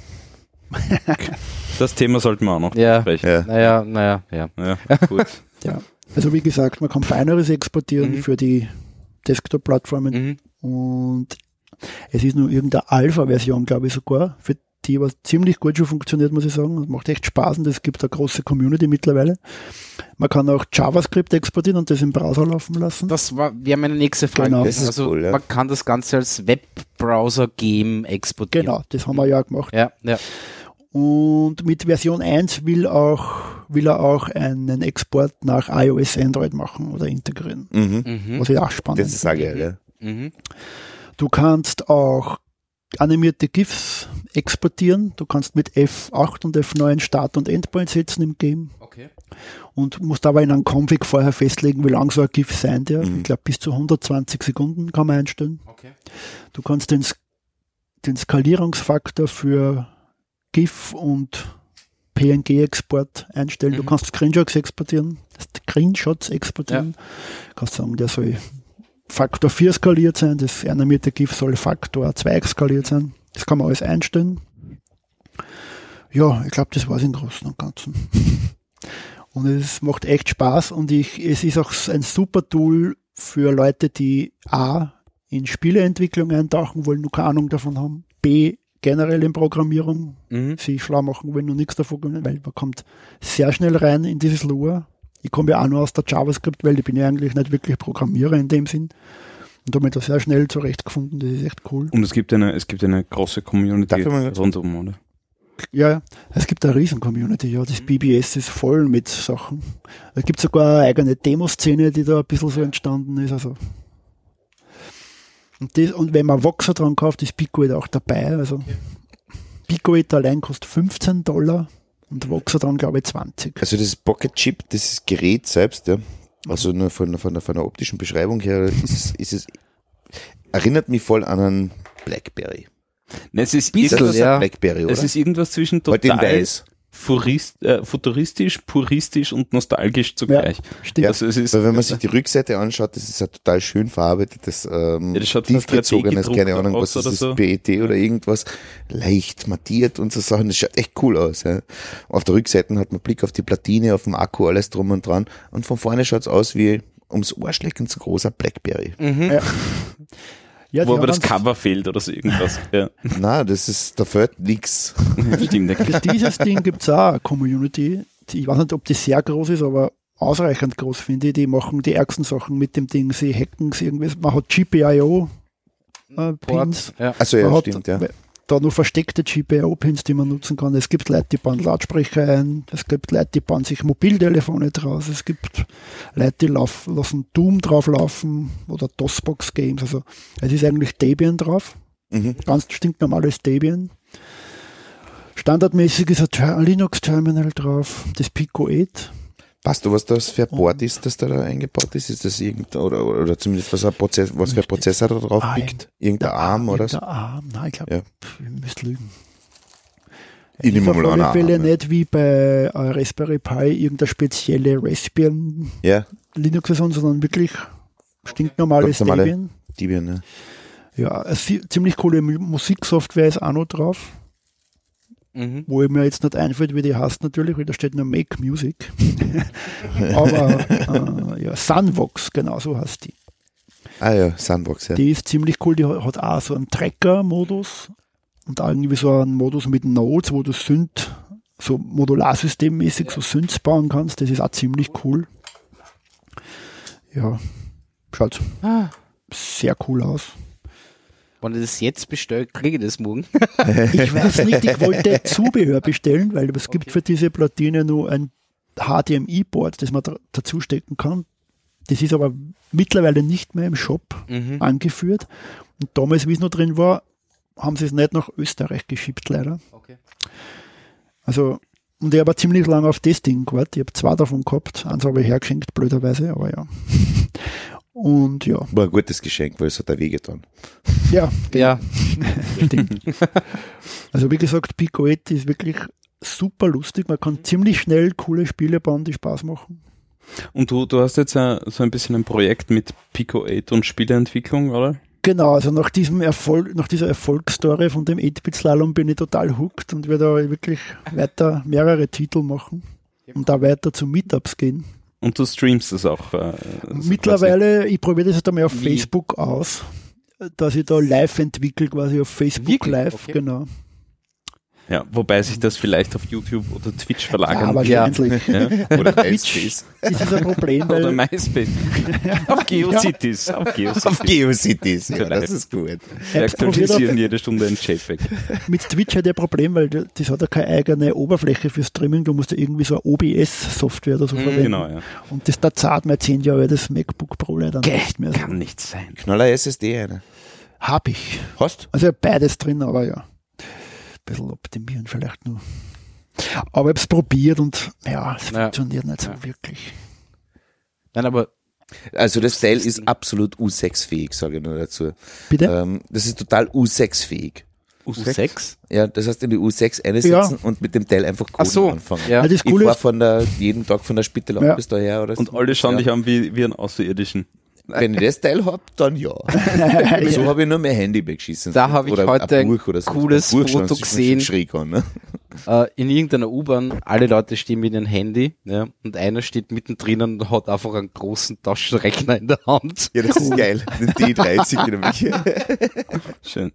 Das Thema sollten wir auch noch Ja. besprechen. Ja. Naja. Ja, gut. Ja. Also wie gesagt, man kann Binaries exportieren für die Desktop-Plattformen Mhm. und es ist nur irgendeine Alpha-Version, glaube ich sogar, für die was ziemlich gut schon funktioniert, muss ich sagen. Das macht echt Spaß und es gibt eine große Community mittlerweile. Man kann auch JavaScript exportieren und das im Browser laufen lassen. Das wäre meine nächste Frage. Genau. Das ist Also cool, ja. man kann das Ganze als Webbrowser-Game exportieren. Genau, das haben wir ja gemacht. Ja. Und mit Version 1 will er auch einen Export nach iOS, Android machen oder integrieren. Mhm. Was ich auch spannend Das ist auch geil, ja. Mhm. Du kannst auch animierte GIFs exportieren. Du kannst mit F8 und F9 Start- und Endpoint setzen im Game Okay. und musst aber in einem Config vorher festlegen, wie lang so ein GIF sein darf. Ich glaube, bis zu 120 Sekunden kann man einstellen. Okay. Du kannst den Skalierungsfaktor für GIF und PNG-Export einstellen. Du kannst Screenshots exportieren. Kannst sagen, der soll Faktor 4 skaliert sein, das animierte GIF soll Faktor 2 skaliert sein. Das kann man alles einstellen. Ja, ich glaube, das war es im Großen und Ganzen. Und es macht echt Spaß und es ist auch ein super Tool für Leute, die A, in Spieleentwicklung eintauchen wollen, nur keine Ahnung davon haben, B, generell in Programmierung, sich schlau machen wollen, nur nichts davon, weil man kommt sehr schnell rein in dieses Lore. Ich komme ja auch nur aus der JavaScript-Welt, ich bin ja eigentlich nicht wirklich Programmierer in dem Sinn. Und damit da sehr schnell zurechtgefunden, das ist echt cool. Und es gibt eine große Community Darf ich mal- rundum, oder? Ja, es gibt eine riesen Community, ja. Das BBS ist voll mit Sachen. Es gibt sogar eine eigene Demoszene, die da ein bisschen so entstanden ist. Also. Und wenn man Voxer dran kauft, ist Picoid auch dabei. Also Picoid allein kostet $15 und Voxer dran, glaube ich, 20. Also das Pocket Chip, das Gerät selbst, ja, also nur von der optischen Beschreibung her, ist es Erinnert mich voll an einen Blackberry. Nein, es ist Bisschen, irgendwas, ja. Blackberry, oder? es ist irgendwas zwischen Halt in total weiß. futuristisch, puristisch und nostalgisch zugleich. Stimmt. Also es ist, Weil wenn man sich die Rückseite anschaut, das ist ein total schön verarbeitetes, das schaut fast tiefgezogenes, 3D keine Ahnung, was gedruckt das ist, oder so. PET oder irgendwas, leicht mattiert und so Sachen, das schaut echt cool aus. Ja. Auf der Rückseite hat man Blick auf die Platine, auf den Akku, alles drum und dran und von vorne schaut es aus wie ums Ohrschlecken zu großer Blackberry. Ja, wo die aber das haben Cover fehlt oder so irgendwas. Ja. Na, da fehlt nix. Stimmt. für dieses Ding gibt es auch eine Community. Ich weiß nicht, ob die sehr groß ist, aber ausreichend groß finde ich. Die machen die ärgsten Sachen mit dem Ding. Sie hacken es irgendwie. Man hat GPIO-Pins. Ja. Also Man ja, hat stimmt, ja. da nur versteckte GPIO-Pins, die man nutzen kann. Es gibt Leute, die bauen Lautsprecher ein. Es gibt Leute, die bauen sich Mobiltelefone draus. Es gibt Leute, die lassen Doom drauf laufen oder DOSBox-Games. Also es ist eigentlich Debian drauf. Mhm. Ganz stinknormales Debian. Standardmäßig ist ein Linux-Terminal drauf. Das Pico 8. Weißt du, was das für ein Board ist, das da eingebaut ist? Ist das oder zumindest was für ein Prozessor da drauf liegt? Irgendein ARM oder so? Der ARM, nein, ich glaube, Ja. ihr müsst lügen. Ich nehme Auf mal alle an, Fälle ARM. nicht wie bei Raspberry Pi irgendeine spezielle Raspbian Ja, Linux-Version, sondern wirklich stinknormales Ganz normale Debian. Debian, ne? Ja, eine ziemlich coole Musiksoftware ist auch noch drauf, Mhm. wo mir jetzt nicht einfällt, wie die heißt natürlich, weil da steht nur Make Music. Aber ja, Sunvox, genau so heißt die. Ah ja, Sandbox, ja. Die ist ziemlich cool, die hat auch so einen Tracker-Modus und auch irgendwie so einen Modus mit Nodes, wo du Synth, so modularsystemmäßig so Synths bauen kannst. Das ist auch ziemlich cool. Ja, schaut sehr cool aus. Wenn ich das jetzt bestelle, kriege ich das morgen. Ich weiß nicht, ich wollte Zubehör bestellen, weil es gibt für diese Platine nur ein HDMI-Board, das man dazu stecken kann. Das ist aber mittlerweile nicht mehr im Shop angeführt. Und damals, wie es noch drin war, haben sie es nicht nach Österreich geschippt, leider. Okay. Also, und ich habe ziemlich lange auf das Ding gewartet. Ich habe 2 davon gehabt. Eins habe ich hergeschenkt, blöderweise, aber ja. Und ja, War ein gutes Geschenk, weil es hat auch wehgetan. ja, Ja, stimmt. Also wie gesagt, Pico 8 ist wirklich super lustig. Man kann ziemlich schnell coole Spiele bauen, die Spaß machen. Und du hast jetzt so ein bisschen ein Projekt mit Pico 8 und Spieleentwicklung, oder? Genau, also nach diesem Erfolg, nach dieser Erfolgsstory von dem 8-Bit-Slalom bin ich total hooked und werde da wirklich weiter mehrere Titel machen und da weiter zu Meetups gehen. Und du streamst das auch. So Mittlerweile, ich probiere das jetzt einmal auf Wie? Facebook aus, dass ich da live entwickle, quasi auf Facebook Wirklich? live, Okay. genau. Ja, wobei sich das vielleicht auf YouTube oder Twitch Ja, verlagern wahrscheinlich. Ja. Oder Twitch. Das ist ein Problem, Oder weil MySpace. Auf GeoCities. Auf Auf GeoCities. GeoCities, ja, Vielleicht. das ist gut. Wir Apps probiert aktualisieren jede Stunde ein JPEG. mit Twitch hat er ein Problem, weil das hat ja keine eigene Oberfläche für Streaming, du musst ja irgendwie so eine OBS-Software oder so verwenden. Genau, ja. Und das da zahlt mir 10 Jahre das MacBook Pro leider nicht mehr. Kann nicht sein. Knaller SSD eine. Hab ich. Hast? Also ich hab beides drin, aber ja. Ein bisschen optimieren vielleicht nur. Aber ich habe es probiert und ja, es Ja. funktioniert nicht so Ja. wirklich. nein, aber Also das Teil ist absolut U6-fähig, sage ich nur dazu. Bitte? Das ist total U6-fähig. U6? Ja, das heißt in die U6 einsetzen und mit dem Teil einfach Ach Coden so, anfangen. ja. Ja, das Ich Coole fahre ist, jeden Tag von der Spittel Ja. bis daher. Oder Und alle schauen dich an wie einen Außerirdischen. Wenn ich das Teil hab, dann ja. So habe ich nur mein Handy weggeschissen. Da habe ich Oder heute ein Buch oder so. cooles Buch schauen Foto sich schon gesehen. schräg an, ne? In irgendeiner U-Bahn, alle Leute stehen mit ihrem Handy, ja, und einer steht mittendrin und hat einfach einen großen Taschenrechner in der Hand. Ja, das ist geil. Den D30 nämlich. Schön.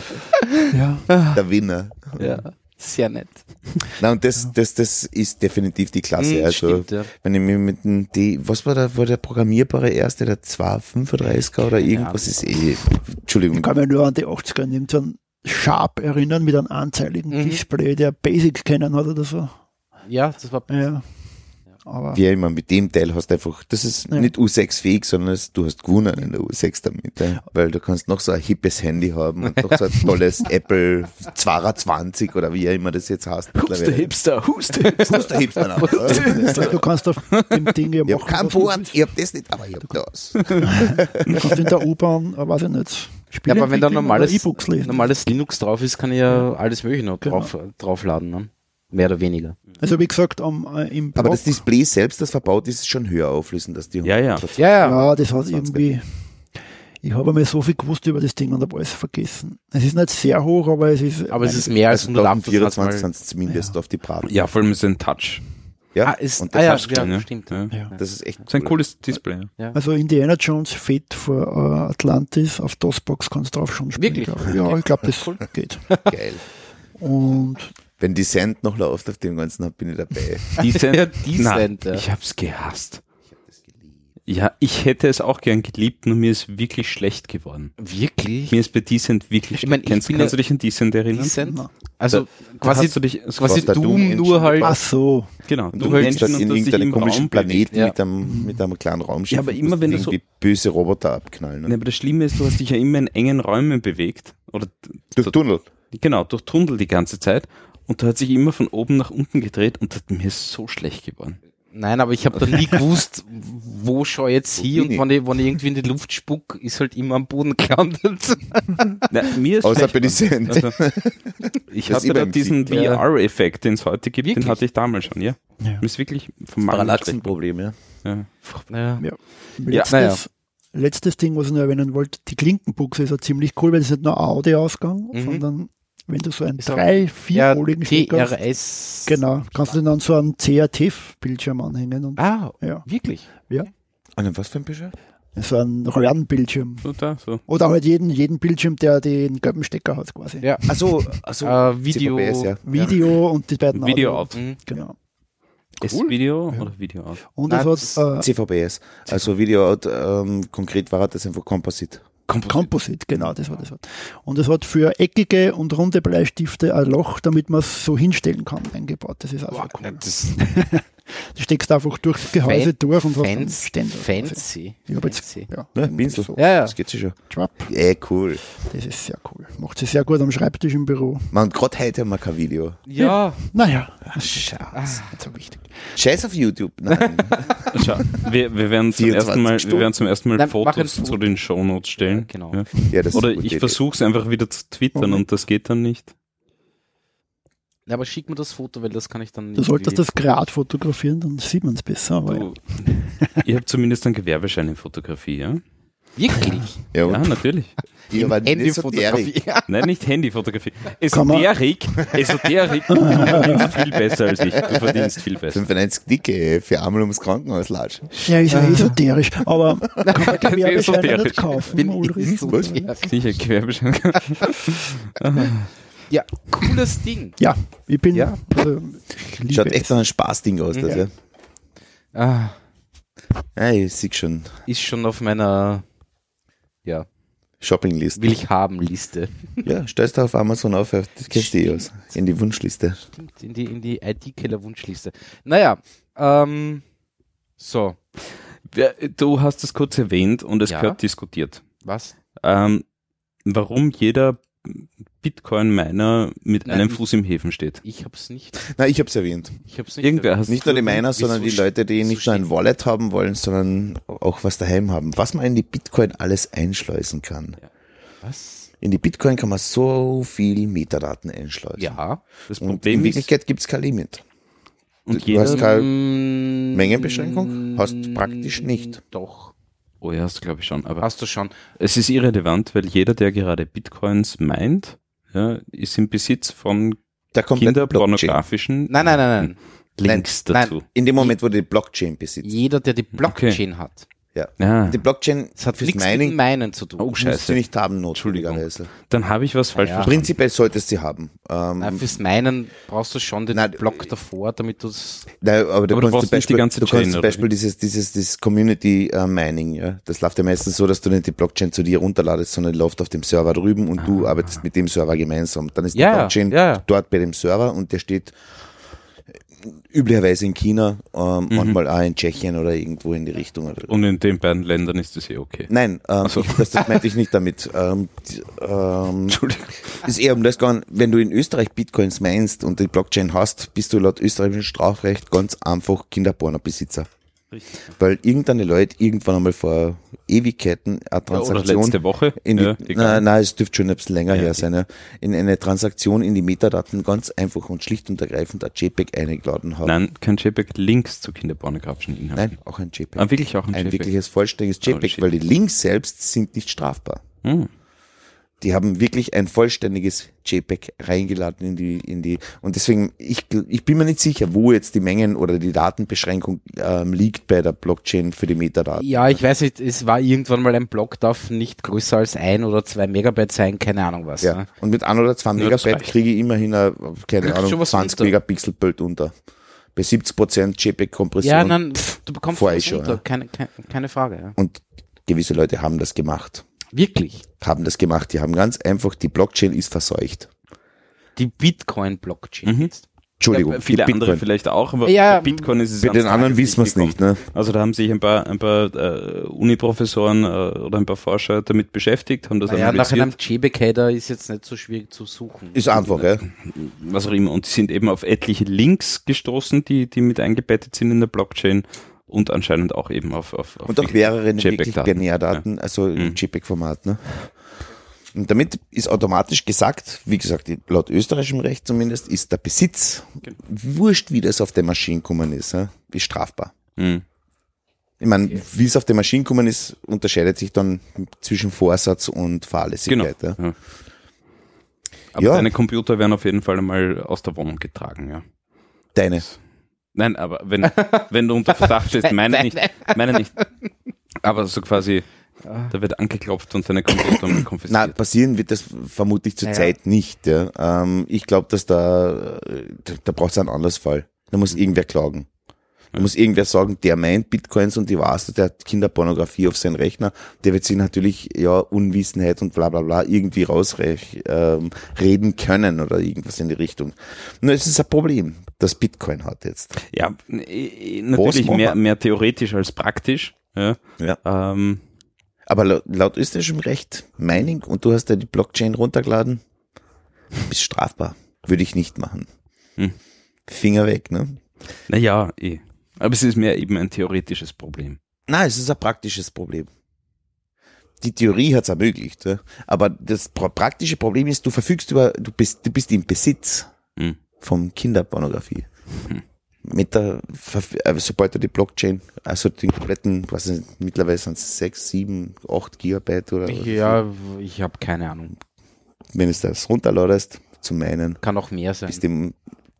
ja, Der Winner. Ja, sehr nett. Na, und das ist definitiv die Klasse. Also, Stimmt, ja. wenn ich mir mit dem was war der programmierbare erste, der 235er oder irgendwas ist Entschuldigung. ich kann mich nur an die 80er an irgendeinen Sharp erinnern mit einem einzeiligen Display, der Basics kennen hat oder so. Ja, das war Ja. Aber Wie immer, mit dem Teil hast du einfach, das ist Ja. nicht U6-fähig, sondern du hast gewonnen in der U6 damit, ja. Weil du kannst noch so ein hippes Handy haben und noch so ein tolles Apple 22 oder wie auch immer das jetzt heißt. Hipster, Huste. Who's der Hipster? du kannst auf dem Ding ja Ich hab machen, kein was du Board, willst. ich hab das nicht, aber ich hab das. Du kannst in der U-Bahn, weiß ich nicht, Ja, aber wenn da entwickeln oder E-Books lesen. normales Linux drauf ist, kann ich ja alles Mögliche noch Genau. draufladen. Ne? Mehr oder weniger. Also wie gesagt, im Blog, Aber das Display selbst, das verbaut ist, ist schon höher auflösend, dass die Ja, ja. ja, das hat irgendwie, ich habe einmal so viel gewusst über das Ding und habe alles vergessen. Es ist nicht sehr hoch, aber es ist... Aber es ist mehr als Also 128 1024 sind es zumindest auf die Praten. Ja, vor allem ist ein Touch. Ja, ist, und das ja, Touchscreen, ja. stimmt. Ja. Ja. das ist echt Das ist ein cool. cooles Display. Ja. Also Indiana Jones Fate for Atlantis auf DOSBox kannst du drauf schon spielen. Wirklich? glaub ich. Ja, ich glaube, das geht. Geil. Und Wenn die Sand noch läuft auf dem Ganzen, bin ich dabei. Decent. Ja, Decent, Nein, ja. ich hab's gehasst. Ja, ich hätte es auch gern geliebt, nur mir ist wirklich schlecht geworden. Wirklich? Mir ist bei Decent wirklich Ich mein, ich schlecht. bin Kannst ja- du dich an Decent erinnern? Decent? Na. Also quasi, hast du dich, quasi Was der Doom Doom Engine nur halt. ach so, genau, Und du hältst dann in das sich irgendeinem im komischen Raum Planeten Ja. mit einem kleinen Raumschiff. Ja, aber immer und wenn du so- irgendwie böse Roboter abknallen. Nee, Ne? aber das Schlimme ist, du hast dich ja immer in engen Räumen bewegt. Oder Durch Tunnel. genau, durch Tunnel die ganze Zeit. Und da hat sich immer von oben nach unten gedreht und mir ist so schlecht geworden. Nein, aber ich habe da nie gewusst, wo schau ich jetzt Wo hin, bin und wenn ich irgendwie in die Luft spuck, ist halt immer am Boden gelandet. Nein, mir ist Außer schlecht bei Decent. geworden. Also, ich Das ist hatte immer da im diesen Krieg, ja. VR-Effekt, den es heute gibt, Wirklich? den hatte ich damals schon, ja. Ja. Mir ist wirklich vom Magen schlecht. Parallaxenproblem, ja. Ja. Ja. Ja. Letztes Ding, was ich noch erwähnen wollte, die Klinkenbuchse ist ja ziemlich cool, weil das ist nicht nur ein Audioausgang, sondern wenn du so einen Ist auch- 3-4-poligen Stecker hast, TRS. genau, kannst du den an so einen CRT-Bildschirm anhängen und Ah, ja, wirklich? Und was für ein Bescheid? so einen Röhrenbildschirm. So da, so. Oder halt jeden Bildschirm, der den gelben Stecker hat quasi. Ja. Also Video. CVBS, ja. Video und die beiden Video Audio. out. Mhm. Genau. S-Video oder Video out? Und Nein, es hat CVBS. Also Video Out, konkret war das einfach Composite. Composite, genau, das war das Wort. Und es hat für eckige und runde Bleistifte ein Loch, damit man es so hinstellen kann, eingebaut. Das ist auch Boah, sehr cool. das Du steckst einfach durch das Gehäuse durch und hast einen fancy. Ständer. Fancy. Ich habe jetzt, Fancy. ja, Ne? irgendwie Pinsel. so. Ja, ja. Das geht sich schon. Schwapp. Cool. Das ist sehr cool. Macht sich sehr gut am Schreibtisch im Büro. Man, gerade heute haben wir kein Video. Ja. Naja, Scheiße. nicht so wichtig. Scheiß auf YouTube. Nein. Schau, wir werden zum 24 ersten Mal, Stunden. wir werden zum ersten Mal Nein, mach ein Fotos Foto. zu den Shownotes stellen. Ja, genau. Ja. Ja, das ist Oder eine gute ich Idee. versuche es einfach wieder zu twittern Okay. und das geht dann nicht. Ja, aber schick mir das Foto, weil das kann ich dann Du solltest irgendwie- das gerade fotografieren, dann sieht man es besser. Aber Du, ihr habt zumindest einen Gewerbeschein in Fotografie, ja? Wirklich? Ja, Ja, und natürlich. ich war nicht so derig. Handyfotografie. Nein, nicht Handyfotografie. Kann man- Esoterik, du verdienst viel besser als ich. Du verdienst viel besser. 95 dicke für einmal ums Krankenhaus latschen. ja, ist ja esoterisch. Aber kann man Gewerbescheine Esoterisch. nicht kaufen, Bin Ulrich. so Was? Sicher, Gewerbeschein. Ja, cooles Ding. Ja, ich bin. Ja. Also, ich liebe Schaut echt es. so ein Spaßding aus. Das, ja. Ah, Ja, ich sehe schon. ist schon auf meiner Shoppingliste. Will ich haben Liste. Ja, stellst du auf Amazon auf, das kennst du eh aus. In die Wunschliste. Stimmt, in die IT-Keller-Wunschliste. Naja, so, Du hast es kurz erwähnt und es Ja. gehört diskutiert. was? Warum jeder Bitcoin-Miner mit Nein, einem ich- Fuß im Häfen steht. Ich hab's nicht. Nein, ich habe es erwähnt. Ich hab's nicht. Irgendwer hast Nicht nur die Miner, Wieso sondern die Leute, die wieso nicht nur ein steht- Wallet haben wollen, sondern auch was daheim haben. Was man in die Bitcoin alles einschleusen kann. Was? In die Bitcoin kann man so viel Metadaten einschleusen. Ja. Das Und in Problem ist, Wirklichkeit gibt es kein Limit. und du jeder, hast keine Mm, Mengenbeschränkung? Hast praktisch nicht. Doch. oh ja, hast glaube ich schon, aber Hast du schon. es ist irrelevant, weil jeder, der gerade Bitcoins meint, ja, ist im Besitz von Da kommt Blockchain. kinderpornografischen Nein. Links Nein, dazu. In dem Moment, wo du die Blockchain besitzt. Jeder, der die Blockchain hat. Ja, Die Blockchain Das hat fürs nichts mit Mining dem Meinen zu tun. oh musst du scheiße, nicht haben, notwendigerweise. dann habe ich was falsch Ja. verstanden. Prinzipiell solltest du sie haben. Nein, fürs Meinen brauchst du schon den Nein, Block davor, damit du es. Nein, aber du Aber du kannst brauchst zum nicht die Beispiel, ganze du Chain, kannst zum oder Beispiel dieses Community Mining, ja. Das läuft ja meistens so, dass du nicht die Blockchain zu dir runterladest, sondern die läuft auf dem Server drüben und du arbeitest mit dem Server gemeinsam. Dann ist die Ja, Blockchain ja. dort bei dem Server und der steht üblicherweise in China, manchmal auch in Tschechien oder irgendwo in die Richtung. Oder Und in den beiden Ländern ist das okay. Nein, so. das meinte ich nicht damit. Ist eher um das gegangen, wenn du in Österreich Bitcoins meinst und die Blockchain hast, bist du laut österreichischem Strafrecht ganz einfach Kinderpornobesitzer. Richtig. Weil irgendeine Leute irgendwann einmal vor Ewigkeiten eine Transaktion oder letzte Woche. in die, egal. nein, es dürfte schon ein bisschen länger Ja, her okay. sein, ja, in eine Transaktion in die Metadaten ganz einfach und schlicht und ergreifend ein JPEG eingeladen haben. Nein, kein JPEG, Links zu kinderpornografischen Inhalten. Nein, auch ein JPEG. Ah, wirklich auch ein Ein JPEG. wirkliches vollständiges Oh, JPEG, shit. weil die Links selbst sind nicht strafbar. Hm. Die haben wirklich ein vollständiges JPEG reingeladen in die und deswegen, ich bin mir nicht sicher, wo jetzt die Mengen oder die Datenbeschränkung liegt bei der Blockchain für die Metadaten. Ja, ich weiß nicht, es war irgendwann mal ein Block, darf nicht größer als 1 oder 2 Megabyte sein, keine Ahnung was. Ja. Ne? Und mit 1 oder 2 Ja, das Megabyte reicht. kriege ich immerhin keine Kriegst Ahnung, schon was 20 unter. Megapixel Bild unter. Bei 70% JPEG-Kompression. Ja, nein, du bekommst Vorher was schon, runter, ja. keine Frage. Ja. Und gewisse Leute haben das gemacht. Wirklich, Die haben ganz einfach, die Blockchain ist verseucht. die Bitcoin-Blockchain Mhm. jetzt. Entschuldigung, Ja, viele die andere Bitcoin. vielleicht auch, aber Ja, bei Bitcoin ist es Bei ans den anderen wissen wir es Tageslicht nicht. Ne? gekommen. Also da haben sich ein paar Uniprofessoren oder ein paar Forscher damit beschäftigt, haben das Naja, nach einem analysiert, JPEG-Header ist jetzt nicht so schwierig zu suchen. Ist einfach, ja. was auch immer. Und die sind eben auf etliche Links gestoßen, die mit eingebettet sind in der Blockchain und anscheinend auch eben auf Und auch mehrere wirklich JPEG-Daten. Binärdaten, also im JPEG-Format. Ne? Und damit ist automatisch gesagt, wie gesagt, laut österreichischem Recht zumindest, ist der Besitz, wurscht wie das auf der Maschine gekommen ist, ja, ist strafbar. Mhm. Ich meine, wie es auf der Maschine gekommen ist, unterscheidet sich dann zwischen Vorsatz und Fahrlässigkeit. Genau. Ja. Ja. Aber Ja. deine Computer werden auf jeden Fall einmal aus der Wohnung getragen, ja. Deine. Nein, aber wenn du unter Verdacht stehst, meine nicht. Aber so quasi, da wird angeklopft und deine Computer mal konfisziert. Na, passieren wird das vermutlich zur Naja. Zeit nicht. Ja. Ich glaube, dass da braucht es einen Andersfall. Da muss irgendwer klagen. Da muss irgendwer sagen, der meint Bitcoins und die weiß, der hat Kinderpornografie auf seinen Rechner. Der wird sich natürlich Unwissenheit und bla bla bla irgendwie reden können oder irgendwas in die Richtung. Nur es ist ein Problem, das Bitcoin hat jetzt. Ja, natürlich machen wir? mehr theoretisch als praktisch. Ja. Ja. Ähm, Aber laut österreichischem Recht, Mining, und du hast ja die Blockchain runtergeladen, ist strafbar. Würde ich nicht machen. Hm. Finger weg, ne? naja, aber es ist mehr eben ein theoretisches Problem. Nein, es ist ein praktisches Problem. Die Theorie hat es ermöglicht, ja? Aber das praktische Problem ist, du bist im Besitz Hm. von Kinderpornografie. Sobald du die Blockchain, also den kompletten, was ist, mittlerweile sind es 6, 7, 8 Gigabyte oder Ja, ich habe keine Ahnung. wenn du das runterladest, zu meinen, Kann auch mehr sein. bis dem.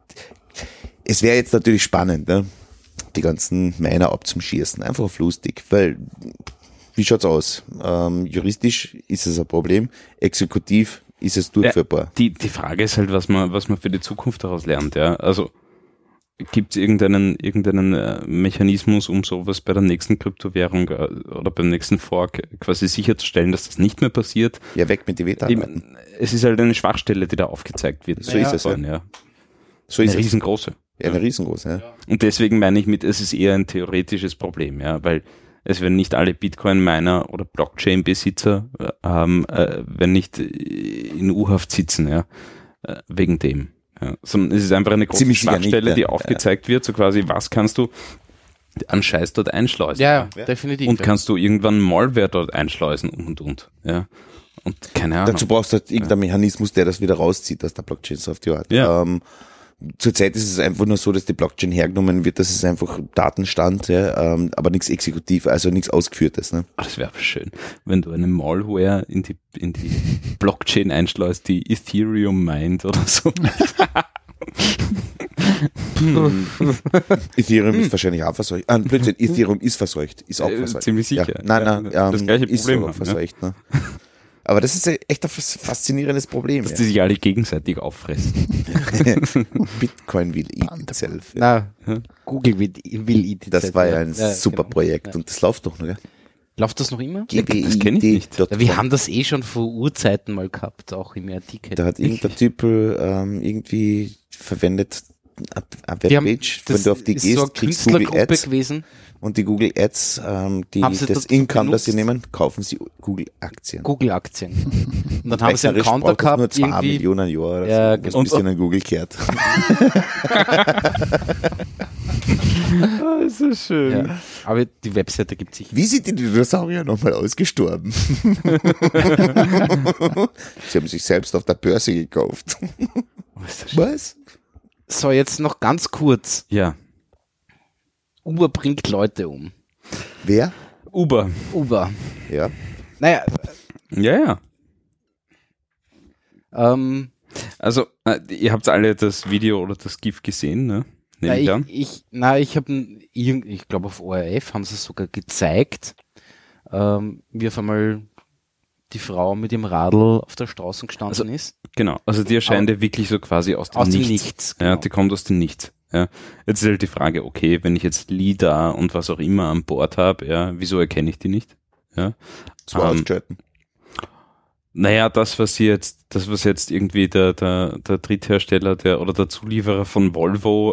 Es wäre jetzt natürlich spannend, ne? Die ganzen Miner abzuschießen. Einfach auf lustig, weil, wie schaut's aus? Juristisch ist es ein Problem, exekutiv ist es durchführbar. Die Frage ist halt, was man für die Zukunft daraus lernt, ja. Also gibt es irgendeinen Mechanismus, um sowas bei der nächsten Kryptowährung oder beim nächsten Fork quasi sicherzustellen, dass das nicht mehr passiert? Ja, weg mit den Ich Metadaten. mein, es ist halt eine Schwachstelle, die da aufgezeigt wird. So ist es, ja. So Eine ist es. riesengroße. Ja, eine riesengroße, ja. Und deswegen meine ich es ist eher ein theoretisches Problem, ja, weil es werden nicht alle Bitcoin-Miner oder Blockchain-Besitzer wenn nicht in U-Haft sitzen, ja, wegen dem. Ja. Sondern es ist einfach eine große Ziemlich sicher Schwachstelle, nicht, die ja. aufgezeigt wird, so quasi, was kannst du an Scheiß dort einschleusen? Ja, definitiv. Und kannst du irgendwann Malware dort einschleusen und. Ja. Und keine Ahnung. Dazu brauchst du halt irgendeinen Mechanismus, der das wieder rauszieht aus der Blockchain-Software. Ja. Zurzeit ist es einfach nur so, dass die Blockchain hergenommen wird, das ist einfach Datenstand, ja, aber nichts exekutiv, also nichts Ausgeführtes. Ne? Das wäre schön, wenn du eine Malware in die Blockchain einschleust, die Ethereum meint oder so. Ethereum ist wahrscheinlich auch verseucht. Blödsinn, Ethereum ist verseucht, ist auch verseucht. Ziemlich sicher. Ja. Nein, das gleiche ist Problem auch haben, verseucht. Ne? Aber das ist echt ein faszinierendes Problem. dass die sich alle gegenseitig auffressen. Bitcoin will eat itself. Na, Google will eat Das war ja ein Ja, super genau. Projekt Ja. und das läuft doch noch, gell? Läuft das noch immer? Das kenn ich nicht. Ja, wir haben das eh schon vor Urzeiten mal gehabt, auch im Artikel. Da hat irgendein Typ irgendwie verwendet Webpage, wenn du auf die ist gehst, so eine kriegst Google Künstlergruppe Ads gewesen. und die Google Ads, Haben sie das dazu Income, das sie genutzt? nehmen, kaufen sie Google-Aktien. Google-Aktien. Und dann haben sie einen Rechnerisch Counter braucht das nur gehabt, 2 irgendwie. Millionen im Jahr oder Ja, so, was und- bis in Google kehrt. Das ist schön. Ja. Aber die Webseite gibt sich. Wie sind die Dinosaurier nochmal ausgestorben? Sie haben sich selbst auf der Börse gekauft. Was? So, jetzt noch ganz kurz. Ja. Uber bringt Leute um. Wer? Uber. Uber. Ja. Naja, Ja. also, Ihr habt alle das Video oder das GIF gesehen, ne? Nehme ich an. ich glaube auf ORF haben sie es sogar gezeigt, wie auf einmal die Frau mit dem Radl auf der Straße gestanden ist. Genau. Also die erscheint ja wirklich so quasi aus dem Aus dem Nichts. Nichts. Ja, Genau. die kommt aus dem Nichts. Ja. Jetzt ist halt die Frage, okay, wenn ich jetzt LiDAR und was auch immer an Bord habe, ja, wieso erkenne ich die nicht? Ja. Das war ausgeschalten. Naja, das was jetzt irgendwie der Dritthersteller oder der Zulieferer von Volvo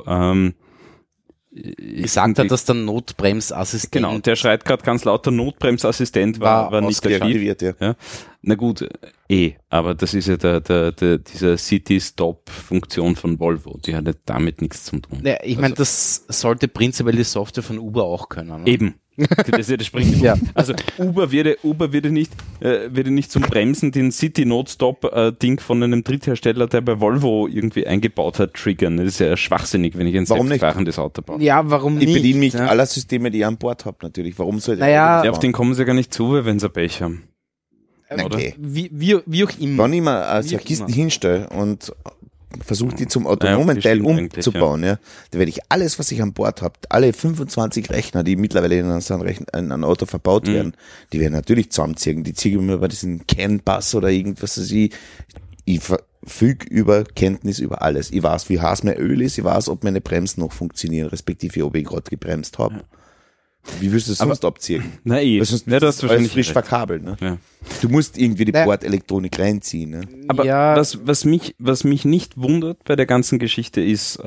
Gesagt hat, dass der Notbremsassistent genau, der schreit gerade ganz lauter, Notbremsassistent war nicht aktiv. Deaktiviert, ja. Ja. Na gut, aber das ist ja dieser City-Stop-Funktion von Volvo, die hat ja damit nichts zu tun. Ja, ich meine, das sollte prinzipiell die Software von Uber auch können. Ne? Eben. Das ist ja das Springende. Ja. Also Uber würde nicht zum Bremsen den City-Not-Stop-Ding von einem Dritthersteller, der bei Volvo irgendwie eingebaut hat, triggern. Das ist ja schwachsinnig, wenn ich ein Warum nicht? selbstfahrendes Auto baue. Ja, warum Ich nicht? bediene mich ja? aller Systeme, die ich an Bord habe, natürlich. Warum soll ich Naja, Ja, auf den kommen sie gar nicht zu, wenn sie Pech haben. Okay. Wie auch immer. Wenn ich mir Wie so auch Kisten immer. hinstelle und versuche die zum autonomen das Teil stimmt eigentlich, umzubauen, ja, dann werde ich alles, was ich an Bord habe, alle 25 Rechner, die mittlerweile in einem Auto verbaut werden, die werden natürlich zusammenziehen. Die ziehen mir über diesen CAN-Bus oder irgendwas. Also ich verfüge über Kenntnis über alles. Ich weiß, wie heiß mein Öl ist, ich weiß, ob meine Bremsen noch funktionieren, respektive ob ich gerade gebremst habe. Wie willst du es sonst abziehen? Na Weil sonst ja, das ist ist alles wahrscheinlich frisch recht. verkabelt. Ne? Ja. Du musst irgendwie die Naja. Bordelektronik reinziehen. Ne? Aber Ja. was mich nicht wundert bei der ganzen Geschichte ist,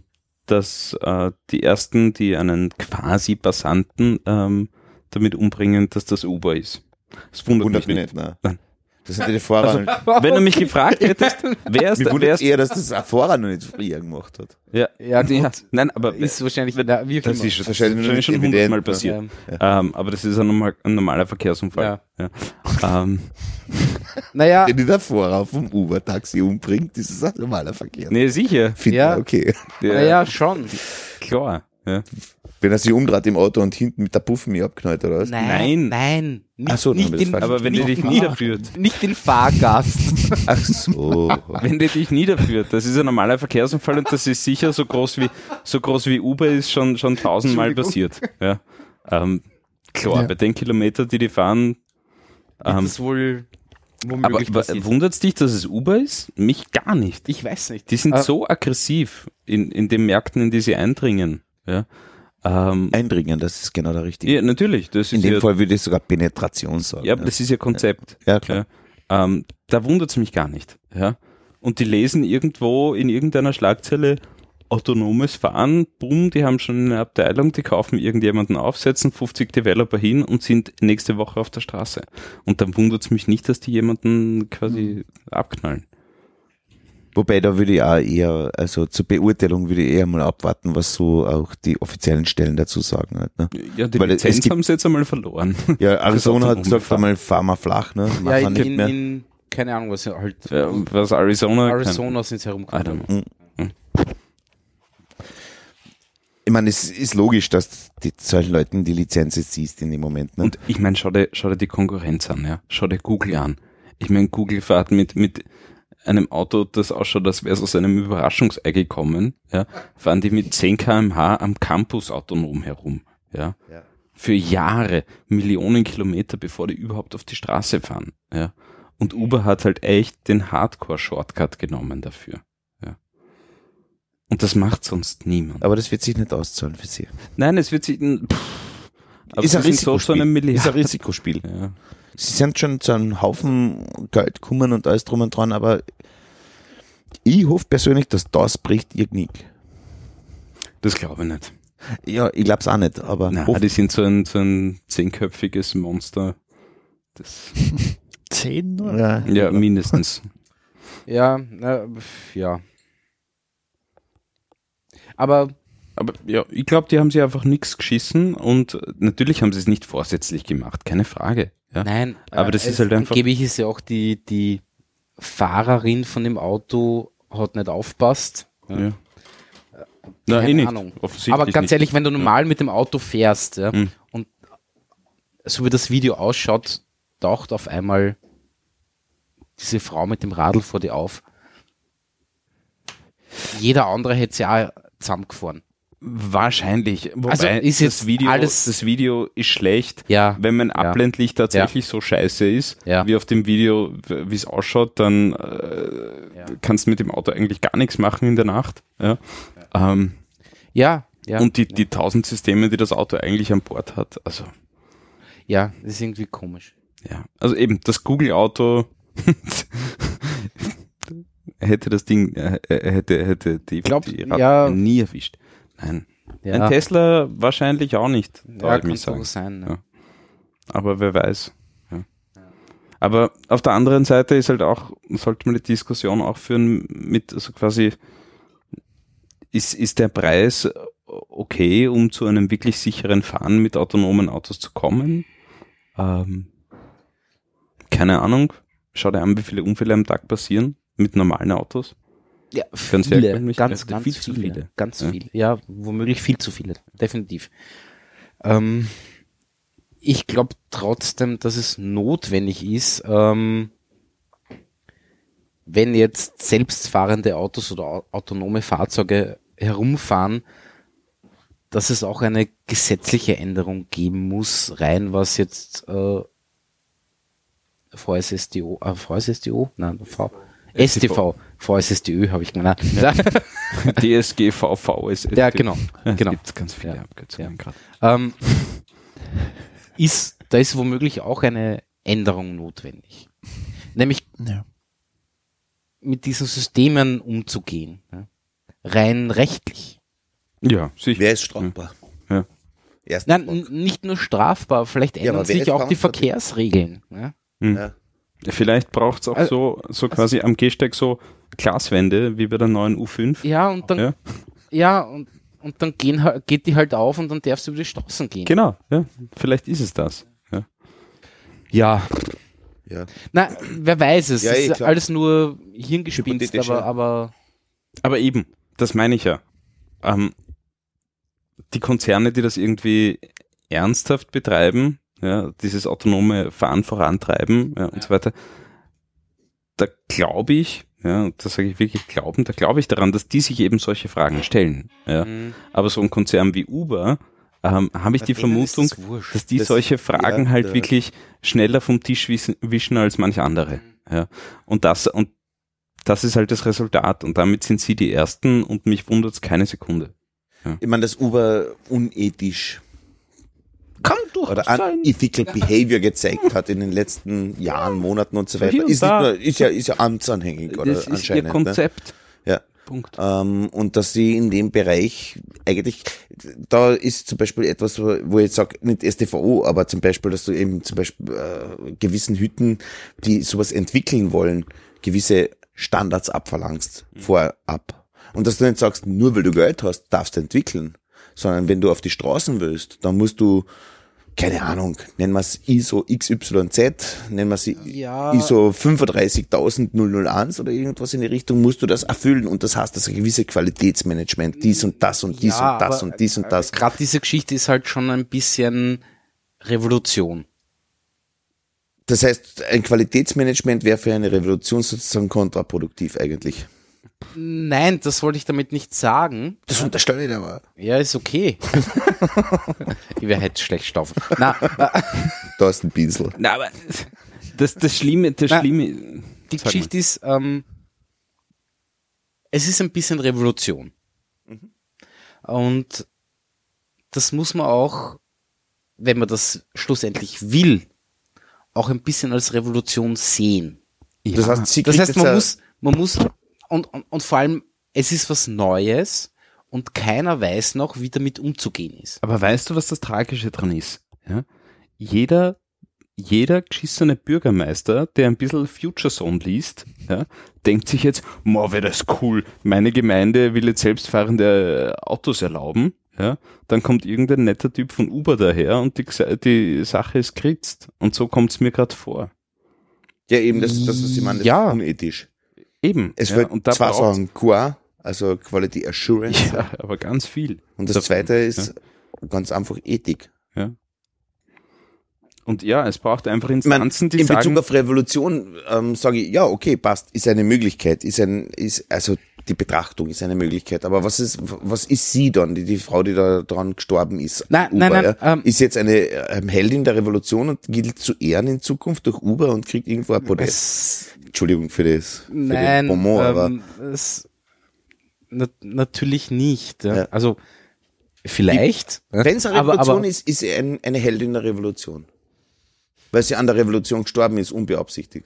dass die ersten, die einen quasi Passanten damit umbringen, dass das Uber ist. Das wundert mich nicht. Ne? Nein. Das sind die Fahrer. Wenn du mich gefragt hättest, wer ist Mir der wundert erste? eher, dass das ein Fahrer noch nicht früher gemacht hat. Ja, gut. Nein, aber Ist wahrscheinlich, wie auch das immer. ist wahrscheinlich wahrscheinlich schon evident, 100-mal ne? passiert. Ja. Aber das ist ein normaler Verkehrsunfall. Ja. Naja, Wenn der Fahrer vom Uber-Taxi umbringt, ist es ein normaler Verkehr. Nee, sicher. Finde Ja. ich okay. naja, schon. Klar. Ja. Wenn er sich umdreht im Auto und hinten mit der Puffen mich abknallt, oder was? Nein. Nicht, Ach so, nicht dann den, wird es Aber wenn die dich niederführt, nicht den Fahrgast. Ach so. wenn die dich niederführt, das ist ein normaler Verkehrsunfall und das ist sicher so groß wie Uber ist schon 1000-mal passiert. Ja. Klar, Ja. bei den Kilometern, die fahren. Das ist wohl Aber womöglich passiert. wundert es dich, dass es Uber ist? Mich gar nicht. Ich weiß nicht. Die sind Ah. so aggressiv in den Märkten, in die sie eindringen. Ja. Eindringen, das ist genau der richtige. Ja, natürlich. Das In ist dem ja, Fall würde ich sogar Penetration sagen. ja, aber das ist ja Konzept. Ja, klar. Ja. Da wundert es mich gar nicht. Ja. Und die lesen irgendwo in irgendeiner Schlagzeile autonomes Fahren, boom, die haben schon eine Abteilung, die kaufen irgendjemanden auf, setzen 50 Developer hin und sind nächste Woche auf der Straße. Und dann wundert es mich nicht, dass die jemanden quasi abknallen. Wobei, da würde ich auch eher, also zur Beurteilung würde ich eher mal abwarten, was so auch die offiziellen Stellen dazu sagen. Halt, ne? Ja, die Weil es Lizenz gibt- haben sie jetzt einmal verloren. Ja, Arizona hat autonome gesagt, Fahren. einmal fahr mal flach, ne? Machen Ja, wir nicht mehr. in keine Ahnung, was halt. Ja, was Arizona? Arizona sind sie I herumgekommen. don't know. Ich meine, es ist logisch, dass die solchen Leuten die Lizenz jetzt siehst in dem Moment. Ne? Und ich meine, schau dir die Konkurrenz an, ja. Schau dir Google an. Ich meine, Google fährt mit einem Auto, das ausschaut, als wäre es aus einem Überraschungsei gekommen, ja, fahren die mit 10 km/h am Campus autonom herum, ja. Ja. Für Jahre, Millionen Kilometer, bevor die überhaupt auf die Straße fahren, ja. Und Uber hat halt echt den Hardcore-Shortcut genommen dafür, ja. Und das macht sonst niemand. Aber das wird sich nicht auszahlen für sie. Nein, es wird sich, aber Ist ein sie sind so zu einem Risikospiel. Ist ein Milliarden. Risikospiel. Ja. Sie sind schon zu einem Haufen Geld gekommen und alles drum und dran, aber ich hoffe persönlich, dass das bricht ihr Knick. Das glaube ich nicht. Ja, ich glaube es auch nicht, aber Nein, die sind so ein 10-köpfiges Monster. Das, 10 nur? ja, mindestens. Ja. Aber ja, ich glaube, die haben sich einfach nichts geschissen und natürlich haben sie es nicht vorsätzlich gemacht, keine Frage. Ja. nein, Aber das ist halt einfach- angeblich ist ja auch die Fahrerin von dem Auto hat nicht aufpasst. Ja. Na, Keine nicht. Ahnung. Offensichtlich Aber ganz nicht. ehrlich, wenn du normal mit dem Auto fährst, ja, Mhm. und so wie das Video ausschaut, taucht auf einmal diese Frau mit dem Radl vor dir auf. Jeder andere hätte sie auch zusammengefahren. Wahrscheinlich. Wobei Also ist jetzt das Video ist schlecht. Ja. Wenn mein Abblendlicht tatsächlich so scheiße ist, Ja. wie auf dem Video, wie es ausschaut, dann kannst du mit dem Auto eigentlich gar nichts machen in der Nacht. Ja. Ja. Und die 1000 Systeme, die das Auto eigentlich an Bord hat. Also, Ja, das ist irgendwie komisch. ja. Also eben, das Google-Auto hätte das Ding, hätte die Glaub, Radl ja. nie erwischt. Nein. Ja, Ein Tesla wahrscheinlich auch nicht, ja, ich kann mich sagen. so sein. Ja. Aber wer weiß. Ja. Aber auf der anderen Seite ist halt auch, sollte man die Diskussion auch führen mit, also quasi, ist der Preis okay, um zu einem wirklich sicheren Fahren mit autonomen Autos zu kommen? Keine Ahnung. Schau dir an, wie viele Unfälle am Tag passieren mit normalen Autos. Ja, Ganz viele, herkömmlich, ganz viel zu viele. viele. Ganz Ja. viel. Ja, womöglich viel zu viele. Definitiv. Ich glaube trotzdem, dass es notwendig ist, wenn jetzt selbstfahrende Autos oder autonome Fahrzeuge herumfahren, dass es auch eine gesetzliche Änderung geben muss, rein was jetzt VSSDO? Nein, VSSDÖ habe ich gemeint. DSGVV ist Ja, genau. Da genau. gibt's ganz viele Ja. Abkürzungen gerade. Da ist womöglich auch eine Änderung notwendig. Nämlich Ja. mit diesen Systemen umzugehen. Ja. Rein rechtlich. Ja, sicher. wer ist strafbar? Ja. Erster Nein, Punkt. nicht nur strafbar, vielleicht Ja, aber ändern wer sich ist auch die verantwortlich? Verkehrsregeln. Ja. Ja. Vielleicht braucht's auch so quasi am Gehsteig so Glaswände, wie bei der neuen U5. Ja, und dann, und dann geht die halt auf und dann darfst du über die Straßen gehen. Genau, ja. Vielleicht ist es das. Ja. Ja. Ja. Na, wer weiß es. Ja, Es eh, ist klar. alles nur Hirngespinst, Hypothetisch, ja. aber Aber eben, das meine ich ja. Die Konzerne, die das irgendwie ernsthaft betreiben, ja, dieses autonome Fahren vorantreiben, ja, und so weiter, da glaube ich, ja, da sage ich wirklich glauben, da glaube ich daran, dass die sich eben solche Fragen stellen. Ja. Aber so ein Konzern wie Uber, habe ich die Vermutung, dass die Das- solche Fragen ja, halt ja. wirklich schneller vom Tisch wischen als manche andere. Ja. Und das ist halt das Resultat. Und damit sind sie die Ersten und mich wundert's keine Sekunde. Ich meine, dass Uber unethisch kann durchaus oder sein. unethical behavior gezeigt hat in den letzten Jahren, Monaten und so weiter. Hier und Ist, da. nicht nur, ist ja amtsanhängig oder Das ist ihr anscheinend. Ne? Konzept. Ja. Punkt. Und dass sie in dem Bereich eigentlich, da ist zum Beispiel etwas, wo ich jetzt sage, nicht StVO, aber zum Beispiel, dass du eben zum Beispiel gewissen Hütten, die sowas entwickeln wollen, gewisse Standards abverlangst vorab. Und dass du nicht sagst, nur weil du Geld hast, darfst du entwickeln, sondern wenn du auf die Straßen willst, dann musst du, keine Ahnung, nennen wir es ISO XYZ, nennen wir es Ja. ISO 35001 oder irgendwas in die Richtung, musst du das erfüllen. Und das heißt, dass ein gewisse Qualitätsmanagement, dies und das und dies und das und dies und das. Gerade diese Geschichte ist halt schon ein bisschen Revolution. Das heißt, ein Qualitätsmanagement wäre für eine Revolution sozusagen kontraproduktiv eigentlich. Nein, das wollte ich damit nicht sagen. Das unterstelle ich aber. Ja, ist okay. Ich wäre halt schlecht Stoff. Na, Da ist ein Pinsel. Na, aber das Schlimme, die Sag Geschichte ist, es ist ein bisschen Revolution. Und das muss man auch, wenn man das schlussendlich will, auch ein bisschen als Revolution sehen. Das heißt, sie Das kriegt heißt, jetzt man muss, und vor allem, es ist was Neues und keiner weiß noch, wie damit umzugehen ist. Aber weißt du, was das Tragische dran ist? Ja? Jeder geschissene Bürgermeister, der ein bisschen Future Zone liest, ja, denkt sich jetzt, wäre das cool, meine Gemeinde will jetzt selbstfahrende Autos erlauben. Ja, dann kommt irgendein netter Typ von Uber daher und die Sache ist geritzt. Und so kommt es mir gerade vor. Ja, eben, das was ich meine, das ist unethisch. Eben. Es wird und da zwei Sachen, QA, also Quality Assurance. Ja, aber ganz viel. Und das zweite ist ganz einfach Ethik. Ja. Und ja, es braucht einfach Instanzen, die in sagen... In Bezug auf Revolution sage ich, ja, okay, passt, ist eine Möglichkeit, also die Betrachtung ist eine Möglichkeit, aber was ist sie dann, die Frau, die da dran gestorben ist? Nein, ist jetzt eine Heldin der Revolution und gilt zu Ehren in Zukunft durch Uber und kriegt irgendwo ein Podest. Entschuldigung für den Bonbon, aber... natürlich nicht. Ja. Also vielleicht. Wenn es eine Revolution ist sie eine Heldin der Revolution. Weil sie an der Revolution gestorben ist, unbeabsichtigt.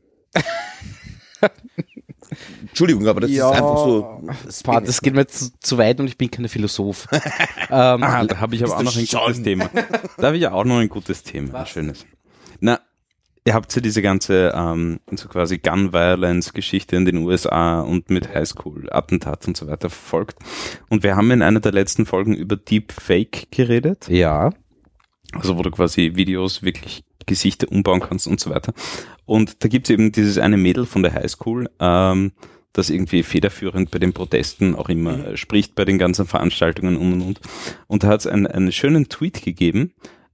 Entschuldigung, aber das ist einfach so. Das geht mir zu weit und ich bin kein Philosoph. Da habe ich aber auch noch ein gutes Thema. Da habe ich ja auch noch ein gutes Thema, ein schönes. Na, ihr habt ja diese ganze so quasi Gun-Violence-Geschichte in den USA und mit Highschool-Attentat und so weiter verfolgt. Und wir haben in einer der letzten Folgen über Deepfake geredet. Ja. Also wo du quasi Videos wirklich Gesichter umbauen kannst und so weiter. Und da gibt es eben dieses eine Mädel von der Highschool, das irgendwie federführend bei den Protesten auch immer spricht, bei den ganzen Veranstaltungen und. Und da hat es einen schönen Tweet gegeben,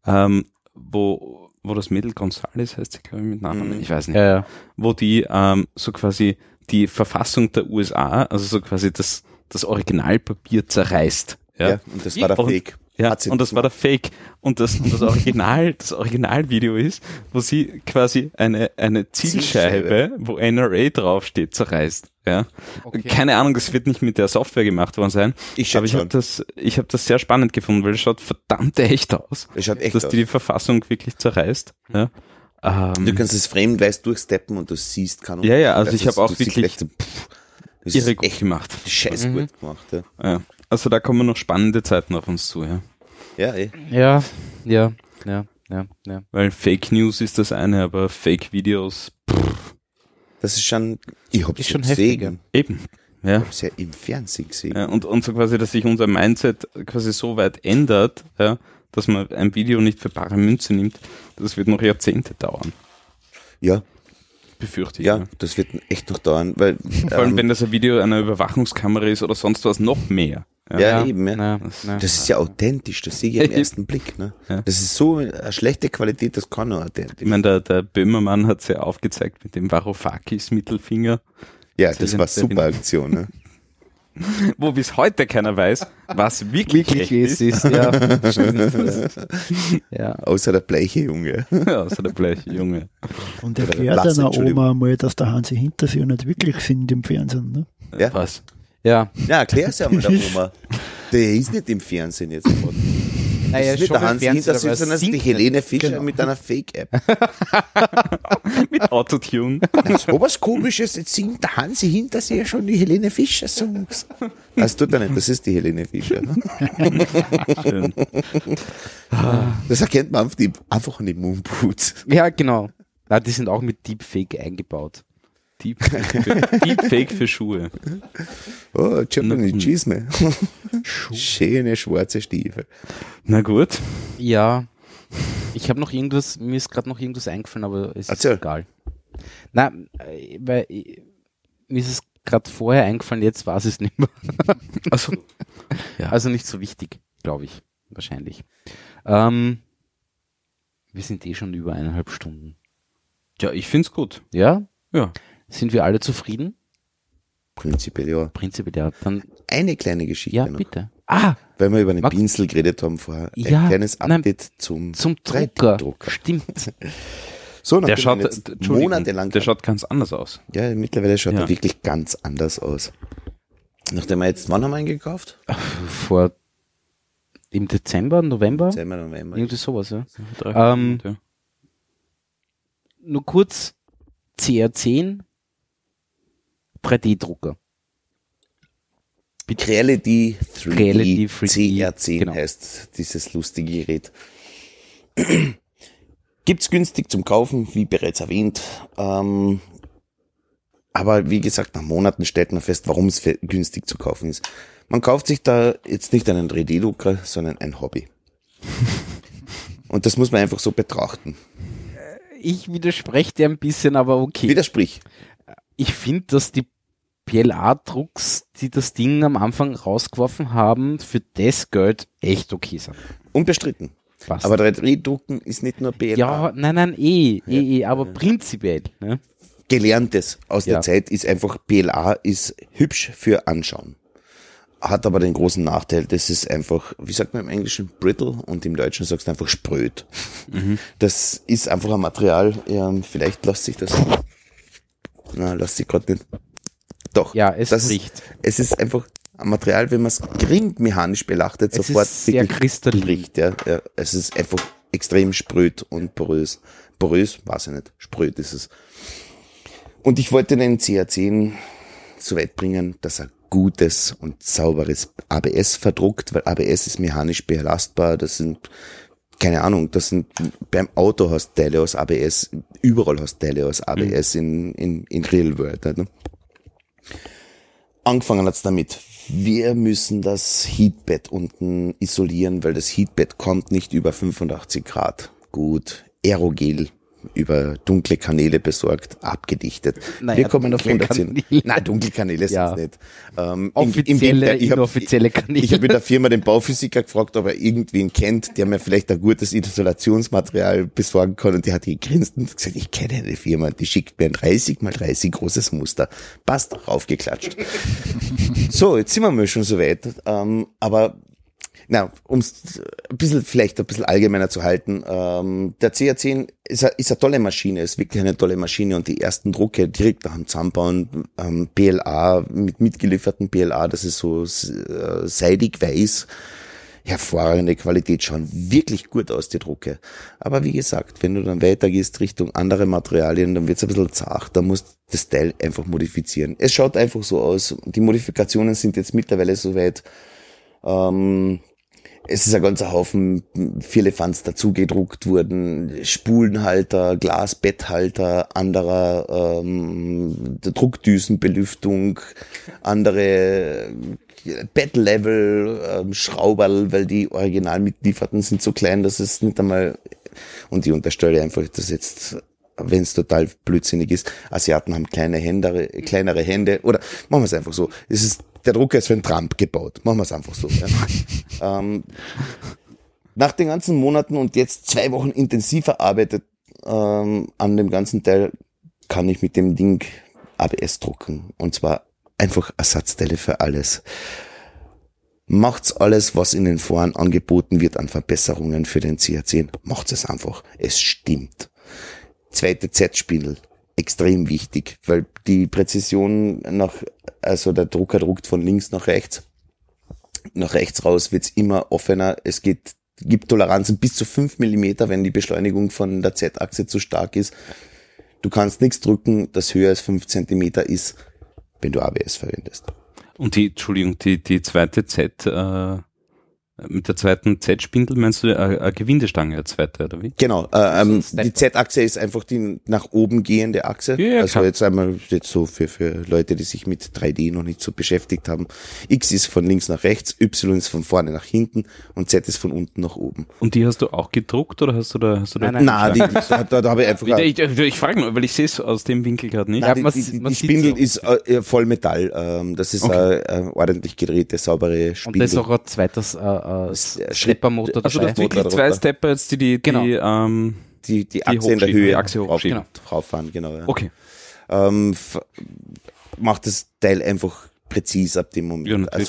wo das Mädel González heißt sie, glaube ich, mit Namen, ich weiß nicht, wo die so quasi die Verfassung der USA, also so quasi das Originalpapier zerreißt. Ja, und das war der Fake. Ja, und das war der Fake. Und das Originalvideo ist, wo sie quasi eine Zielscheibe, wo NRA draufsteht, zerreißt. Ja. Okay. Keine Ahnung, das wird nicht mit der Software gemacht worden sein. Aber ich habe das sehr spannend gefunden, weil es schaut verdammt echt aus. Es schaut echt dass aus. Die Verfassung wirklich zerreißt. Ja. Du kannst das Frame-weiß durchsteppen und du siehst kann. Ja, also ich habe auch wirklich irre gut echt gemacht. Scheiß gut gemacht, ja. Also da kommen noch spannende Zeiten auf uns zu, ja. Ja, eh. Ja. Weil Fake News ist das eine, aber Fake Videos, das ist schon, ich hab's schon gesehen. Eben. Ja. Ich hab's ja im Fernsehen gesehen. Ja, und so quasi, dass sich unser Mindset quasi so weit ändert, ja, dass man ein Video nicht für bare Münze nimmt, das wird noch Jahrzehnte dauern. Ja. Befürchte ich. Ja, das wird echt noch dauern, weil vor allem, wenn das ein Video einer Überwachungskamera ist oder sonst was, noch mehr. Ja, eben. Ja. Das ist ja authentisch, das sehe ich im ersten Blick. Ne? Ja. Das ist so eine schlechte Qualität, das kann nur authentisch. Ich meine, der Böhmermann hat es ja aufgezeigt mit dem Varoufakis Mittelfinger. Ja, das war super Aktion. Ne? Wo bis heute keiner weiß, was wirklich ist. Ja. Ja. Außer der bleiche Junge. Ja, außer der bleiche Junge. Und erklärt einer Oma mal, dass der Hansi Hinterseher nicht wirklich sind im Fernsehen. Ne? Ja. Was? Ja. Ja, erklär's ja mal der Oma. Der ist nicht im Fernsehen jetzt. Naja, das ist nicht der Hansi Hinterseher, sondern die Helene Fischer mit einer Fake-App. Mit Autotune. So was Komisches, jetzt singt der Hansi Hinterseher schon die Helene Fischer-Songs. Das tut er nicht, das ist die Helene Fischer. Ne? Schön. Das erkennt man einfach an den Moonboots. Ja, genau. Na, die sind auch mit Deepfake eingebaut. Deepfake für Schuhe. Oh, Japanese Chisme. Schöne schwarze Stiefel. Na gut. Ja. Ich habe noch irgendwas, mir ist gerade noch irgendwas eingefallen, aber es ist egal. Na, weil mir ist es gerade vorher eingefallen, jetzt war es nicht mehr. Also, ja. Also nicht so wichtig, glaube ich. Wahrscheinlich. Wir sind schon über 1,5 Stunden. Ja, ich find's gut. Ja? Ja. Sind wir alle zufrieden? Prinzipiell ja. Prinzipiell ja. Dann eine kleine Geschichte ja, noch. Bitte. Weil wir über einen Pinsel geredet haben vorher. Ein kleines Update zum Drucker. Stimmt. So, der schaut monatelang. Der schaut ganz anders aus. Ja, mittlerweile schaut er wirklich ganz anders aus. Nachdem wir jetzt, wann haben wir ihn gekauft? Im Dezember, November? November. Irgendwie sowas, ja. Nur kurz, CR10 3D-Drucker. Creality 3D, Creality 3D, CR10 genau. heißt dieses lustige Gerät. Gibt's günstig zum Kaufen, wie bereits erwähnt. Aber wie gesagt, nach Monaten stellt man fest, warum es günstig zu kaufen ist. Man kauft sich da jetzt nicht einen 3D-Drucker, sondern ein Hobby. Und das muss man einfach so betrachten. Ich widerspreche dir ein bisschen, aber okay. Widersprich. Ich finde, dass die PLA-Drucks, die das Ding am Anfang rausgeworfen haben, für das Geld echt okay sind. Unbestritten. Passt. Aber 3D-Drucken ist nicht nur PLA. Ja, nein, aber prinzipiell. Ne? Gelerntes aus der Ja. Zeit ist einfach, PLA ist hübsch für Anschauen. Hat aber den großen Nachteil, das ist einfach, wie sagt man im Englischen, brittle, und im Deutschen sagst du einfach spröd. Das ist einfach ein Material, vielleicht lässt sich das, lässt sich gerade nicht. Doch. Ja, es das bricht. Es ist einfach ein Material, wenn man es gering mechanisch belachtet, Es sofort ist sehr wirklich kristallin. bricht. Ja. Es ist einfach extrem spröd und porös. Porös, weiß ich nicht. Spröd ist es. Und ich wollte den CR10 so weit bringen, dass er gutes und sauberes ABS verdruckt, weil ABS ist mechanisch belastbar. Das sind, keine Ahnung, beim Auto hast Teile aus ABS, überall hast Teile aus ABS in Real World. Ne? Angefangen hat's damit, wir müssen das Heatbed unten isolieren, weil das Heatbed kommt nicht über 85 Grad. Gut, Aerogel über dunkle Kanäle besorgt, abgedichtet. Naja, wir kommen auf dunkle 110. Kanäle. Nein, dunkle Kanäle Ja. sind nicht. Offizielle, inoffizielle Kanäle. Ich habe in der Firma den Bauphysiker gefragt, ob er irgendwen kennt, der mir vielleicht ein gutes Isolationsmaterial besorgen kann, und der hat gegrinst und gesagt, ich kenne eine Firma, die schickt mir ein 30x30 großes Muster. Passt, raufgeklatscht. So, jetzt sind wir mal schon so weit. Aber um es vielleicht ein bisschen allgemeiner zu halten, der CR10 ist eine tolle Maschine, ist wirklich eine tolle Maschine, und die ersten Drucke direkt nach dem Zusammenbauen, PLA, mit mitgelieferten PLA, das ist so seidig weiß, hervorragende Qualität, schauen wirklich gut aus, die Drucke. Aber wie gesagt, wenn du dann weitergehst Richtung andere Materialien, dann wird's ein bisschen zart, da musst du das Teil einfach modifizieren. Es schaut einfach so aus, die Modifikationen sind jetzt mittlerweile soweit, es ist ein ganzer Haufen Firlefanz dazu gedruckt worden, Spulenhalter, Glasbetthalter, anderer Druckdüsenbelüftung, andere Bettlevel, Schrauberl, weil die original mitlieferten sind so klein, dass es nicht einmal, und ich unterstelle einfach, dass jetzt, wenn es total blödsinnig ist, Asiaten haben kleinere Hände, oder machen wir es einfach so, der Drucker ist für einen Trump gebaut. Machen wir es einfach so. Ja. Nach den ganzen Monaten und jetzt 2 Wochen intensiv verarbeitet an dem ganzen Teil, kann ich mit dem Ding ABS drucken. Und zwar einfach Ersatzteile für alles. Macht's alles, was in den Foren angeboten wird an Verbesserungen für den CR10. Macht's es einfach. Es stimmt. Zweite Z-Spindel. Extrem wichtig, weil die Präzision also der Drucker druckt von links nach rechts. Nach rechts raus wird's immer offener. Es gibt Toleranzen bis zu 5 Millimeter, wenn die Beschleunigung von der Z-Achse zu stark ist. Du kannst nichts drücken, das höher als 5 Zentimeter ist, wenn du ABS verwendest. Und die zweite Z, mit der zweiten Z-Spindel meinst du eine Gewindestange, eine zweite, oder wie? Genau, die Z-Achse ist einfach die nach oben gehende Achse. Ja, also klar. jetzt einmal jetzt so für Leute, die sich mit 3D noch nicht so beschäftigt haben. X ist von links nach rechts, Y ist von vorne nach hinten und Z ist von unten nach oben. Und die hast du auch gedruckt, oder hast du da? Nein. Da habe ich einfach... Ich frage nur, weil ich sehe es aus dem Winkel gerade nicht. Ja, Nein, man die sieht's Spindel so. ist voll Metall. Das ist eine ordentlich gedrehte, saubere Und Spindel. da ist auch ein zweites Schleppermotor Also dabei. das wirklich Motor 2 runter. Stepper jetzt, die die Achse in der hochschieben, Höhe die Achse hochschieben. rauffahren, genau. Ja. Okay. Macht das Teil einfach präzis ab dem Moment. Ja, natürlich, Also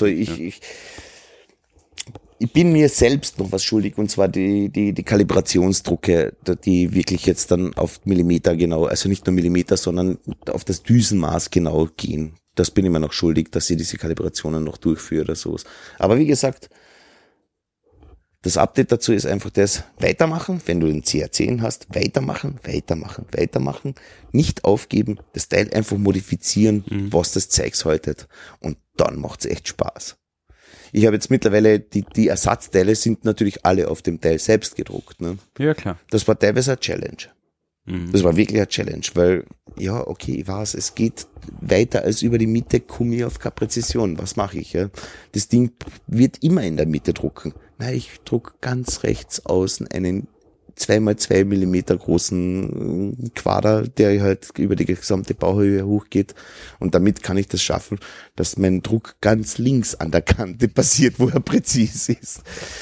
ich bin mir selbst noch was schuldig, und zwar die Kalibrationsdrucke, die wirklich jetzt dann auf Millimeter genau, also nicht nur Millimeter, sondern auf das Düsenmaß genau gehen. Das bin ich mir noch schuldig, dass ich diese Kalibrationen noch durchführe oder sowas. Aber wie gesagt, Das Update dazu ist einfach das, weitermachen, wenn du den CR10 hast, weitermachen, nicht aufgeben, das Teil einfach modifizieren, was das Zeugs haltet. Und dann macht's echt Spaß. Ich habe jetzt mittlerweile, die Ersatzteile sind natürlich alle auf dem Teil selbst gedruckt. Ne? Ja, klar. Das war teilweise eine Challenge. Das war wirklich eine Challenge, weil, ja, okay, ich weiß, es geht weiter als über die Mitte, komme ich auf keine Präzision. Was mache ich? Ja? Das Ding wird immer in der Mitte drucken. Nein, ich drucke ganz rechts außen einen 2x2 Millimeter großen Quader, der halt über die gesamte Bauhöhe hochgeht. Und damit kann ich das schaffen, dass mein Druck ganz links an der Kante passiert, wo er präzise ist.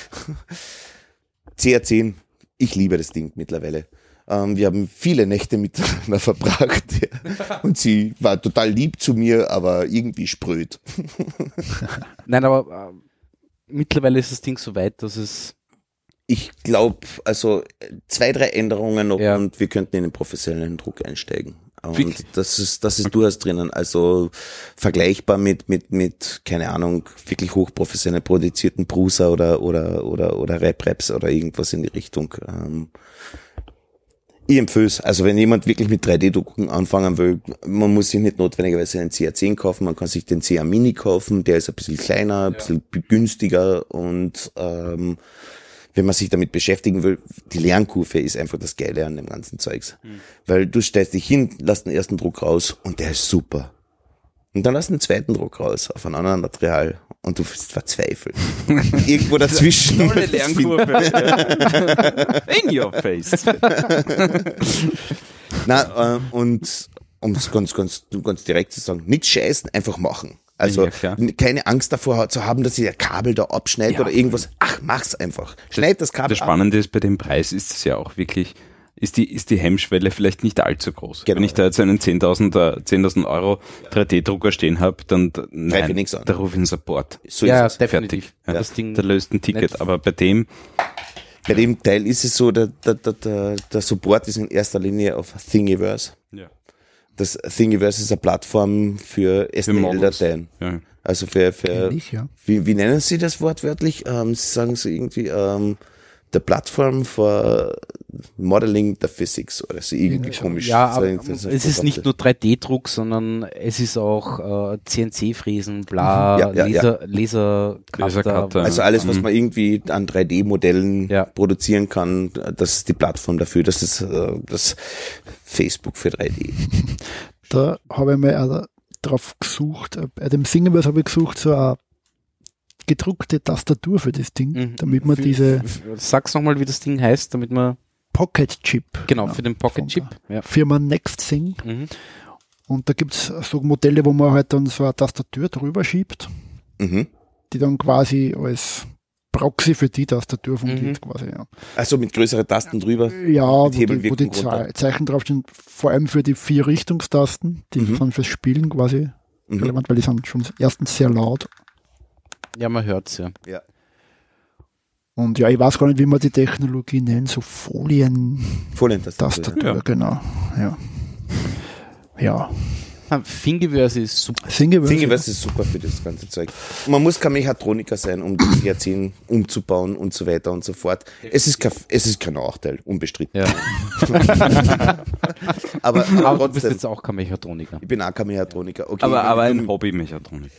CR10, ich liebe das Ding mittlerweile. Wir haben viele Nächte miteinander verbracht. Ja. Und sie war total lieb zu mir, aber irgendwie spröd. Nein, aber mittlerweile ist das Ding so weit, dass es... Ich glaube, also 2-3 Änderungen noch und wir könnten in den professionellen Druck einsteigen. Und das ist durchaus drinnen. Also vergleichbar mit, keine Ahnung, wirklich hochprofessionell produzierten Prusa oder Rap-Raps oder irgendwas in die Richtung. Ich empfehle es. Also wenn jemand wirklich mit 3D-Drucken anfangen will, man muss sich nicht notwendigerweise einen CR10 kaufen, man kann sich den CR Mini kaufen, der ist ein bisschen kleiner, ein bisschen günstiger und wenn man sich damit beschäftigen will, die Lernkurve ist einfach das Geile an dem ganzen Zeugs. Weil du stellst dich hin, lässt den ersten Druck raus und der ist super. Und dann lässt den zweiten Druck raus auf ein anderes Material und du bist verzweifelt. Irgendwo dazwischen. Tolle Lernkurve. In your face. Na, und um es ganz direkt zu sagen, nichts scheißen, einfach machen. Also keine Angst davor zu haben, dass sich der Kabel da abschneidet oder irgendwas. Ach, mach's einfach. Schneid das Kabel ab. Das Spannende ist, bei dem Preis ist es ja auch wirklich, ist die Hemmschwelle vielleicht nicht allzu groß. Genau. Wenn ich da jetzt einen 10.000 Euro 3D-Drucker stehen habe, dann da rufe ich einen Support. So ist es. Definitiv. Ja, das Ding, da löst ein Ticket. Aber bei dem Teil ist es so, der Support ist in erster Linie auf Thingiverse. Ja. Das Thingiverse ist eine Plattform für STL-Dateien. Ja. Also für wie nennen Sie das wortwörtlich? Sie sagen so irgendwie the Platform for Modeling the Physics oder so irgendwie komisch. Ja, aber es ist nicht nur 3D-Druck, sondern es ist auch CNC-Fräsen, Lasercutter. Also alles, was man irgendwie an 3D-Modellen produzieren kann, das ist die Plattform dafür. Das ist das Facebook für 3D. Da habe ich mal drauf gesucht, bei dem Thingiverse habe ich gesucht, so eine gedruckte Tastatur für das Ding, damit man Sag's nochmal, wie das Ding heißt, damit man... Pocket Chip. Genau, für den Pocket Chip. Ja. Firma NextThing. Und da gibt's so Modelle, wo man halt dann so eine Tastatur drüber schiebt, die dann quasi als Proxy für die Tastatur fungiert quasi. Ja. Also mit größeren Tasten drüber? Ja, wo die Zeichen draufstehen, vor allem für die 4 Richtungstasten, die sind fürs Spielen quasi relevant, weil die sind schon erstens sehr laut. Ja, man hört's ja. Und ja, ich weiß gar nicht, wie man die Technologie nennt, so Folientastatur, genau. Ja. Thingiverse ist super. Thingiverse ist super für das ganze Zeug. Man muss kein Mechatroniker sein, um das CR10 umzubauen und so weiter und so fort. Es ist kein Nachteil, unbestritten. Ja. aber du bist jetzt auch kein Mechatroniker. Ich bin auch kein Mechatroniker. Okay, aber ein Hobby-Mechatroniker.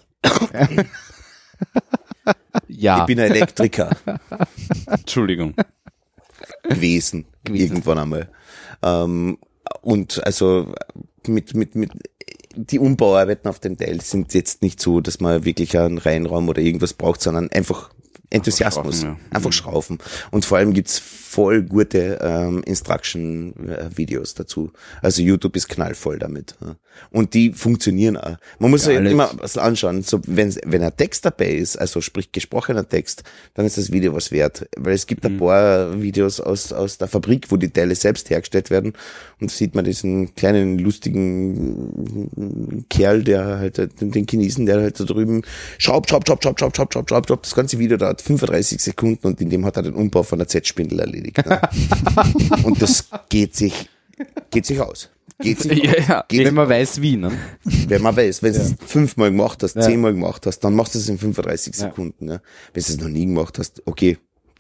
Ja. Ich bin ein Elektriker. Entschuldigung. Gewesen. Irgendwann einmal. Und also mit die Umbauarbeiten auf dem Teil sind jetzt nicht so, dass man wirklich einen Reihenraum oder irgendwas braucht, sondern einfach Enthusiasmus. Einfach schrauben. Und vor allem gibt's voll gute Instruction-Videos dazu. Also YouTube ist knallvoll damit. Und die funktionieren auch. Man muss sich immer was anschauen. So, wenn ein Text dabei ist, also sprich gesprochener Text, dann ist das Video was wert. Weil es gibt ein paar Videos aus der Fabrik, wo die Teile selbst hergestellt werden. Und da sieht man diesen kleinen, lustigen Kerl, der halt, den Chinesen, der halt da drüben schraubt. Das ganze Video dauert 35 Sekunden und in dem hat er den Umbau von der Z-Spindel erledigt. Ne? Und das geht sich aus. Wenn man weiß, wie, ne? Wenn man weiß, wenn du es 5-mal gemacht hast, 10-mal gemacht hast, dann machst du es in 35 Sekunden. Ne? Wenn du es noch nie gemacht hast, okay,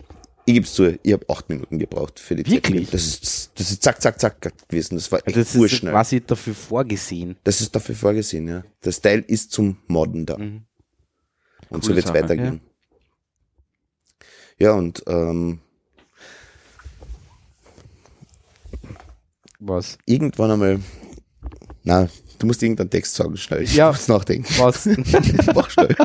Ich gebe es zu, ich habe 8 Minuten gebraucht für die Wirklich? Das ist zack, zack, zack gewesen. Das war echt Das ist urschnell. quasi dafür vorgesehen. Das ist dafür vorgesehen, ja. Das Teil ist zum Modden da. Mhm. Und Coole so wird es Sache, weitergehen. Ja, und Was? irgendwann einmal, na, du musst irgendeinen Text sagen, schnell. Ich Ja. muss nachdenken. Was? Mach schnell.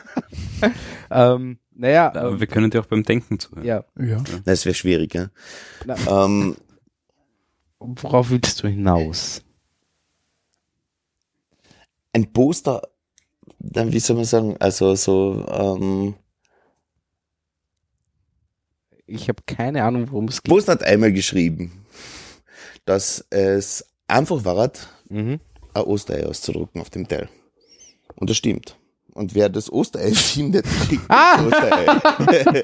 Naja, Aber wir können dir auch beim Denken zuhören. ja. Ja. Das wäre schwierig, ja. Na, worauf willst du hinaus? Ein Poster, dann, wie soll man sagen, also so, Ich habe keine Ahnung, worum es geht. Poster hat einmal geschrieben, dass es einfach war, Mhm. ein Osterei auszudrucken auf dem Teil. Und das stimmt. Und wer das Osterei findet, kriegt das Osterei.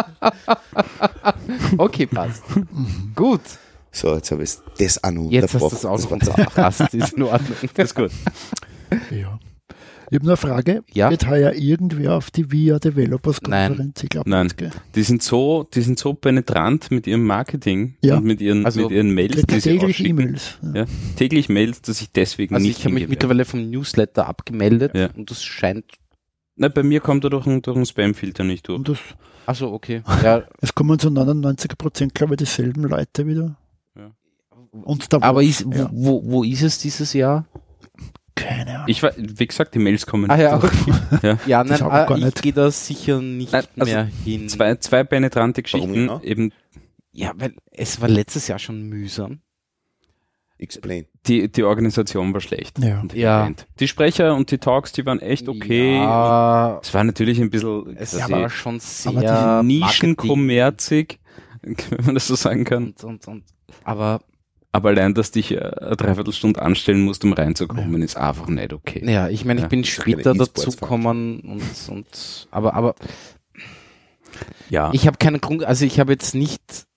Okay, passt. Gut. So, jetzt habe ich das auch noch Jetzt hast du unterbrochen. es auch noch Das war unterpasst. Ist in Ordnung. Das ist gut. Ja. Ich habe noch eine Frage. Ja? Geht heuer irgendwer auf die VIA Developers Konferenz? Ich glaube Nein. nicht, gell? Die sind so penetrant mit ihrem Marketing Ja. und mit ihren Mails, Kriegt die sie täglich ausschicken. E-Mails. Ja. Ja, täglich Mails, dass ich deswegen Also nicht ich habe mich hingehe. mittlerweile vom Newsletter abgemeldet Ja. und das scheint. Nein, bei mir kommt er durch einen Spam-Filter nicht durch. Und das, Achso, okay. Ja, es kommen zu 99%, glaube ich, dieselben Leute wieder. Ja. Und da aber ja. wo ist es dieses Jahr? keine Ahnung. Wie gesagt, die Mails kommen Ah ja, durch. okay. Ja. Ja, Das nein, hab ich gar ich nicht. gehe da sicher nicht Nein, also mehr hin. Zwei penetrante Geschichten. genau? Eben Ja, weil es war letztes Jahr schon mühsam. Explain. die Organisation war schlecht. Ja. Und Ja. Event. Die Sprecher und die Talks, die waren echt okay. Ja, Es war natürlich ein bisschen es quasi war schon sehr Aber nischenkommerzig, wenn man das so sagen kann. aber Aber allein, dass dich eine Dreiviertelstunde anstellen musst, um reinzukommen, ist einfach nicht okay. ja, ich meine, ich Ja, bin ist später keine E-Sports dazugekommen aber Ja, ich habe keinen Grund, also ich habe jetzt nicht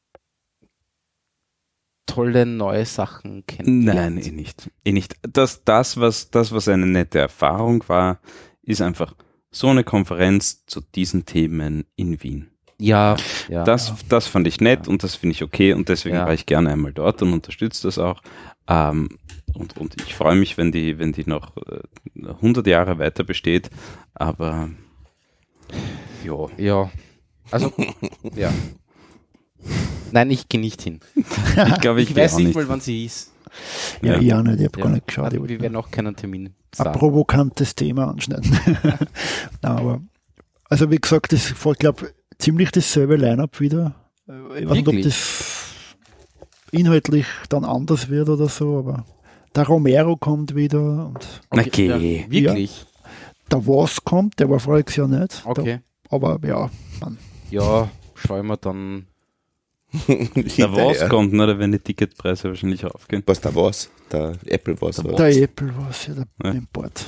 tolle neue Sachen kennengelernt. nein, eh nicht. Das, was eine nette Erfahrung war, ist einfach so eine Konferenz zu diesen Themen in Wien. Ja. Das fand ich nett und das finde ich okay und deswegen Ja. war ich gerne einmal dort und unterstütze das auch. Und ich freue mich, wenn die noch 100 Jahre weiter besteht, aber ja. Ja. Also, ja. Nein, ich gehe nicht hin. Ich glaube, ich Ich gehe weiß auch nicht nicht. mal, wann sie ist. Ja, Ja. ich auch nicht, ich habe Ja. gar nicht geschaut. Also, wir werden auch keinen Termin Ein sagen. provokantes Thema anschneiden. Nein, aber, also wie gesagt, das ist, ich glaube, ziemlich dasselbe Line-Up wieder. Ich weiß nicht, ob Wirklich? das inhaltlich dann anders wird oder so, aber der Romero kommt wieder und Na geh. Ja, wirklich? der Was kommt, der war voriges Jahr nicht. Okay. Aber ja, man, Ja, schauen wir dann. Da was kommt, ne? Da werden die Ticketpreise wahrscheinlich aufgehen. Was da war's? Der Apple war's. oder? der Apple war es ja, der Ja. Import.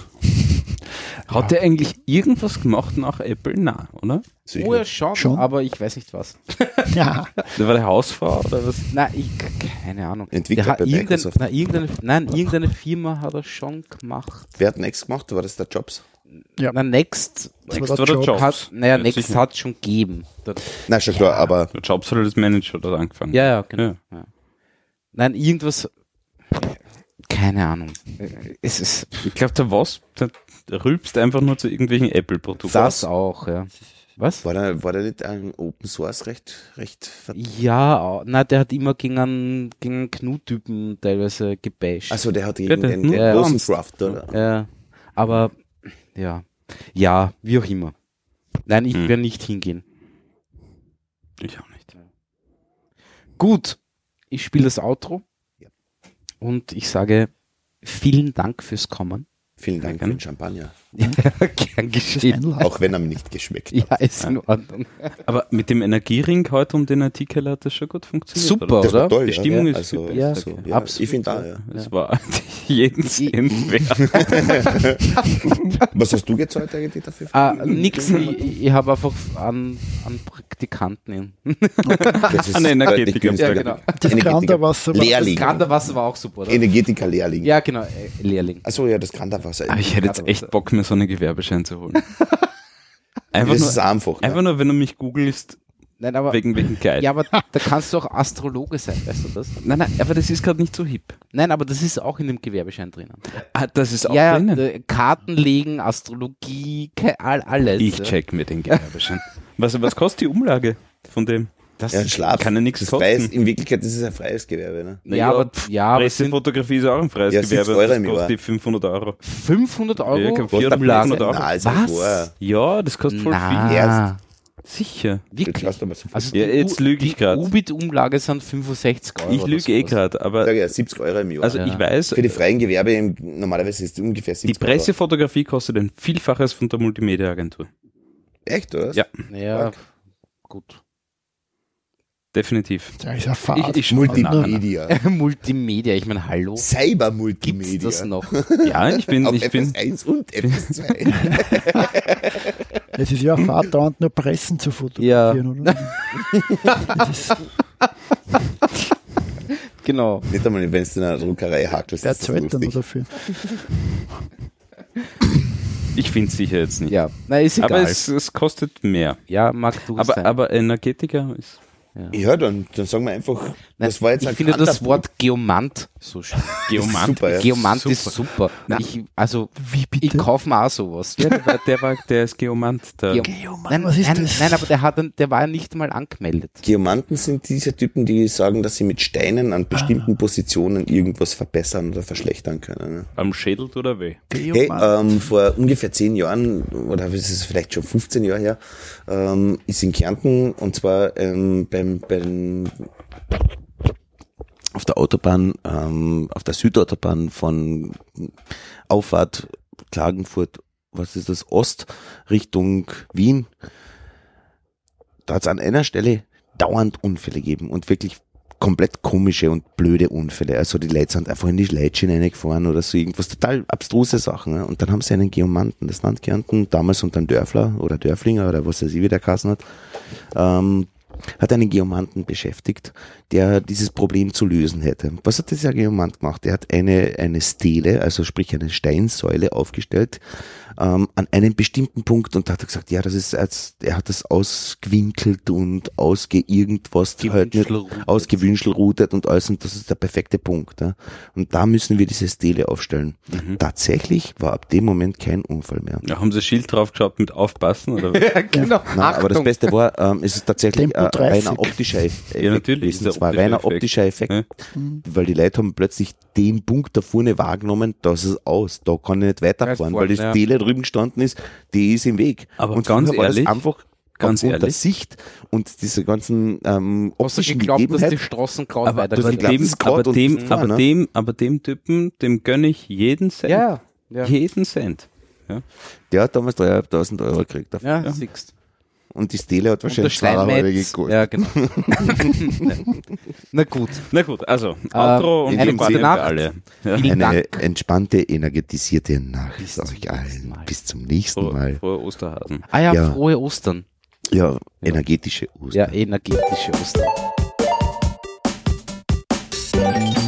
Hat der eigentlich irgendwas gemacht nach Apple? Nein, oder? Sicher. Oh ja, schon, Schon? aber ich weiß nicht was. Ja, Der war der Hausfrau oder was? Nein, keine Ahnung. Entwickler Der hat bei Microsoft. irgendeine Firma hat er schon gemacht. Wer hat Next gemacht? War das der Jobs? Ja. Na, Next Next war war der Jobs. Jobs. hat, Ja, Next sicher. hat schon gegeben. Nein, schon klar, aber Der Jobs hat als Manager dort angefangen. Ja, genau. Ja. Nein, irgendwas. Keine Ahnung. Es ist Ich glaube, der rülpst einfach nur zu irgendwelchen Apple-Produkten. das auch, ja. Was? war der nicht ein Open Source recht Ja, na, der hat immer gegen einen GNU-Typen teilweise gebasht. Also der hat Ja, gegen der den nur großen Ernst. Craft, oder? Ja, aber ja. Ja, wie auch immer. Nein, ich Hm. werde nicht hingehen. Ich auch nicht. Gut, ich spiele das Outro Ja. und ich sage vielen Dank fürs Kommen. Vielen Dank für gerne. den Champagner. Gern geschehen. Einladung. Auch wenn er mir nicht geschmeckt Ja, hat. ist in Ordnung. Aber mit dem Energiering heute um den Artikel hat das schon gut funktioniert. Super, oder? Das war oder? toll, Die ja. Stimmung ist also, viel Ja, so, okay. ja. Absolut, Ich finde da, ja. ja. Das war jeden Cent wert. Was hast du gezahlt eigentlich dafür? Nix, ich habe einfach an Praktikanten. Das ist An Energetiker. günstiger. Ja, genau. das Granderwasser war Lehrling. Das Granderwasser war auch super, oder? Energetiker-Lehrling. Ja, genau, Lehrling. Achso, ja, das Granderwasser. Aber ich hätte jetzt echt Bock, mir so einen Gewerbeschein zu holen. Einfach Das ist nur, einfach. einfach nur, wenn du mich googelst, Nein, aber, wegen geil. ja, aber da kannst du auch Astrologe sein, weißt du das? Nein, aber das ist gerade nicht so hip. Nein, aber das ist auch in dem Gewerbeschein drinnen. Ah, das ist auch Ja, drinnen. Karten legen, Astrologie, alles. Ich ja. check mir den Gewerbeschein. Was kostet die Umlage von dem? Das Ja, Schlaf. Kann ja nichts Das freies, kosten. in Wirklichkeit ist es ein freies Gewerbe. Ne? Ja, aber es sind Pressefotografie ist auch ein freies Ja, 70 Gewerbe. Euro Das im Jahr. kostet die 500 Euro. 500 Euro. Ja, ich glaub, 400 Umlage. 500 Euro. Nein, ist Was? wahr. Ja, das kostet voll viel. Na, Sicher. Das wirklich. kostet aber so viel. Also Ja, die jetzt lüge ich grad. Die Ubit-Umlage sind 65 Euro. Ich lüge oder sowas. gerade, aber Ich sage ja, 70 Euro im Jahr. also Ja. ich weiß, Für die freien Gewerbe normalerweise ist es ungefähr die 70 Euro. Pressefotografie kostet ein Vielfaches von der Multimedia-Agentur. Echt, oder? Ja. Ja, gut. Definitiv. Da ist ja Fahrt. Ich- Multimedia. Multimedia, ich meine, hallo. Gibt's Cyber-Multimedia. das noch? Ja, ich bin, Auf ich bin, FS1 und FS2. Es ist ja eine Fahrt, dauernd nur Pressen zu fotografieren, oder? Das ist, Genau. Nicht einmal, wenn du in einer Druckerei hakelst. wer ist das zahlt dann lustig. dafür? ich finde es sicher jetzt nicht. Ja, na, ist egal. Aber es kostet mehr. ja, mag du es sein. Aber Energetiker ist. Ja, dann sagen wir einfach, Nein, das war jetzt ich ein finde das Kanter- Wort Geomant so schön. Geomant. Super, ja. Geomant ist super. Wie bitte? Ich kaufe mir auch sowas. Ja, der ist Geomant. Der Geomant, Nein, was ist nein, das? nein, aber der war ja nicht mal angemeldet. Geomanten sind diese Typen, die sagen, dass sie mit Steinen an bestimmten Positionen irgendwas verbessern oder verschlechtern können. Ne? am Schädel oder weh? Hey, Geomant. vor ungefähr 10 Jahren, oder ist es vielleicht schon 15 Jahre her, ist in Kärnten, und zwar auf der Autobahn, auf der Südautobahn von Auffahrt Klagenfurt, was ist das, Ost, Richtung Wien, da hat es an einer Stelle dauernd Unfälle gegeben und wirklich komplett komische und blöde Unfälle. Also die Leute sind einfach in die Leitschiene reingefahren oder so, irgendwas total abstruse Sachen. Ne? Und dann haben sie einen Geomanten, das Land Kärnten, damals unter einem Dörfler oder Dörflinger oder was er sie wieder geheißen hat, hat einen Geomanten beschäftigt, der dieses Problem zu lösen hätte. Was hat dieser Geomant gemacht? Er hat eine Stele, also sprich eine Steinsäule aufgestellt, an einem bestimmten Punkt, und da hat er gesagt, ja, das ist er hat das ausgewinkelt und ausgewünschelroutet und alles, und das ist der perfekte Punkt. Ja. Und da müssen wir diese Stele aufstellen. Tatsächlich war ab dem Moment kein Unfall mehr. Ja, haben sie ein Schild drauf geschaut mit aufpassen? Oder? Ja, genau. Nein, aber das Beste war, es ist tatsächlich Tempo 30. reiner optischer Effekt. Ja, natürlich ist gewesen. der Es war optische reiner Effekt. optischer Effekt, Ja. weil die Leute haben plötzlich den Punkt da vorne wahrgenommen, das ist aus, da kann ich nicht weiterfahren, weil die Ja. Stele drüben gestanden ist, die ist im Weg. Aber und ganz früher war das ehrlich, einfach ganz aufgrund der ehrlich, Sicht und diese ganzen Hast du optischen geglaubt, dass die Gegebenheiten. Straßen gerade Aber, weiter das aber, ich glaub, dem, das ist Gott aber, und dem, Gefahr, aber, ne? dem Typen, dem gönne ich jeden Cent. Ja, ja. Jeden Cent. Der hat damals 3.500 Euro gekriegt dafür. Ja, siehst. Und die Stele hat Und der wahrscheinlich 2 Euro Steinmetz. gekostet. Ja, genau. Na gut. Na gut, also Outro und in eine dem gute Sinne- Nacht für alle. Ja. Vielen Eine Dank. entspannte, energetisierte Nacht Bis euch zum nächsten allen. Mal. Bis zum nächsten Frohe, Mal. frohe Osterhasen. Ah ja, Ja. frohe Ostern. Ja, energetische Ostern. Ja, energetische Ostern.